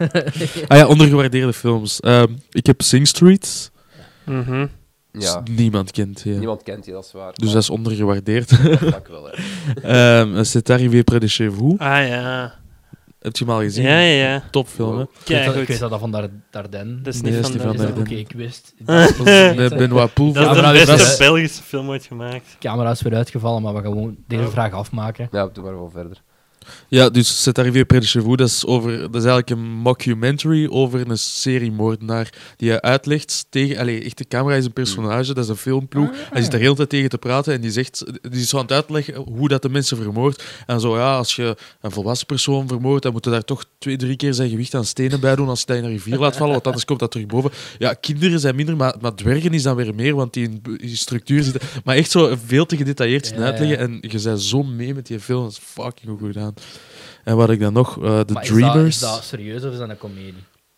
Ah ja, ondergewaardeerde films. Ik heb Sing Street. Mhm. Ja, Niemand kent die. niemand kent die, dat is waar. Dus dat is ondergewaardeerd. dat vlak wel, hè. C'est arrivé près de chez vous. Ah ja. Heb je hem al gezien? Ja. Topfilm, hè? Ik weet Keigoed. dat van Dardenne. Dat is Nee, niet dat is van niet de... van Oké, Dardenne. ik wist. Met Benoit Poel. Dat is Camera de is beste weg. Belgische film ooit gemaakt. Camera is weer uitgevallen, maar we gaan gewoon deze vraag afmaken. Ja, doe maar wel verder. Ja, dus C'est arrivé près de chez vous, dat is eigenlijk een mockumentary over een seriemoordenaar die hij uitlegt tegen... Allee, echt, de camera is een personage, dat is een filmploeg. Hij zit daar heel de tijd tegen te praten en die is zo aan het uitleggen hoe dat de mensen vermoordt. En zo, ja, als je een volwassen persoon vermoordt, dan moet je daar toch 2-3 keer zijn gewicht aan stenen bij doen als je dat in een rivier laat vallen, want anders komt dat terug boven. Ja, kinderen zijn minder, maar dwergen is dan weer meer, want die in structuur zitten. Maar echt zo veel te gedetailleerd zien Ja, uitleggen ja. en je bent zo mee met die film, dat is fucking goed gedaan. En wat ik dan nog? The Maar Dreamers. Is dat serieus of is dat een komedie?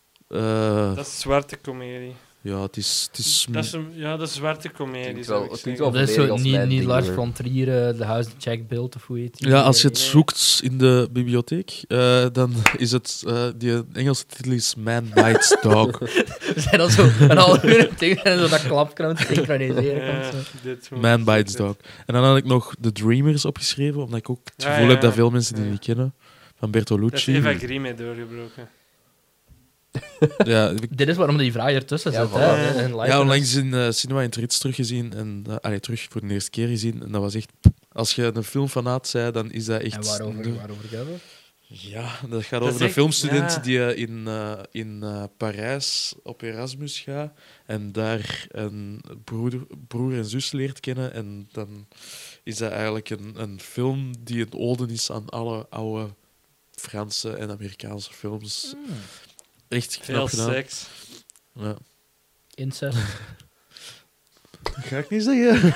Dat is zwarte comedie. Ja, het is Dat is een zwarte comedie, Klinkt zou wel- ik het klinkt zeggen. wel Dat is volledig zo als niet, mijn niet ding, Lars hoor. von Trier, The House that Jack Built, of hoe heet die? Ja, als je het Nee. zoekt in de bibliotheek, dan is het... die Engelse titel is Man Bites Dog. We zijn al zo een half uur tegen en zo dat klapje aan het synchroniseren. Ja, komt zo. dit moet- Man Bites Dog. En dan had ik nog The Dreamers opgeschreven, omdat ik ook het Ja, gevoel ja, heb dat ja. veel mensen die Ja. niet kennen. Van Dat is Bertolucci. Eva Green mee doorgebroken. Ja, Dit is waarom die vraag ertussen Ja, zit. voilà. Hè? Een live- ja, onlangs in cinema in het Ritz teruggezien. En, terug voor de eerste keer gezien. En dat was echt... Als je een filmfanaat zei, dan is dat echt... En waarover gaat het? Ja, dat gaat Dat over is een echt- filmstudent ja. die in Parijs op Erasmus gaat en daar een broer en zus leert kennen. En dan is dat eigenlijk een film die een ode is aan alle oude Franse en Amerikaanse films. Echt knap Veel gedaan. seks. Ja. Incest. Dat ga ik niet zeggen.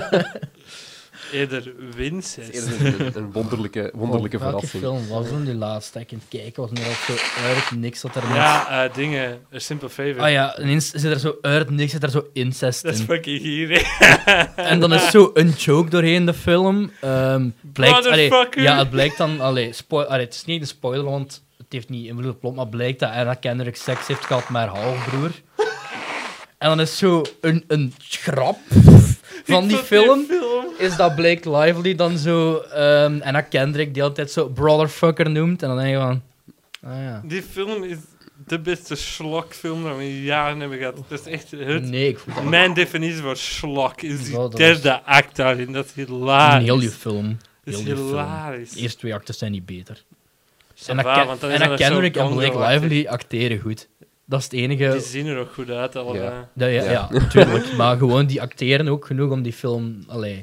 Eerder wincest. Eerder een wonderlijke Welke verrassing. film was dan die laatste? Ik in het kijken was nu al zo uit niks dat er net... Ja, dingen. A Simple Favor. Ah ja, ineens zit er zo uit niks, zit er zo incest Dat is in. fucking hier, hè. En dan is zo een joke doorheen de film. Blijkt, Motherfucker. ja, het blijkt dan... het is niet een spoiler, want heeft niet invloed op het plot, maar blijkt dat Anna Kendrick seks heeft gehad met haar halfbroer. En dan is zo een grap van die film, is dat Blake Lively dan zo Anna Kendrick die altijd zo brotherfucker noemt. En dan denk je van... Ah ja. Die film is de beste slokfilm dat we in jaren hebben gehad. Dat is echt Nee, ik vond dat mijn definitie voor slok is die dat derde act daarin. Dat is een hilarisch. heel je film. Dat is Heel die film. hilarisch. De eerste 2 acten zijn niet beter. Ça va, want dan is Anna dat Kendrick zo en Blake Gonzo-achtig. Lively acteren goed. Dat is het enige... Die zien er ook goed uit, allebei. Ja. Ja, natuurlijk. Maar gewoon, die acteren ook genoeg om die film... Allee,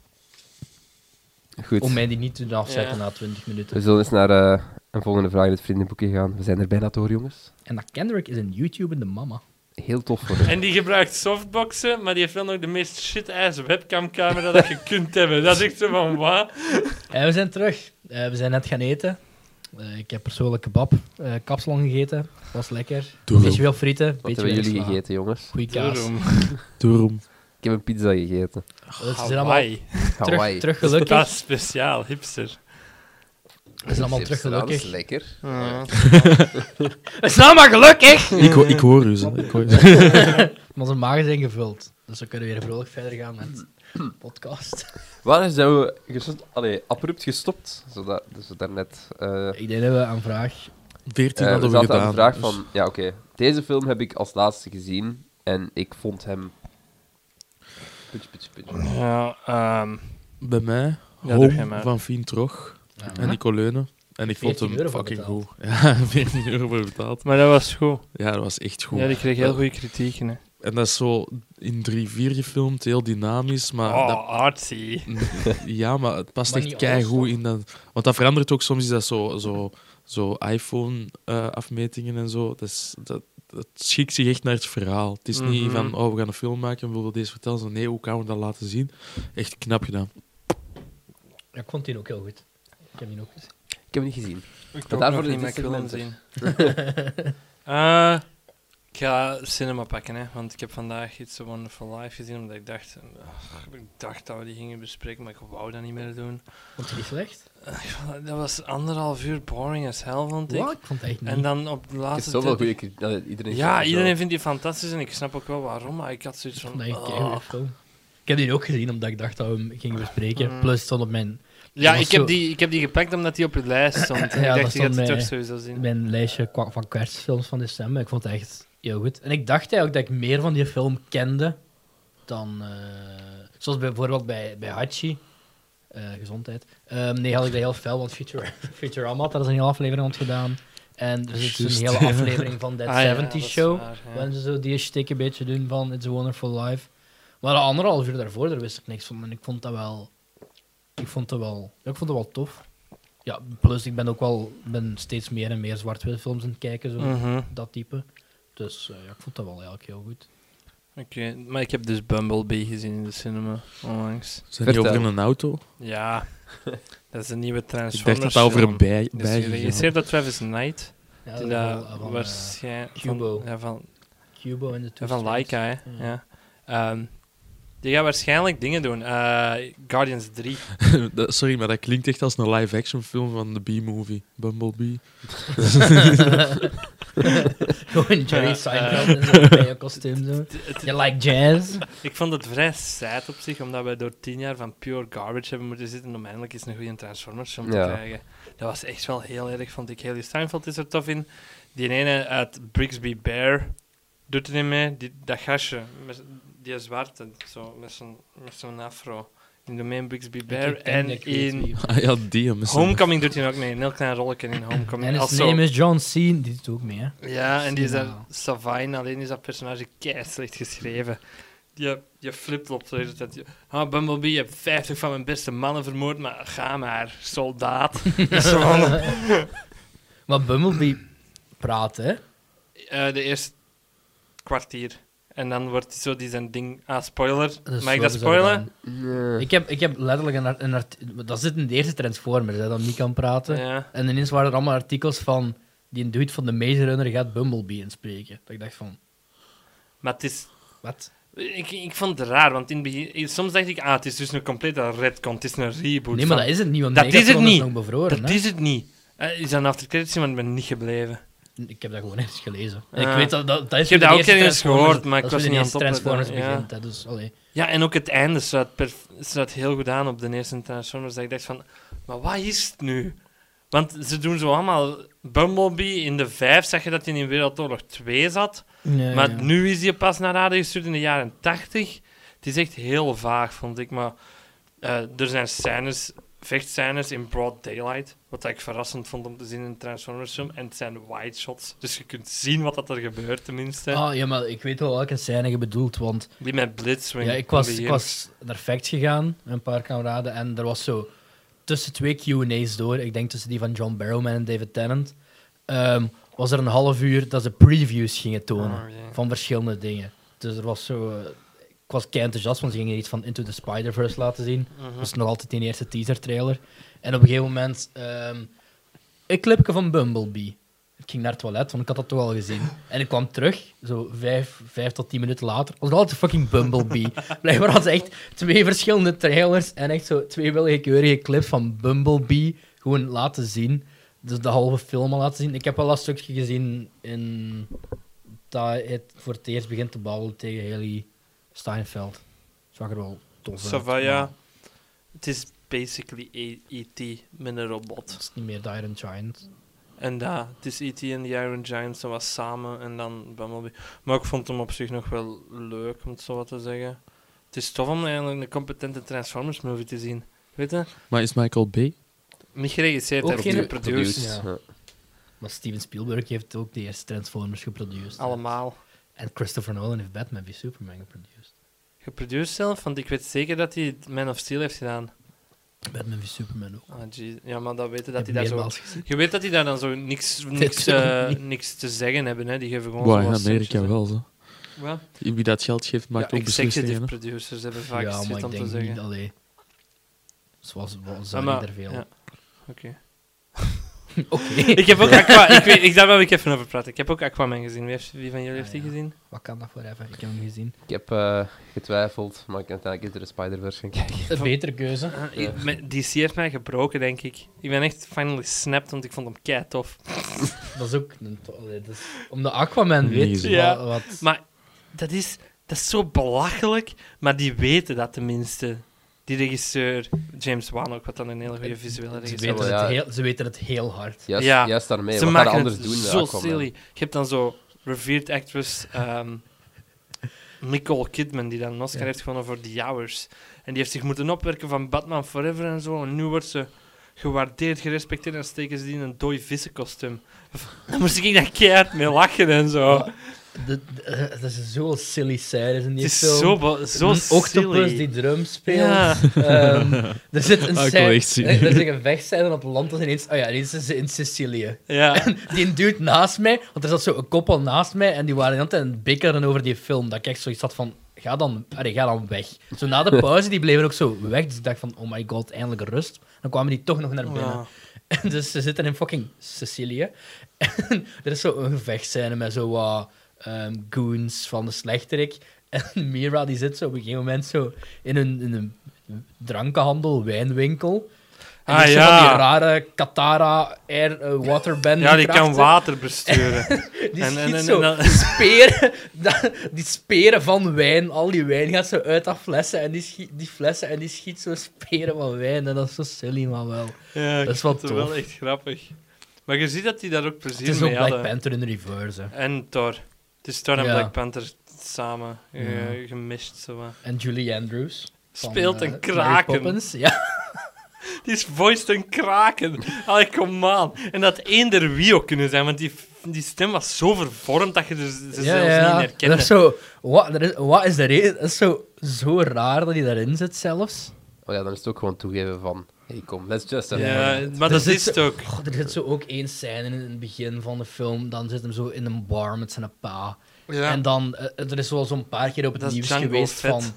Goed. om mij die niet te doen afzetten Ja. na 20 minuten. We zullen eens naar een volgende vraag in het vriendenboekje gaan. We zijn er bijna door, jongens. En dat Kendrick is een YouTubende mama. Heel tof voor hem. En die gebruikt softboxen, maar die heeft wel nog de meest shit-ass webcamcamera dat je kunt hebben. Dat is echt zo van, wat? We zijn terug. We zijn net gaan eten. Ik heb persoonlijk kebab, kapsalon gegeten. Was lekker. Doe Beetje veel frieten. Wat Beetje hebben jullie weinig sla. gegeten, jongens? Goeie kaas. Daarom. Daarom. Ik heb een pizza gegeten. Ze zijn allemaal Hawaii. Hawaii. terug Dat gelukkig. is speciaal, hipster. We zijn allemaal terug Dat is gelukkig. lekker. Ja. We zijn allemaal gelukkig! Ik hoor u zo. Ik hoor u. Onze magen zijn gevuld. Dus we kunnen weer vrolijk verder gaan met de podcast. Waar zijn we abrupt gestopt? Zodat dus daarnet... Ik denk dat we aan vraag... 14 we hadden we zaten aan gedaan. de vraag dus- van... Ja, oké. Deze film heb ik als laatste gezien. En ik vond hem... Putje. Ja, Bij mij, Ja, doe jij Home maar. van Fien Trog Ja. en Nico Leunen. En ik vond 14 hem euro voor fucking betaald. goed. Ja, 14 euro voor betaald. maar dat was goed. Ja, dat was echt goed. Ja, die kreeg heel goede kritieken. Hè. En dat is zo in 3-4 gefilmd, heel dynamisch, maar... Oh, dat- artsy. ja, maar het past Maar echt niet alles, keigoed toch? in dat... Want dat verandert ook, soms is dat zo iPhone-afmetingen en zo. Dat schikt zich echt naar het verhaal. Het is niet Mhm. van, oh, we gaan een film maken en we willen deze vertellen. Zo, nee, hoe gaan we dat laten zien? Echt knap gedaan. Ja, ik vond die ook heel goed. Ik heb die ook gezien. Ik heb hem niet gezien. Ik Maar ook daarvoor nog is niet, maar dit ik wil hem segment zien. Ik ga cinema pakken, hè, want ik heb vandaag It's a Wonderful Life gezien, omdat ik dacht dat we die gingen bespreken, maar ik wou dat niet meer doen. Vond je die slecht? Dat was 1,5 uur boring as hell, vond ik. Wat? Ik vond het echt niet. En dan op de Ik heb laatste... zoveel 30 goede kritieken. Iedereen Ja, zegt iedereen zo. vindt die fantastisch en ik snap ook wel waarom, maar ik had zoiets Ik van... vond dat echt een oh. keigoede film. Ik heb die ook gezien, omdat ik dacht dat we hem gingen bespreken. Mm. Plus, het stond op mijn Ja, was ik heb die gepakt omdat die op je lijst stond. En Ja, ik dat dacht, die gaat stond die mij- toch sowieso zien. mijn lijstje van kerstfilms van december. Ik vond het echt heel goed. En ik dacht eigenlijk dat ik meer van die film kende dan... zoals bijvoorbeeld bij Hachi. Gezondheid. Nee, had ik dat heel fel, want Futurama had daar een hele aflevering rond gedaan. En er zit Juist. een hele aflevering van That Ah, ja, 70 dat is Show. waar, ja. Waarin ze zo die stick een beetje doen van It's a Wonderful Life. Maar de 1,5 uur daarvoor, daar wist ik niks van. En ik vond dat wel... Ik vond het wel tof. Ja, plus ik ben steeds meer en meer zwart-wit films aan het kijken, zo, Mhm. dat type. Dus ja, ik vond dat wel eigenlijk heel goed. Oké, maar ik heb dus Bumblebee gezien in de cinema onlangs. Zijn die Vertel. over een auto? Ja, dat is een nieuwe Ik Transformers dacht dat dat over film. een bij Dat is geregisseerd door Travis Knight. Ja, Die dat dat van, waarschijnlijk... Cubo. Van Cubo en de Two van Strings. Laika, hè. Ja. Ja. Die gaat waarschijnlijk dingen doen. Guardians 3. Sorry, maar dat klinkt echt als een live-action film van de B-movie. Bumblebee. Gewoon Jerry Ja, Seinfeld in zo'n bij je kostuum. Zo. Je like jazz? Ik vond het vrij sad op zich, omdat wij door 10 jaar van pure garbage hebben moeten zitten om eindelijk eens een goede Transformers film te Ja. krijgen. Dat was echt wel heel erg, vond ik. Haley Steinfeld is er tof in. Die ene uit Brigsby Bear doet er niet mee. Dat gastje, die zwarte, zo, met zo'n afro. Die doet mee in Brigsby Bear. Ik denk dat ik En weet in wie. Ah ja, die. Homecoming doet hij ook mee. Een heel klein rolletje in Homecoming. En Als his zo- name is John Cena, die doet ook mee, hè. Ja, en die is Cena. daar Savine, alleen is dat personage kei slecht geschreven. Je flipt op de hele tijd. Bumblebee, je hebt 50 van mijn beste mannen vermoord, maar ga maar, soldaat. Dus zo van, Maar Bumblebee praat, hè. de eerste kwartier. En dan wordt hij zo die zijn ding... spoiler. Dus Mag ik dat zo spoilen? gedaan. Ik heb letterlijk een artikel... Dat zit in de eerste Transformers, hè, dat niet kan praten. Ja. En ineens waren er allemaal artikels van... Die een dude van de Maze Runner gaat Bumblebee inspreken. Dat ik dacht van... Maar het is... Wat? Ik vond het raar, want in het begin... Soms dacht ik, het is dus een complete retcon, het is een reboot. Nee, maar van- dat is het niet, want Dat is het Megatron niet. nog bevroren, Dat hè. is het niet. Is dat een aftercredits scene, want ik ben niet gebleven. Ik heb dat gewoon eens gelezen. Ah. Ik weet dat is Ik heb de dat ook eerste ergens Transformers- gehoord, maar ik dat was is niet de aan eerste het opletten, Transformers ja. begint. Hè, dus, allee. Ja, en ook het einde sluit heel goed aan op de eerste Transformers. Dat ik dacht van, maar wat is het nu? Want ze doen zo allemaal... Bumblebee, in de 5 zag je dat hij in Wereldoorlog 2 zat. Ja, Maar ja. nu is hij pas naar aarde gestuurd in de jaren 80. Het is echt heel vaag, vond ik. Maar er zijn vechtscènes in broad daylight. Wat ik verrassend vond om te zien in een Transformers film. En het zijn wide shots. Dus je kunt zien wat dat er gebeurt, tenminste. Ah, ja, maar ik weet wel welke scène je bedoelt, want Die met Blitzwing. ja, ik was naar Facts gegaan, een paar kameraden, en er was zo tussen 2 Q&A's door, ik denk tussen die van John Barrowman en David Tennant, was er een half uur dat ze previews gingen tonen van verschillende dingen. Dus er was zo... ik was kei enthousiast, want ze gingen iets van Into the Spider-Verse laten zien. Dat was nog altijd die eerste teaser-trailer. En op een gegeven moment... een clipje van Bumblebee. Ik ging naar het toilet, want ik had dat toch al gezien. En ik kwam terug, zo 5 tot 10 minuten later. Was er altijd fucking Bumblebee. Blijkbaar hadden ze echt 2 verschillende trailers en echt zo 2 willekeurige clips van Bumblebee gewoon laten zien. Dus de halve film al laten zien. Ik heb wel een stukje gezien in... dat het voor het eerst begint te babbelen tegen Haley Steinfeld. Zag er wel tof uit. Savaya. maar Het is basically E.T. met een robot. Het is niet meer The Iron Giant. En ja, het is E.T. en The Iron Giant, dat was samen en dan Bumblebee. Maar ik vond hem op zich nog wel leuk, om het zo wat te zeggen. Het is tof om eigenlijk een competente Transformers movie te zien. Weet je? Maar is Michael Bay? Niet geregisseerd, Ook hij heeft geen geproduceerd. Ja. Ja. Maar Steven Spielberg heeft ook de eerste Transformers geproduceerd. Allemaal. En Christopher Nolan heeft Batman v Superman geproduceerd. Geproduceerd zelf, want ik weet zeker dat hij Man of Steel heeft gedaan. Batman v Superman ook. Ah, jeez. Ja, maar dat weten dat Heb hij daar zo... meermaals gezien. Je weet dat die daar dan zo niks te zeggen hebben, hè. Die geven gewoon Wow, zo in wat Amerika centjes, hè. wel, zo. Wat? Wie dat geld geeft, maakt Ja, ook beslissingen. executive hè. producers hebben vaak Ja, shit maar ik om te denk zeggen. niet alleen. Zoals Ah, zijn maar- er veel. ja. Oké. Oké. Ik heb ook Aqua... daar wil ik even over praten. Ik heb ook Aquaman gezien. Wie van jullie heeft die ja. gezien? Wat kan dat voor even? Ik heb hem gezien. Ik heb getwijfeld, maar ik uiteindelijk is er een Spider-Verse gaan kijken. Een betere keuze. Ja. DC heeft mij gebroken, denk ik. Ik ben echt finally snapped, want ik vond hem kei tof. Dat is ook... Omdat Aquaman Nee, weet zo. Ja. wat... Maar dat is zo belachelijk, maar die weten dat tenminste. Die regisseur, James Wan ook, wat dan een hele goede visuele Ze regisseur weten, Ja. ze weten het heel hard. Juist, Ja. juist daarmee. Ze Wat ga je maken anders het doen? zo Aquaman? silly. Je hebt dan zo revered actress Nicole Kidman, die dan een Oscar Ja. heeft gewonnen voor The Hours. En die heeft zich moeten opwerken van Batman Forever en zo. En nu wordt ze gewaardeerd, gerespecteerd en steken ze die in een dooi vissenkostuum. Daar moest ik daar keihard mee lachen en zo. Dat is zo silly scènes in die Het is film. zo een octopus silly. die drums speelt. Ja. Er zit een Ah, ik wil echt scène... zien. Er is een gevechtscène op het land. En ineens... Oh ja, ineens is ze in Sicilië. Ja. Die dude naast mij... Want er zat zo een koppel naast mij. En die waren altijd aan het bikkeren over die film. Dat ik echt zoiets had van... Ga dan weg. Zo na de pauze, die bleven ook zo weg. Dus ik dacht van... Oh my god, eindelijk rust. Dan kwamen die toch nog naar binnen. Ja. En dus ze zitten in fucking Sicilië. En er is zo een gevechtscène met zo wat goons van de slechterik. En Mira die zit zo op een gegeven moment zo in een drankenhandel, wijnwinkel. En die Ah, is zo ja. van die rare Katara air waterbend. Ja, die kan water besturen. Die En- schiet en- zo en- speren, die speren van wijn. Al die wijn gaat zo uit dat flessen en die flessen en die schiet zo speren van wijn. En dat is zo silly, maar wel. Ja, Dat is wel ik vond het tof. wel echt grappig. Maar je ziet dat die daar ook Het plezier is ook mee Black hadden. Panther in de reverse. Hè. En Thor. Het is Thor en Ja. Black Panther samen Ja. gemischt. Zo. En Julie Andrews. van, Speelt een Mary kraken. Poppins. Ja. Die is voiced een kraken. Allee, kom aan. En dat eender wie ook kunnen zijn, want die stem was zo vervormd dat je ze zelfs niet herkende. Dat is zo... Wat is de reden? Dat is zo raar dat hij daarin zit zelfs. Oh ja, dan is het ook gewoon toegeven van... Hey, kom, let's just... Ja, maar Er dat zit is het zo- ook. Er zit zo ook één scène in het begin van de film. Dan zit hem zo in een bar met zijn pa. Ja. En dan, er is wel zo'n paar keer op het Dat is nieuws Django geweest Fett.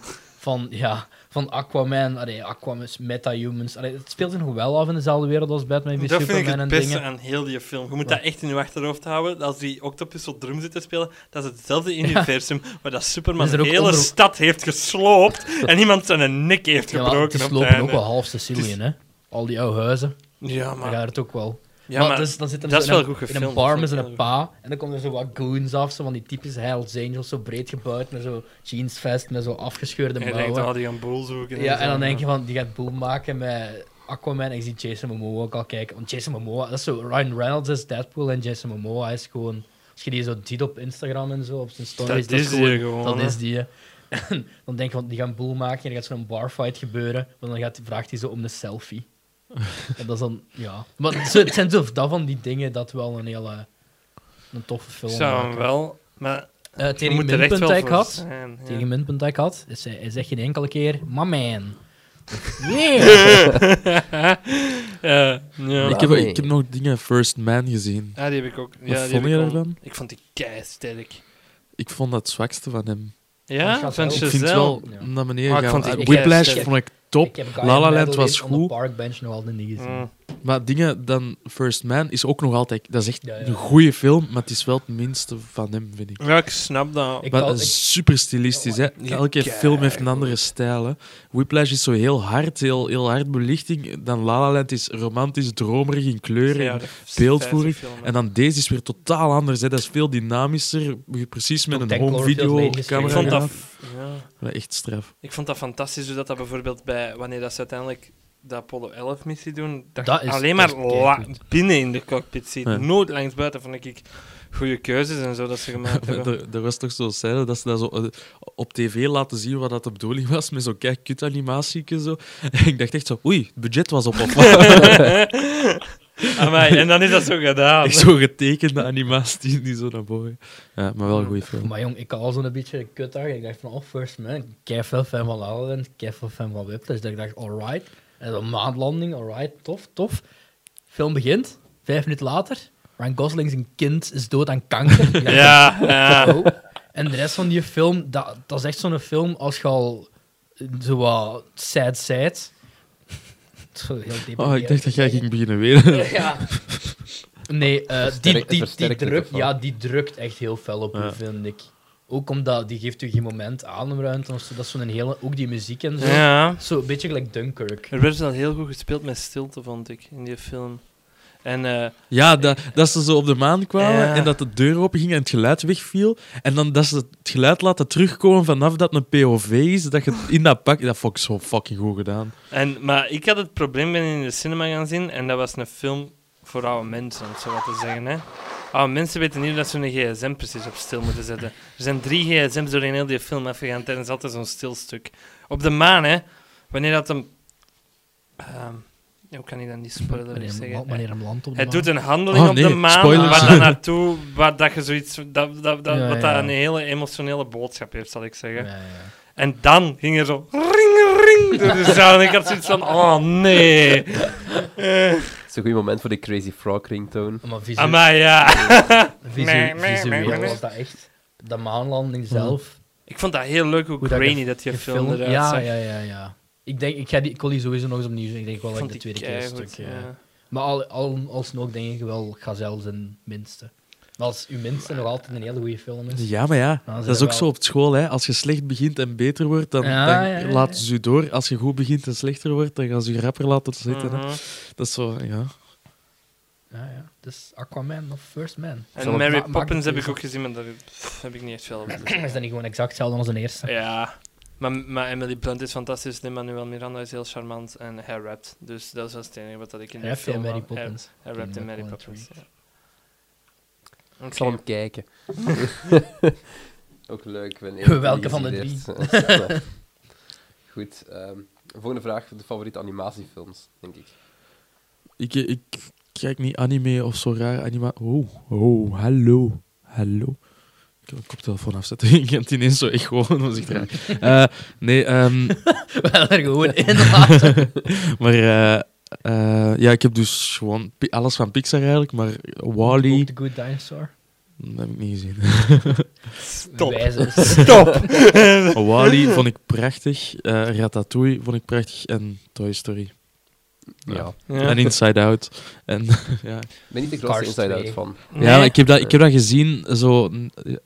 van Aquaman. Aquaman's metahumans. Het speelt zich nog wel af in dezelfde wereld als Batman v Dat vind ik Superman het en beste dingen. aan heel die film. Je moet dat echt in je achterhoofd houden. Als die octopus op drum zit te spelen, dat is hetzelfde universum waar dat Superman Is er de ook hele onder- stad heeft gesloopt en iemand zijn nek heeft Ja, maar gebroken het op het lopen einde. ook wel half Sicilië, hè. Al die oude huizen. Ja, Daar maar gaat het ook wel. Ja, maar dus, dan zit hem dat zo is wel in goed in gefilmd, een bar dat met is zijn wel pa. En dan komen er zo wat goons af, zo van die typische Hells Angels, zo breed gebouwd, met zo jeansvest, met zo afgescheurde En je denkt, mouwen. die gaan boel zoeken. Ja, en zo. dan denk je van, die gaat boel maken met Aquaman. En ik zie Jason Momoa ook al kijken. Want Jason Momoa, dat is zo, Ryan Reynolds is Deadpool en Jason Momoa is gewoon... Als je die zo ziet op Instagram en zo, op zijn stories, Dat is die gewoon, Dat hè. is die. En dan denk je van, die gaan boel maken en er gaat zo'n barfight gebeuren. Maar dan vraagt hij zo om een selfie. En dat is dan, ja... Maar het zijn zo dat van die dingen dat wel een hele... Een toffe film Zou hem maken. wel, maar Het je enige moet er echt minpunt wel dat ik voor had... zijn. Het enige minpunt dat ik had, is hij zegt geen enkele keer... My man. Yeah. Ja. Ik heb nog dingen First Man gezien. Ah, die heb ik ook. Wat Ja, die vond heb je ik al- daarvan? Ik vond die keisterk. Ik vond dat het zwakste van hem. Ja, Van van Chazelle. Ik vind het Chazelle. wel Ja. naar beneden Maar ik gaan. vond die Whiplash keisterk. vond ik top. Ik heb La La Land Madeline was on goed. the Park Bench nog altijd niet gezien. Mm. Maar dingen dan First Man is ook nog altijd... Dat is echt Ja, ja. een goede film, maar het is wel het minste van hem, vind ik. Ja, ik snap dat. Ik Maar wou- super stilistisch, hè. Ja, Elke film heeft een keigoed. andere stijl, hè. Whiplash is zo heel hard, heel hard belichting. Dan La La Land is romantisch, dromerig in kleuren. Ja, en dat is beeldvoering. een film, hè. En dan deze is weer totaal anders, hè. Dat is veel dynamischer. Precies met Ook een Tank home Cloverfield Lane video geschreven. Ik camera. vond dat... Ja. Echt straf. Ik vond dat fantastisch hoe dat bijvoorbeeld bij wanneer dat ze uiteindelijk de Apollo 11 missie doen, dat, Dat je is- alleen dat maar is keigoed. binnen in de cockpit ziet. Ja. Nooit langs buiten vond ik goede keuzes en zo dat ze gemaakt hebben. Er was toch zo'n scène dat ze dat zo op tv laten zien wat dat de bedoeling was, met zo'n kut animatie en zo. En ik dacht echt zo, oei, het budget was op of wat? Amai, en dan is dat zo gedaan. Echt zo getekende animatie die zo naar boven. Ja, maar wel een goede film. Maar jong, ik had al zo'n beetje kut daar. Ik dacht van, oh, First Man. Kei veel fan van La La Land, kei veel fan van Whiplash. Dus ik dacht, alright. En dan maandlanding, alright, tof. Film begint, 5 minuten later. Ryan Gosling, zijn kind, is dood aan kanker. Ik dacht, Ja. oh. En de rest van die film, dat is echt zo'n film als je al zo wat sad. Zo heel Oh, ik dacht dat jij ging beginnen weer. Ja. Nee, Het versterkt het ervan. die drukt echt heel fel op Ja. u, vind ik. Ook omdat die geeft u geen moment ademruimte of zo. Dat is zo'n hele... Ook die muziek en zo. Ja. Zo een beetje gelijk Dunkirk. Er werd wel heel goed gespeeld met stilte, vond ik, in die film. En Ja, dat ze zo op de maan kwamen Ja. en dat de deur open ging en het geluid wegviel. En dan dat ze het geluid laten terugkomen vanaf dat het een POV is, dat je het in dat pak... Dat vond ik zo fucking goed gedaan. maar ik had het probleem, ben in de cinema gaan zien en dat was een film voor oude mensen, om het zo wat te zeggen. Hè. Oude mensen weten niet hoe dat ze een gsm precies op stil moeten zetten. Er zijn 3 gsm's door in heel die film afgegaan tijdens altijd zo'n stilstuk. Op de maan, hè, wanneer dat hem... hoe kan ik dat niet spoilerlijk zeggen? Wanneer hem landt op de Hij maan. doet een handeling Oh, op de nee, maan, spoilers. waar dan naartoe, waar dat je zoiets... Wat dat ja. een hele emotionele boodschap heeft, zal ik zeggen. Ja. En dan ging er zo ring door de zaal. En ik had zoiets van, oh nee. Het is een goed moment voor de Crazy Frog ringtone. Maar Maar ja. visueel was dat echt... De maanlanding zelf. Ik vond dat heel leuk hoe Hoe dat grainy dat je film gefilmd- eruit ja, zag. ja. Ik wil die sowieso nog eens opnieuw zien. Ik denk wel dat ik de tweede keer een keigoed, stuk... ja. Maar alsnog denk ik wel Gazelle zijn minste. Maar als uw minste nog altijd een hele goede film is... Ja, maar ja, Dan dat zijn is ook wel- zo op school. Hè. Als je slecht begint en beter wordt, dan Ja. laten ze je door. Als je goed begint en slechter wordt, dan gaan ze je rapper laten zitten. Hè. Mhm. Dat is zo, ja. Ja. Dus Aquaman of First Man. En Mary Maak Poppins de heb ik keuze. ook gezien, maar daar heb ik niet echt veel over. Is dat niet gewoon exact hetzelfde als een eerste? Ja. Maar Emily Blunt is fantastisch, Lin-Manuel Miranda is heel charmant en hij rapt. Dus dat is wel het enige wat dat ik in de Hij heeft in film... Mary Hij Poppins. rapt in King Mary of Poppins, ja. Ik zal Oké. hem kijken. Ook leuk. Wanneer Welke die van de geïsoleerd. Goed. Volgende vraag. De favoriete animatiefilms, denk ik. Ik kijk niet anime of zo raar anima. Oh, hallo. Ik kan mijn koptelefoon afzetten. Ik kan het ineens zo echt gewoon. Dat was echt raar. Nee, We gaan er gewoon in laten. maar ja, ik heb dus gewoon alles van Pixar eigenlijk, maar Wall-E, The Good Dinosaur. dat heb ik niet gezien. Stop. Stop. Wall-E vond ik prachtig, Ratatouille vond ik prachtig en Toy Story. Ja. Ja. En Inside Out. En, ja. Ik ben niet de grootste Cars Inside 2. Out van. Ja, maar ik heb dat gezien, zo,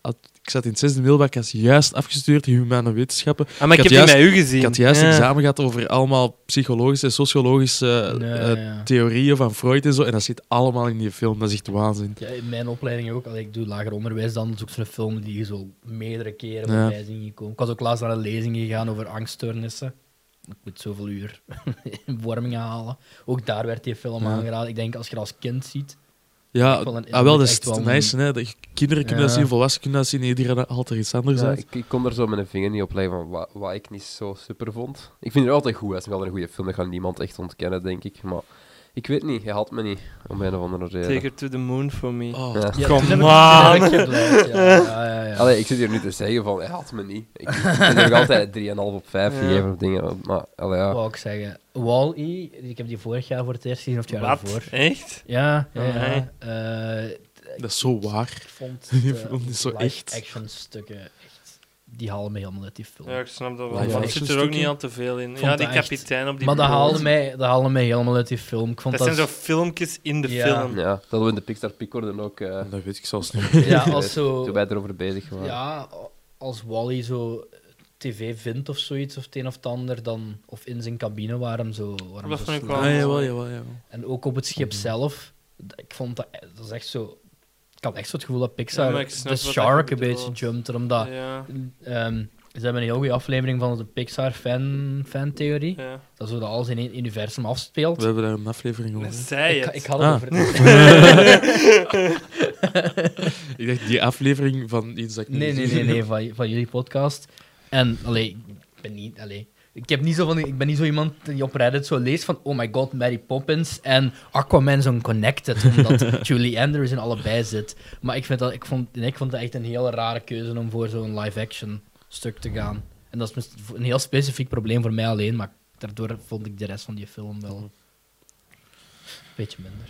ik zat in het 6e middelbaar, ik was juist afgestudeerd in humane wetenschappen. Ah, maar ik heb had die met u gezien. Ik had juist Ja. examen gehad over allemaal psychologische en sociologische Nee. theorieën van Freud en zo. En dat zit allemaal in die film. Dat is echt waanzin. Ja, in mijn opleiding ook. Allee, ik doe lager onderwijs, dan zoek zo'n film die je zo meerdere keren Ja. voorbij zien gekomen. Ik was ook laatst naar een lezing gegaan over angststoornissen. Ik moet zoveel uur vorming halen. Ook daar werd die film Ja. aangeraden. Ik denk, als je dat als kind ziet... Ja, Echt wel een- wel, dat is echt wel het een- nice. Hè? Dat kinderen kunnen Ja. dat zien, volwassenen kunnen dat zien. Iedereen haalt er iets anders Ja, uit. ik kon er zo mijn vinger niet op leggen van wat ik niet zo super vond. Ik vind het altijd goed. Het is wel een goede film. Dat gaat niemand echt ontkennen, denk ik. Maar ik weet niet. Hij had me niet. Om een of andere reden. Take her to the moon for me. Oh. Ja. Ja, Come toen heb ik- on. toen heb ik geblijd, ja. Allee, ik zit hier nu te zeggen van hij had me niet. Ik heb er ook altijd 3,5 op 5 Ja. gegeven of dingen. Maar allee, ja. Wou ik zeggen. Wall-E, ik heb die vorig jaar voor het eerst gezien, of het jaar Wat? daarvoor. Echt? Ja, ja, Amai. ja. Dat is zo waar. Ik vond Die de film is zo echt. live-action stukken echt... Die halen me helemaal uit die film. Ja, ik snap dat wel. Live Maar er action zit er ook stukken? niet al te veel in. Vond Ja, die dat echt- kapitein op die Maar dat boot. haalde mij helemaal uit die film. Ik vond Dat zijn dat... zo filmpjes in de Ja. film. Ja, dat hadden we in de Pixar Pickorden ook. Dat weet ik zelfs niet. Ja, als zo... Toen wij erover bezig waren. Ja, als Wally zo tv vindt of zoiets, of het een of het ander, dan... Of in zijn cabine, waarom zo... Waarom Dat zo vond ik slecht. wel- Ah, jawel, jawel, jawel. En ook op het schip zelf. Ik vond dat... Dat is echt zo... Ik had echt zo het gevoel dat Pixar Ja, maar ik snap de wat je shark een bedoelt. beetje jumpte, omdat... Ja, Ze hebben een heel goede aflevering van de Pixar fan-theorie. ja. Dat zo dat alles in één universum afspeelt. We hebben daar een aflevering over. Dat zei Ik, het. ik had het Ah. over... Ik dacht, die aflevering van iets dat ik niet Nee, gezien heb. van jullie podcast. En, ik ben niet... Ik ben niet zo iemand die op Reddit zo leest van oh my god, Mary Poppins en Aquaman zijn connected, omdat Julie Andrews in allebei zit. Maar ik vond dat echt een hele rare keuze om voor zo'n live-action stuk te gaan. En dat is een heel specifiek probleem voor mij alleen, maar daardoor vond ik de rest van die film wel een beetje minder.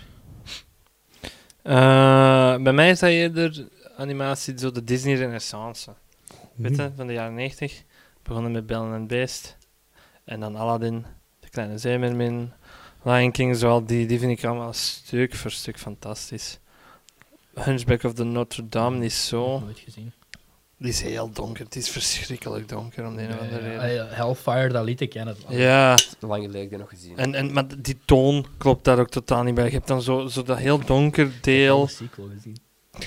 Bij mij is dat eerder animatie, zo de Disney Renaissance. Weet je, van de jaren 90. Begonnen met Belle en Beest. En dan Aladdin, De Kleine Zeemermin, Lion King, zo die vind ik allemaal stuk voor stuk fantastisch. Hunchback of the Notre Dame die is zo... Nooit gezien. Die is heel donker. Het is verschrikkelijk donker om de een of andere reden. Hellfire, dat liet ik kennen. Ja, Lang geleden heb ik die nog gezien. maar die toon klopt daar ook totaal niet bij. Je hebt dan zo dat heel donker deel. sequel gezien.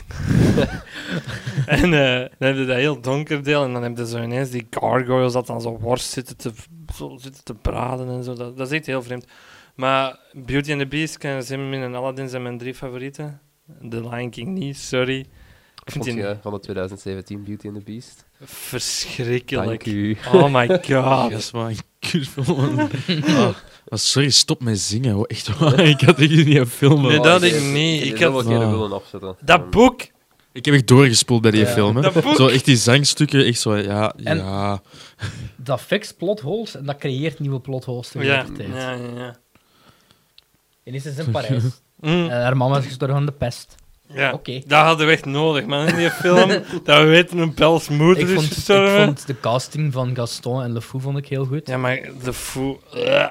En dan heb je dat heel donker deel. En dan heb je zo ineens die gargoyles dat dan zo worst zitten te braden en zo. Dat is echt heel vreemd. Maar Beauty and the Beast, Kleine Zeemermin en Aladdin zijn mijn 3 favorieten. The Lion King niet, sorry. Ik vind Vond die je van de 2017 Beauty and the Beast? verschrikkelijk. Dank u. Oh my god. Dat is maar een kutfilm. Sorry, stop met zingen. Hoor. Echt waar. Ik had echt niet een film. Nee, Oh, dat ik ik niet. Ik zou had wel een keer Ah. willen afzetten. dat boek. Ik heb echt doorgespoeld bij die Ja. film. Hè. Dat boek. Zo echt die zangstukken, echt zo, ja, En- ja. Dat fixt plotholes en dat creëert nieuwe plotholes Ja, tegelijkertijd. ja. En is in Parijs. Mm, En haar mama is gestorven aan de pest. ja. Oké. Dat hadden we echt nodig, man, in die film. Dat we weten een Bels moeder Ik is vond gestorven. de casting van Gaston en Le Fou vond ik heel goed. Ja, maar de Fou...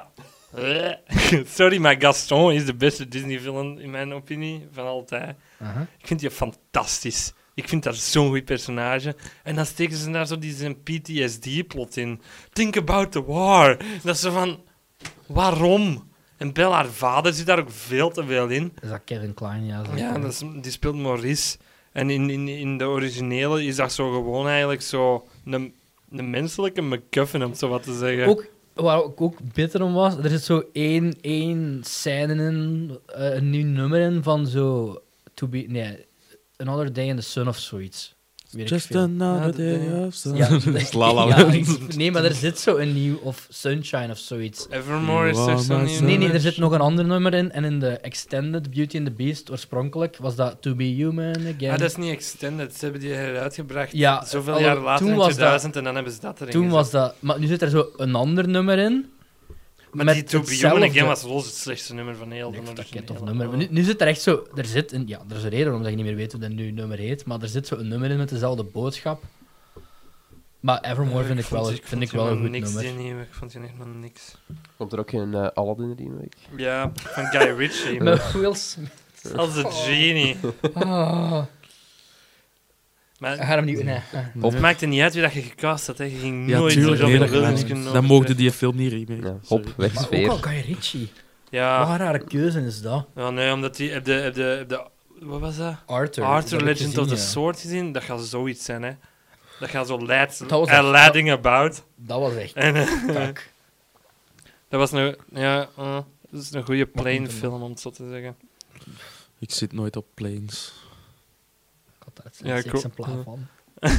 Sorry, maar Gaston is de beste Disney-villain, in mijn opinie, van altijd. Aha. Ik vind die fantastisch. Ik vind dat zo'n goed personage. En dan steken ze daar zo die zijn PTSD-plot in. Think about the war. Dat is zo van... Waarom? En Belle, haar vader, zit daar ook veel te veel in. Is dat Kevin Kline? Ja, zeker. Ja, die speelt Maurice. En in de originele is dat zo gewoon eigenlijk zo een menselijke MacGuffin, om het zo wat te zeggen. Ook, waar ik ook bitter om was, er zit zo één scène in, een nieuw nummer in van zo... Another Day in the Sun of zoiets. Weet ik Just veel. another Ja, day of sun. Ja, Dat is La La ja, Land. nee, maar er zit zo een nieuw... Of Sunshine of zoiets. Evermore is er Wow, zo maar niet. zo- Nee, er zit nog een ander nummer in. En in de Extended Beauty and the Beast, oorspronkelijk, was dat To Be Human Again. Ah, dat is niet extended. Ze hebben die heruitgebracht Ja, zoveel al- jaar later toen in was 2000 en dan hebben ze dat erin Toen gezet. was dat... Maar nu zit er zo een ander nummer in. Maar met die To Be hetzelfde- Human Again was los het slechtste nummer van heel de Ik vond dat een originele. tof nummer. Maar nu zit er echt zo... Er zit een, ja, er is een reden waarom je niet meer weet hoe dat nu nummer heet. Maar er zit zo een nummer in met dezelfde boodschap. Maar Evermore vind ik wel een goed niks nummer. Die ik vond die echt maar niks. Komt er ook geen Aladdin remake? Ja, van Guy Ritchie. Met Will Smith. Als een genie. Ah. Maar Ga hem niet... Nee. het maakte niet uit wie dat je gecast had. Hè. Je ging Ja, nooit tuurlijk. Robin Nee, Williams dat, kunnen dan mogen overtreffen. die film niet remaken. Ja, Sorry. hop, weg Maar ook sfeer. al Guy Ritchie. Ja. Wat een rare keuze is dat. Ja, nee, omdat die... Heb de wat was dat? Arthur. Arthur dat heb ik Legend of the gezien, ja. Sword gezien? Dat gaat zoiets zijn, hè. Dat gaat zo Lads Dat was echt- Aladdin about. Dat was echt En, kak. dat was een... Ja, dat is een goede moet plane hem film, om het zo te zeggen. Ik zit nooit op planes. Ik had daar Ja, een ik exemplaar ook. van.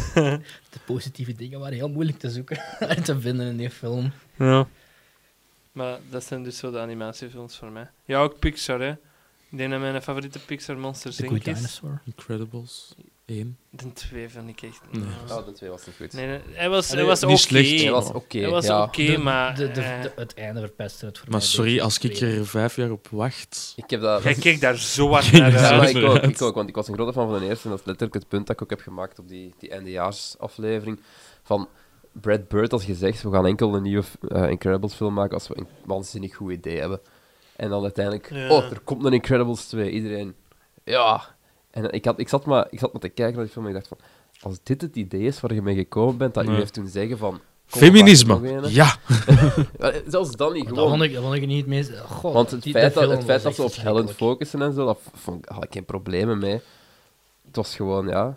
De positieve dingen waren heel moeilijk te zoeken en te vinden in die film. Ja. Maar dat zijn dus zo de animatiefilms voor mij. Ja, ook Pixar, hè. Ik denk dat mijn favoriete Pixar Monsters The Inc. Good is. Dinosaur. Incredibles 1. De 2 vind ik echt... Nee. Oh, de 2 was niet goed. Nee, hij was Allee, oké. niet slecht. Nee, was oké. Hij was ja. oké, maar... Het einde verpestte het voor Maar mij. een sorry, beetje. als ik er 5 jaar op wacht... Ik heb dat... Jij keek daar zo hard naar Ja, Ja, maar uit. ik ook, want ik was een grote fan van de eerste en dat is letterlijk het punt dat ik ook heb gemaakt op die eindejaarsaflevering. Van Brad Bird had gezegd, we gaan enkel een nieuwe Incredibles film maken als we een waanzinnig goed idee hebben. En dan uiteindelijk, Ja. oh, er komt een Incredibles 2. Iedereen, ja. En ik zat maar te kijken naar die film en ik dacht van, als dit het idee is waar je mee gekomen bent, dat Nee. u heeft toen zeggen van... kom, Feminisme! maak er nog een. Ja! Zelfs dan niet, Dat gewoon. vond ik niet het meest... God, Want het die- feit, de dat, film het feit was dat ze echt op Helen verschrikkelijk. focussen en zo, dat had ik geen problemen mee. Het was gewoon, ja...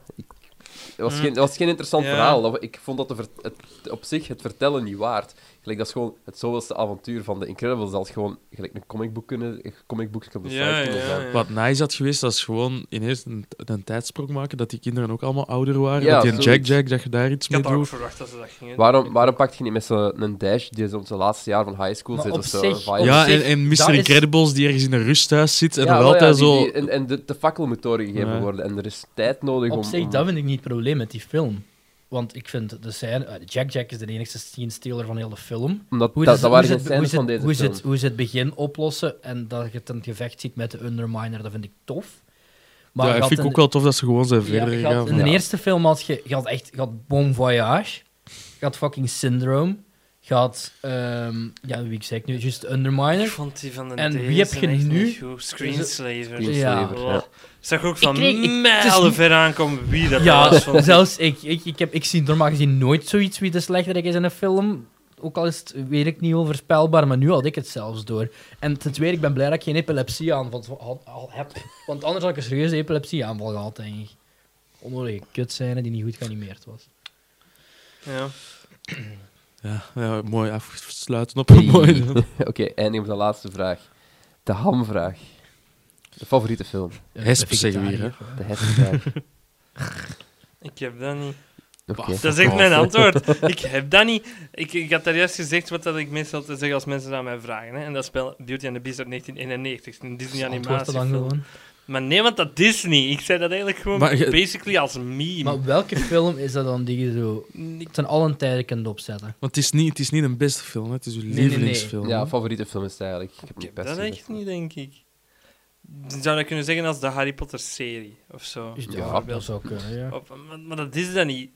Het was geen interessant Ja. verhaal. Ik vond dat op zich het vertellen niet waard. Gelijk, dat is gewoon het zoveelste avontuur van de Incredibles. Dat is gewoon gelijk een comicboek kunnen op de site Ja, kunnen ja, zijn. ja. Wat nice had geweest, dat is gewoon ineens een tijdsprong maken, dat die kinderen ook allemaal ouder waren. Ja, dat die zoiets. Jack, dat je daar iets Ik mee had ook doet. verwacht dat ze dat gingen. Waarom pakt je niet met zo'n Dash die zo op zijn laatste jaar van high school Maar zit op of zo? zich- Vibe? op Ja, zich, en dat Mr. is- Incredibles die ergens in een rusthuis zit en Ja, nog wel, altijd ja, zo... en de fakkel moet doorgegeven Ja. worden. En er is tijd nodig Op om... zich, om- dat vind ik niet het probleem met die film. Want ik vind de scène... Jack is de enigste scene-stealer van heel de film. Omdat Hoe dat ze- waren hoe geen ze- hoe scènes ze- van deze hoe ze film. het- Hoe ze het begin oplossen en dat je het een gevecht ziet met de Underminer, dat vind ik tof. Maar Ja, je dat had vind ik in- ook wel tof dat ze gewoon zijn ja, verder je had gegaan. in de Ja. eerste film had je had echt je had Bon Voyage, je had fucking Syndrome, je had, ja, wie ik zeg nu, juist Ik Underminer. vond die van de En deze wie heb je echt nu? niet goed. Screenslaver. Screenslaver, Oh. ja. Zag ook van het is mijlen niet- ver aankomen wie dat Ja, was. Vond ik. zelfs ik zie normaal gezien nooit zoiets wie de slechterik is in een film. Ook al is het, weet ik niet, onvoorspelbaar, maar nu had ik het zelfs door. En ten tweede, ik ben blij dat ik geen epilepsieaanval al heb. Want anders had ik een serieuze epilepsieaanval gehad, denk ik. Onnodige kutscène die niet goed geanimeerd was. Ja. Ja, mooi afsluiten op een mooie... Oké, eindig op de laatste vraag. De hamvraag. De favoriete film. Hesp zeggen we hier, hè. De hesvraag. Ik heb dat niet. Oké. Dat is echt mijn antwoord. Ik heb dat niet. Ik had daar juist gezegd wat dat ik meestal te zeggen als mensen dat aan mij vragen. Hè. En dat spel Beauty and the Beast uit 1991. Een Disney Antwoord dan animatiefilm. gewoon. Maar nee, want dat is niet. Ik zei dat eigenlijk gewoon Maar je- basically als meme. Maar welke film is dat dan die je zo ten allen tijde kunt opzetten? Want het is niet een beste film, hè. Het is uw nee. lievelingsfilm. Ja, hè. favoriete film is het eigenlijk. Ik heb Ik niet heb best dat gezegd. echt niet, denk ik. Zou dat kunnen zeggen als de Harry Potter serie of zo? Dus Ja, dat zou kunnen, ja. Maar dat is dat niet.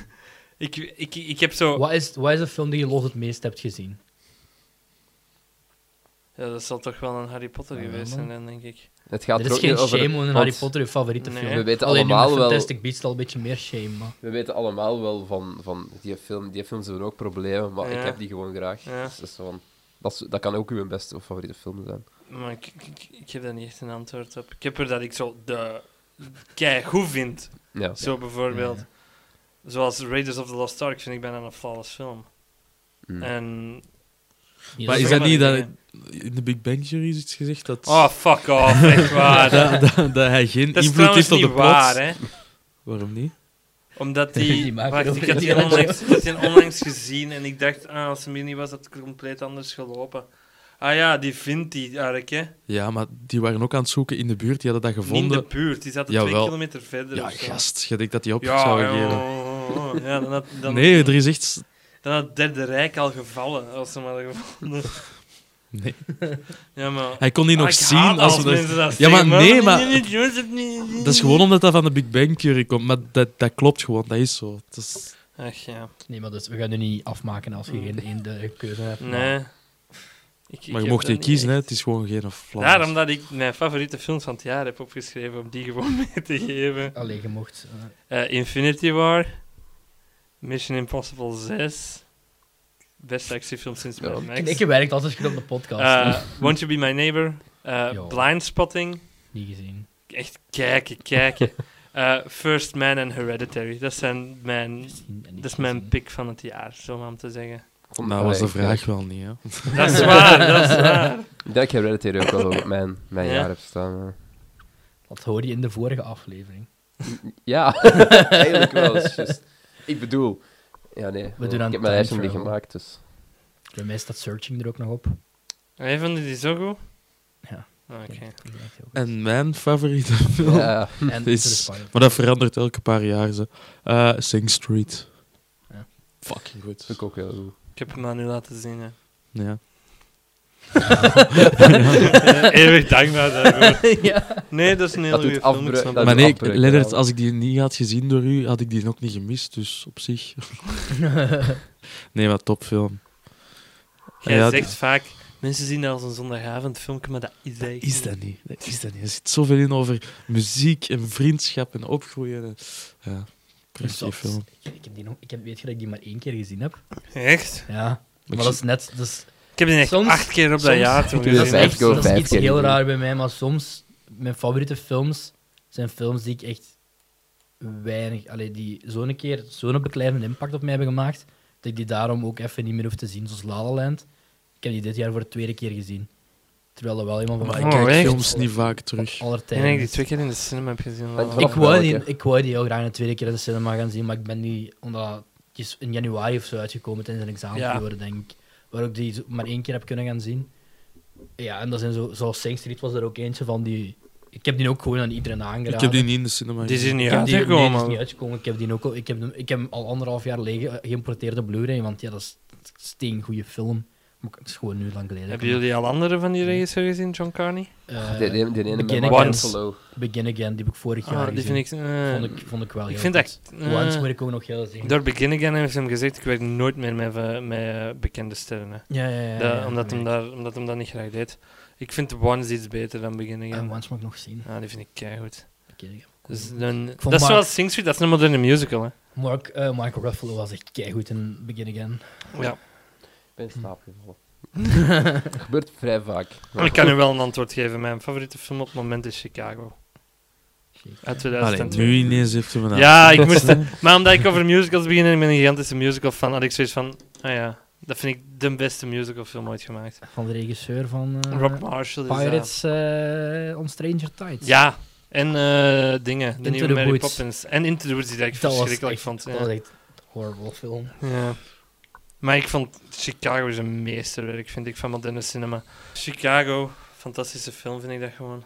ik heb zo... Wat is de film die je los het meest hebt gezien? Ja, dat zal toch wel een Harry Potter Ja, geweest man. zijn, dan, denk ik. Het gaat Er er is ook niet geen over... shame om een want Harry Potter je favoriete Nee. film. We weten Alleen nu allemaal met wel... Fantastic Beasts al een beetje meer shame, maar... We weten allemaal wel van die film. Die films hebben ook problemen, maar Ja. ik heb die gewoon graag. Ja. Dus dat, is zo van, dat kan ook uw beste of favoriete film zijn. Maar ik heb daar niet echt een antwoord op. Ik heb er dat ik zo de keigoed vind. Ja. Zo bijvoorbeeld. Ja. Zoals Raiders of the Lost Ark vind ik bijna een flawless film. Mm. En... Maar is dat niet dat... In de Big Bang Theory is iets gezegd dat... Oh, fuck off, echt waar. dat hij geen Dat is invloed heeft trouwens op de niet plot. waar, hè. Waarom niet? Omdat Die die... maken Wacht, erover ik had die iets. onlangs gezien en ik dacht, als hem hier niet was, had het compleet anders gelopen. Ah ja, die vindt die ark, hè. Ja, maar die waren ook aan het zoeken in de buurt. Die hadden dat Niet in de gevonden. buurt, die zaten Jawel. 2 kilometer verder. Ja, of zo. gast. Je denkt dat die op Ja, zouden ja, geven. ja, dan Nee, er is echt... dan had het Derde Rijk al gevallen, als ze hem hadden gevonden. Nee. Ja, maar... Hij kon die nog ik zien haat als als we dat... mensen dat Ja, maar zeggen, nee, maar- maar... Dat is gewoon omdat dat van de Big Bang Theory komt. Maar dat klopt gewoon. Dat is zo. Het is... Ach ja. Nee, maar dus, we gaan nu niet afmaken als je geen één de keuze hebt. maar Nee. Maar je mocht niet kiezen, hè. Het is gewoon geen Vlaams. Daarom dat ik mijn favoriete films van het jaar heb opgeschreven, om die gewoon mee te geven. Allee, je mocht... Infinity War, Mission Impossible 6, beste actiefilm sinds Mad Max. Ik werkt altijd goed op de podcast. Won't You Be My Neighbor, Ja. Blindspotting, Niet gezien. echt kijken. First Man en Hereditary, dat is mijn pick van het jaar, zo maar om te zeggen. Nou was de vraag wel niet, hè. Dat is waar. Ik denk dat ik Hereditary ook wel op mijn Ja. jaar heb staan. Dat hoorde je in de vorige aflevering. Ja, eigenlijk wel. Is just... Ik bedoel... Ja, nee. We doen aan ik heb mijn lijstje nog niet time gemaakt, dus... Bij mij staat Searching er ook nog op. Hij vond die zo goed? Ja. Oké. Die echt heel goed. En mijn favoriete film... Ja. En Into the is... Spider. Maar dat verandert elke paar jaar, ze. Sing Street. Ja. Fucking goed. Vind ik ook heel goed. Ik heb hem aan u laten zien. Hè. Ja. Eeuwig dankbaar daarvoor. Ja. Nee, dat is een hele Dat doet goede film. ik afbreuk- snap dat het. Maar nee, afbreuk, Lennart, ja. als ik die niet had gezien door u, had ik die ook niet gemist. Dus op zich... Nee, maar topfilm. Jij Ja, zegt vaak, mensen zien dat als een zondagavondfilmpje, maar dat is dat Is dat niet? Dat is dat niet. Er zit zoveel in over muziek en vriendschap en opgroeien. En, ja, prachtige film. Weet je dat ik die maar 1 keer gezien heb? Echt? Ja. Maar dat is net... Dat is, Ik heb die echt Soms- 8 keer op dat soms- jaar toen Ik heb dat die is, gezien. vijf keer dat is vijf iets keer heel gezien. raar bij mij, maar soms... Mijn favoriete films zijn films die ik echt weinig... Allee, die zo'n keer zo'n beklijvende impact op mij hebben gemaakt, dat ik die daarom ook even niet meer hoef te zien, zoals La La Land. Ik heb die dit jaar voor de 2e keer gezien. Terwijl dat wel iemand van Maar Oh, ik kijk echt? films niet vaak terug. aller Ik tijden denk dat ik is. die 2 keer in de cinema heb gezien. Hangt Oh. eraf. Ik wou die heel graag een 2e keer in de cinema gaan zien, maar ik ben niet... Omdat het is in januari of zo uitgekomen tijdens een examenperiode, denk ik. Waar ik die maar 1 keer heb kunnen gaan zien. Ja, en dat zijn zo... Zoals Sing Street was er ook eentje van die... Ik heb die ook gewoon aan iedereen aangeraden. Ik heb die niet in de cinema Die is gezien. hier niet Ik heb die, nee, die is uitgekomen. niet uitgekomen. Ik heb die ook al, ik heb hem al 1,5 jaar geleden geïmporteerd op Blu-ray, want ja, dat is een steengoede film. Maar het is gewoon nu lang geleden. Hebben jullie al andere van die regisseur gezien, John Carney? Die ene met Begin Mark Again. Ruffalo. Begin Again, die heb ik vorig jaar Ah, die gezien. vind ik... Vond ik wel heel ik vind goed. dat... Once moet ik ook nog heel zien. Door Begin Again heeft hij hem gezegd, ik werk nooit meer met bekende sterren. Hè. Ja, Omdat hem dat niet graag deed. Ik vind Once iets beter dan Begin Again. En Once moet ik nog zien. Ja, die vind ik keigoed. Begin Again. Dus dan, vond dat is Mark- zoals Sing Street, dat is een moderne musical. Hè. Mark Ruffalo was echt keigoed in Begin Again. Ja. Ik ben in slaap gevallen. Dat gebeurt vrij vaak. Ik kan u wel een antwoord geven. Mijn favoriete film op het moment is Chicago. Uit Allee, 2002. nu ineens heeft u me dat. Ja, ik moest... Maar omdat ik over musicals begin en ik ben een gigantische musical fan, had ik zoiets van... Ah ja, dat vind ik de beste musicalfilm ooit gemaakt. Van de regisseur van Rob Marshall is dat. Pirates on Stranger Tides. Ja, en dingen. De Into nieuwe the Mary Woods. Poppins. En Into the Woods, die ik Dat was verschrikkelijk echt, vond. dat Ja. was echt een horrible film. Ja. Maar ik vond Chicago is een meesterwerk, vind ik, van moderne cinema. Chicago, fantastische film, vind ik dat gewoon.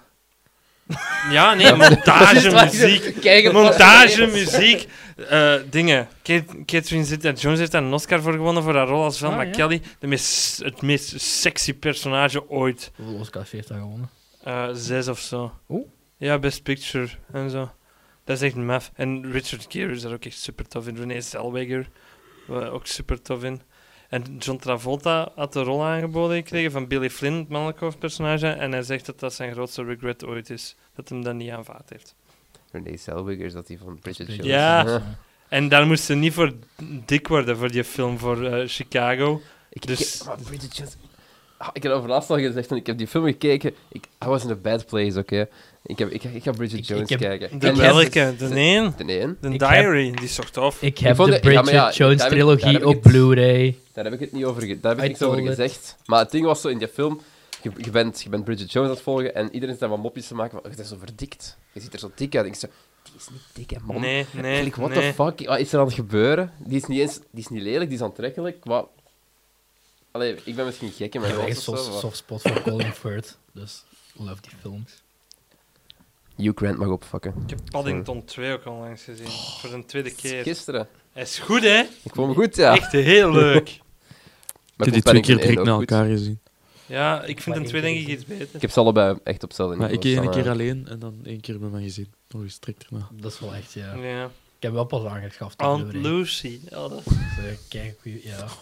Ja, nee, montage, muziek. Montage, muziek, dingen. Catherine Zeta-Jones heeft daar een Oscar voor gewonnen voor haar rol als Velma ja? Kelly. Het meest sexy personage ooit. Hoeveel Oscars heeft hij gewonnen? 6 of zo. Oeh. Ja, Best Picture en zo. Dat is echt maf. En Richard Gere is daar ook echt super tof in. Renee Zellweger, ook super tof in. En John Travolta had de rol aangeboden gekregen van Billy Flynn, het mannelijke hoofdpersonage. En hij zegt dat dat zijn grootste regret ooit is. Dat hem dat niet aanvaard heeft. Renee Zellweger, is dat die van Bridget Jones? Ja. En daar moest ze niet voor dik worden voor die film, voor Chicago. Dus- Maar Bridget Jones... Ik heb over laatst al gezegd, en ik heb die film gekeken. I was in a bad place, oké? Ik ga Bridget Jones kijken. De En welke? De één? De één. De Ik Diary, die is toch tof? Ik heb vond de het- ja, Bridget maar ja, Jones daar heb trilogie ik op het- Blu-ray. Daar heb ik het niet over, daar heb ik I niks over told it. gezegd. Maar het ding was zo in die film, je bent Bridget Jones aan het volgen en iedereen is daar wat mopjes te maken van, je bent zo verdikt. Je ziet er zo dik uit. Ik zo, die is niet dik, hè, man. Nee, Like, what the fuck? Wat is er aan het gebeuren? Die is niet lelijk, die is aantrekkelijk. Wat? Allee, ik ben misschien gek in Ik mijn heb hoofd echt of een zo. maar- soft spot voor Colin Firth, dus love die films. Hugh Grant mag opvakken. Ik heb Paddington 2 ook al langs gezien. Voor de tweede keer. Gisteren. Hij is goed, hè? Ik vond me goed, ja. Echt heel leuk. Ik Maar heb die ik 2 vond keer Paddington direct 1 na ook goed. elkaar gezien. Ja, ik vind Maar een 2 denk ik één iets beter. Ik heb ze allebei echt op hetzelfde Maar niveau ik één staan, keer alleen en dan 1 keer met mijn gezin. Nog eens direct erna. Dat is wel echt, ja. Ja. Ik heb wel pas aangeschaft op Aunt Blu-ray. Lucy. Oh, dat... Kijk, goeie, ja.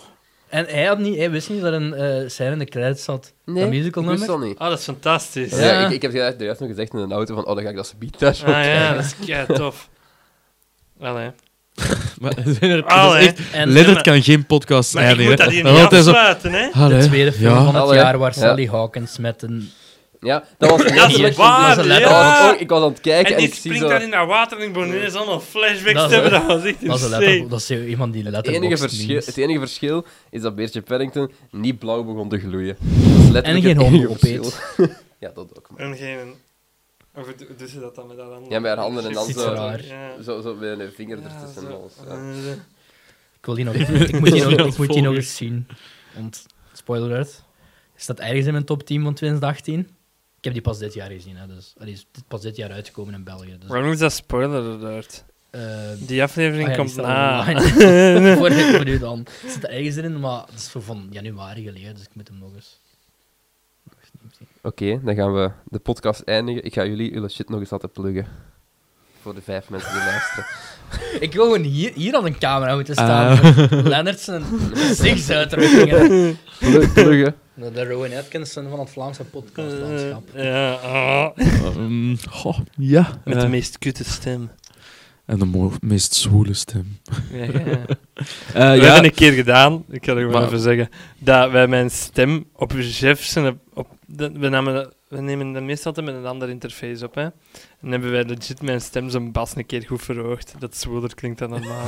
En hij wist niet dat een scène in de credits zat. Nee, een musical ik wist nummer. dat niet. Oh, dat is fantastisch. Ja. Ja, ik heb er juist nog gezegd in een auto van, dan ga ik dat subiet daar zo Ah ja, kijken. dat is kei tof. Allee. Maar Lennart, Allee. dat is echt- En Lennart kan geen podcast Maar je eindigen. moet dat hè. hier Dan niet wordt hij zo- afsluiten, hè? de Allee, tweede film ja. van het Allee. jaar waar Ja. Sally Hawkins met een... Ja, dat was Dat is Dat waar, was een ja. ik was aan het kijken En en die ik zie springt zo... dan in dat water en ik begon ineens allemaal flashbacks Dat te is- hebben. Dat was echt Dat is, insane. dat is iemand die Het letterboxd memes. enige verschil is dat Beertje Paddington niet blauw begon te gloeien. Dat is letterlijk En geen het enige homo verschil. opeet. Ja, dat ook. Maar. En geen... Of hoe doet ze dat dan met haar handen? Ja, met haar handen en dan Iets zo, raar. Ja. zo met een vinger Ja, ertussen. zo. Alles, ja. Ik wil die nog... ik moet die nog eens zien. Want, spoiler alert, is dat ergens in mijn top 10 van 2018? Ik heb die pas dit jaar gezien, hè, dus die is pas dit jaar uitgekomen in België. Dus, Waarom is dat spoiler alert? Die aflevering die komt staat na. online. voor u dan. Er zit ergens in, maar het is van januari geleden, dus ik moet hem nog eens zien. Oké, dan gaan we de podcast eindigen. Ik ga jullie shit nog eens laten pluggen. Voor de 5 mensen die luisteren. Ik wil gewoon hier aan een camera moeten staan. Met Lennart zijn gezichtsuitdrukkingen. Pluggen. De Rowan Atkinson van het Vlaamse podcastlandschap. Ja, oh. Ja. Met de meest kutte stem. En de meest zwoele stem. Ja, ja. We Ja, hebben een keer gedaan, ik kan het gewoon Maar- even zeggen, dat wij mijn stem op Jefferson... We nemen dat meestal altijd met een andere interface op, hè. En dan hebben wij legit mijn stem zo'n bas een keer goed verhoogd. Dat zwoeler klinkt dan normaal.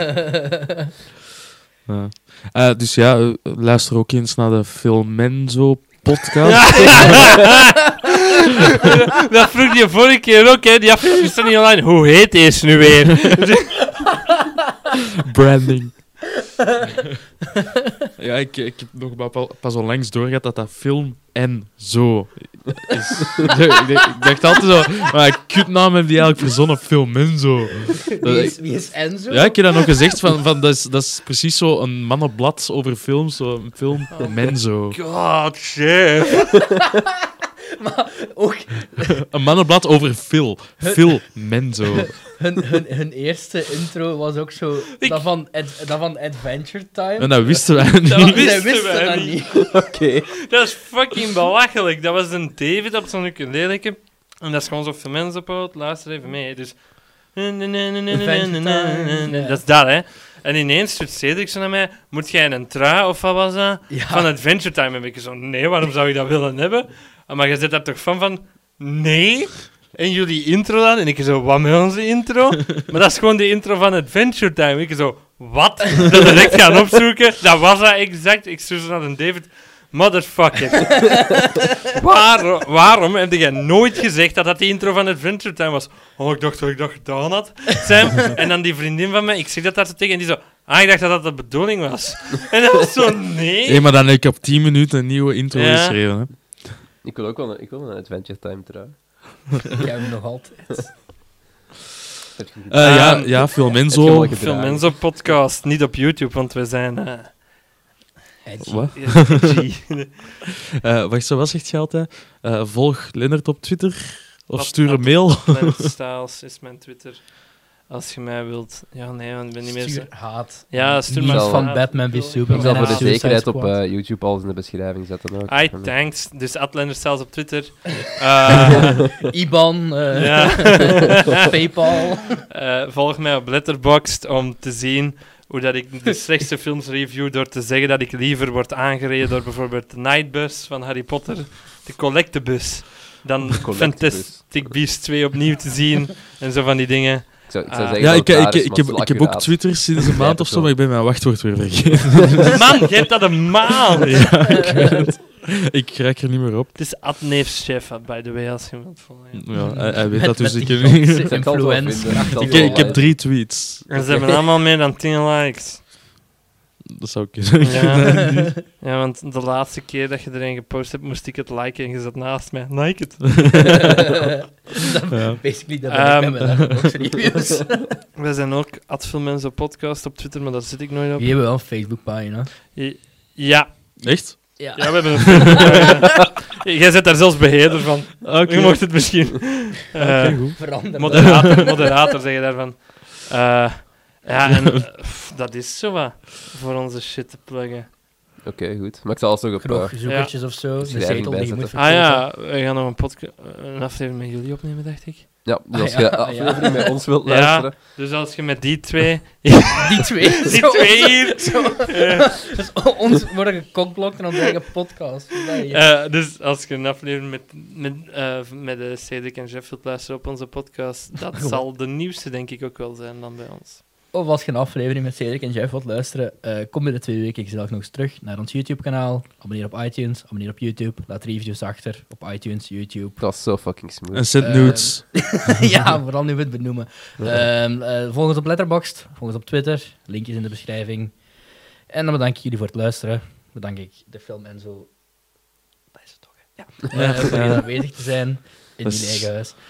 ja. Dus ja, luister ook eens naar de Filmenzo podcast. Dat vroeg je vorige keer ook, hè. Die aflevering staat niet online. Hoe heet deze nu weer? Branding. Ja, ik heb nog maar pas onlangs doorgehad dat dat film en zo is. Ik dacht altijd zo, maar kutnaam heb die eigenlijk verzonnen, film en zo. Wie is Enzo? Ja, ik heb dat nog gezegd, van dat is precies zo een mannenblad over films, zo een film Menzo. God, chef. Maar ook Een mannenblad over Phil Menzo. hun eerste intro was ook zo... Dat van Adventure Time. En dat wisten wij Dat niet. Zij wisten wisten wij dat niet. niet. Oké. Dat is fucking belachelijk. Dat was een David op zo'n ukuleleke. En dat is gewoon zo veel mensen op uit. Luister even mee. Dus... Dat is dat, hè. En ineens stuurt Cedric zo naar mij. Moet jij een trui, of wat was dat? Ja. Van Adventure Time. En ik zo, nee, waarom zou je dat willen hebben? Maar je zit daar toch van, nee? En jullie intro dan? En ik zo, wat met onze intro? Maar dat is gewoon de intro van Adventure Time. Ik zo, wat? Dat direct gaan opzoeken. Dat was dat exact. Ik stuur zo naar een David. Motherfucker. Waarom heb jij nooit gezegd dat dat de intro van Adventure Time was? Oh, ik dacht dat ik dat gedaan had. Sam, en dan die vriendin van mij, ik zeg dat daar zo tegen en die zo... Ah, ik dacht dat dat de bedoeling was. En dat was zo, nee. Nee, maar dan heb ik op 10 minuten een nieuwe intro Ja. geschreven. Hè. Ik wil ook wel een Adventure Time trui. Ik heb hem nog altijd. Heb je goed Ja, Phil Heb je Menzo. wel Veel mensen op podcast, niet op YouTube, want we zijn... Wat? edgy. Wacht, zo wat zegt je altijd? Volg Lennart op Twitter. Of Wat- stuur een wat- mail. Lennart Styles is mijn Twitter. Als je mij wilt... Ja, nee, want ik ben niet meer... Stuur haat. Ja, stuur Memes maar- van Batman v Ik Superman. zal voor de en Suicide zekerheid op Squad. YouTube alles in de beschrijving zetten. Ook. Ai, thanks. Dus Lennart Styles op Twitter. IBAN, Ja. Paypal. Volg mij op Letterboxd om te zien hoe dat ik de slechtste films review door te zeggen dat ik liever word aangereden door bijvoorbeeld de Nightbus van Harry Potter, de Collectebus, dan Collectebus. Fantastic Beasts 2 opnieuw te zien en zo van die dingen. Ik zou zeggen Ja, Ja, dat ik, het ik, raar is, ik, maar heb, het is ik heb accuraat. ook Twitter sinds een maand het of zo, wel. maar ik ben mijn wachtwoord weer vergeten. Man, je hebt dat een maand! Ja, ik weet het. Ik raak er niet meer op. Het is @neefschef, by the way, als je wilt volgen. Ja, hij weet dat Met dus ik die heb niet. Godse Ik zal het wel influence. vinden. Ik zal het Ik, wel ik heb 3 tweets. En ze hebben allemaal meer dan 10 likes. Dat zou kunnen. Ja. Ja, want de laatste keer dat je er een gepost hebt, moest ik het liken en je zat naast mij. Like het. Ja. Basically, dat ben ik met mijn Letterboxd reviews. Wij zijn ook @filmmenzo podcast op Twitter, maar daar zit ik nooit op. Die hebben wel een Facebookpagina. Ja. Echt? Ja. Ja, we hebben een Facebookpagina. Jij zit daar zelfs beheerder van. Oké. Je mocht het misschien. Oké, goed. Verander. Moderator zeg je daarvan. Ja, en dat is zo wat voor onze shit te pluggen. Oké, goed. Maar ik zal alles nog op... Genoeg zoekertjes of zo. De beschrijving zetel die je moet bijzetten. verkopen. We gaan nog een aflevering met jullie opnemen, dacht ik. Ja, dus als je aflevering met ons wilt Ja. luisteren... Dus als je met die twee... Die twee. Die twee hier... Dus ons worden gekokblokt en onze eigen podcast. Dus als je een aflevering met de Cedric en Jeff wilt luisteren op onze podcast, dat zal de nieuwste denk ik ook wel zijn dan bij ons. Of als je een aflevering met Cedric en Jeff wilt luisteren, kom binnen 2 weken gezellig nog eens terug naar ons YouTube-kanaal. Abonneer op iTunes, abonneer op YouTube. Laat reviews achter op iTunes, YouTube. Dat is zo fucking smooth. En send nudes. Ja, vooral nu we het benoemen. Volg ons op Letterboxd, volg ons op Twitter. Linkjes in de beschrijving. En dan bedank ik jullie voor het luisteren. Bedank ik de film en zo. Dat is het toch, hè? Ja. Voor hier aanwezig te zijn in Dat jullie is- eigen huis.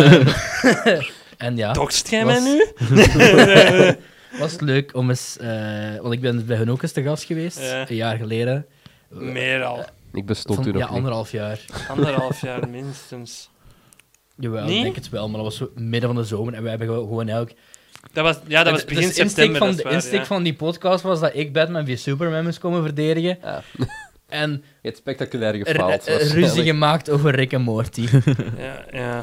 En ja. Doxt jij Was- mij nu? Was het leuk om eens... want ik ben bij hun ook eens te gast geweest, Ja. een jaar geleden. Meer al. Ik bestond toen Ja, nog niet. 1,5 jaar. 1,5 jaar minstens. Jawel, Nee? ik denk het wel, maar dat was zo midden van de zomer en we hebben gewoon elk... Dat was Dus begin de september. dat is De waar, insteek ja. van die podcast was dat ik Batman via Superman moest komen verdedigen. Ja. En Je hebt spectaculair gefaald. ruzie gemaakt over Rick en Morty. Ja.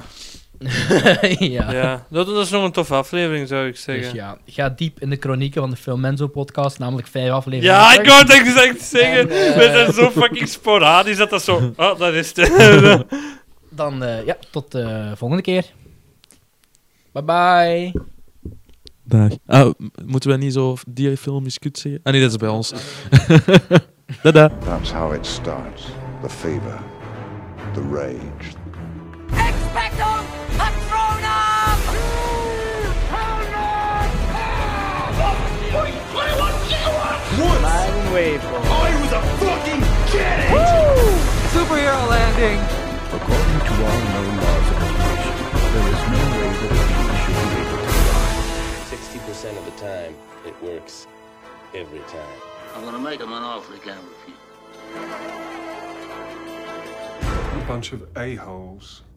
Ja. Dat is nog een toffe aflevering, zou ik zeggen. Dus ja, ga diep in de chronieken van de Film Menzo podcast, namelijk 5 afleveringen. Ja, ik terug. wou het exact zeggen. En, We zijn zo fucking sporadisch dat dat zo... Oh, dat is het. Dan, tot de volgende keer. Bye bye. Dag. Moeten we niet zo die film is kut zeggen? Ah nee, dat is bij ons. Dada. That's how it starts. The fever, the rage. Expecto Patronum! Superhero landing! According to all known laws of evolution, there is no way that a bee should be able to fly. 60% of the time, it works every time. I'm gonna make him an offer he can't refuse. A bunch of a-holes.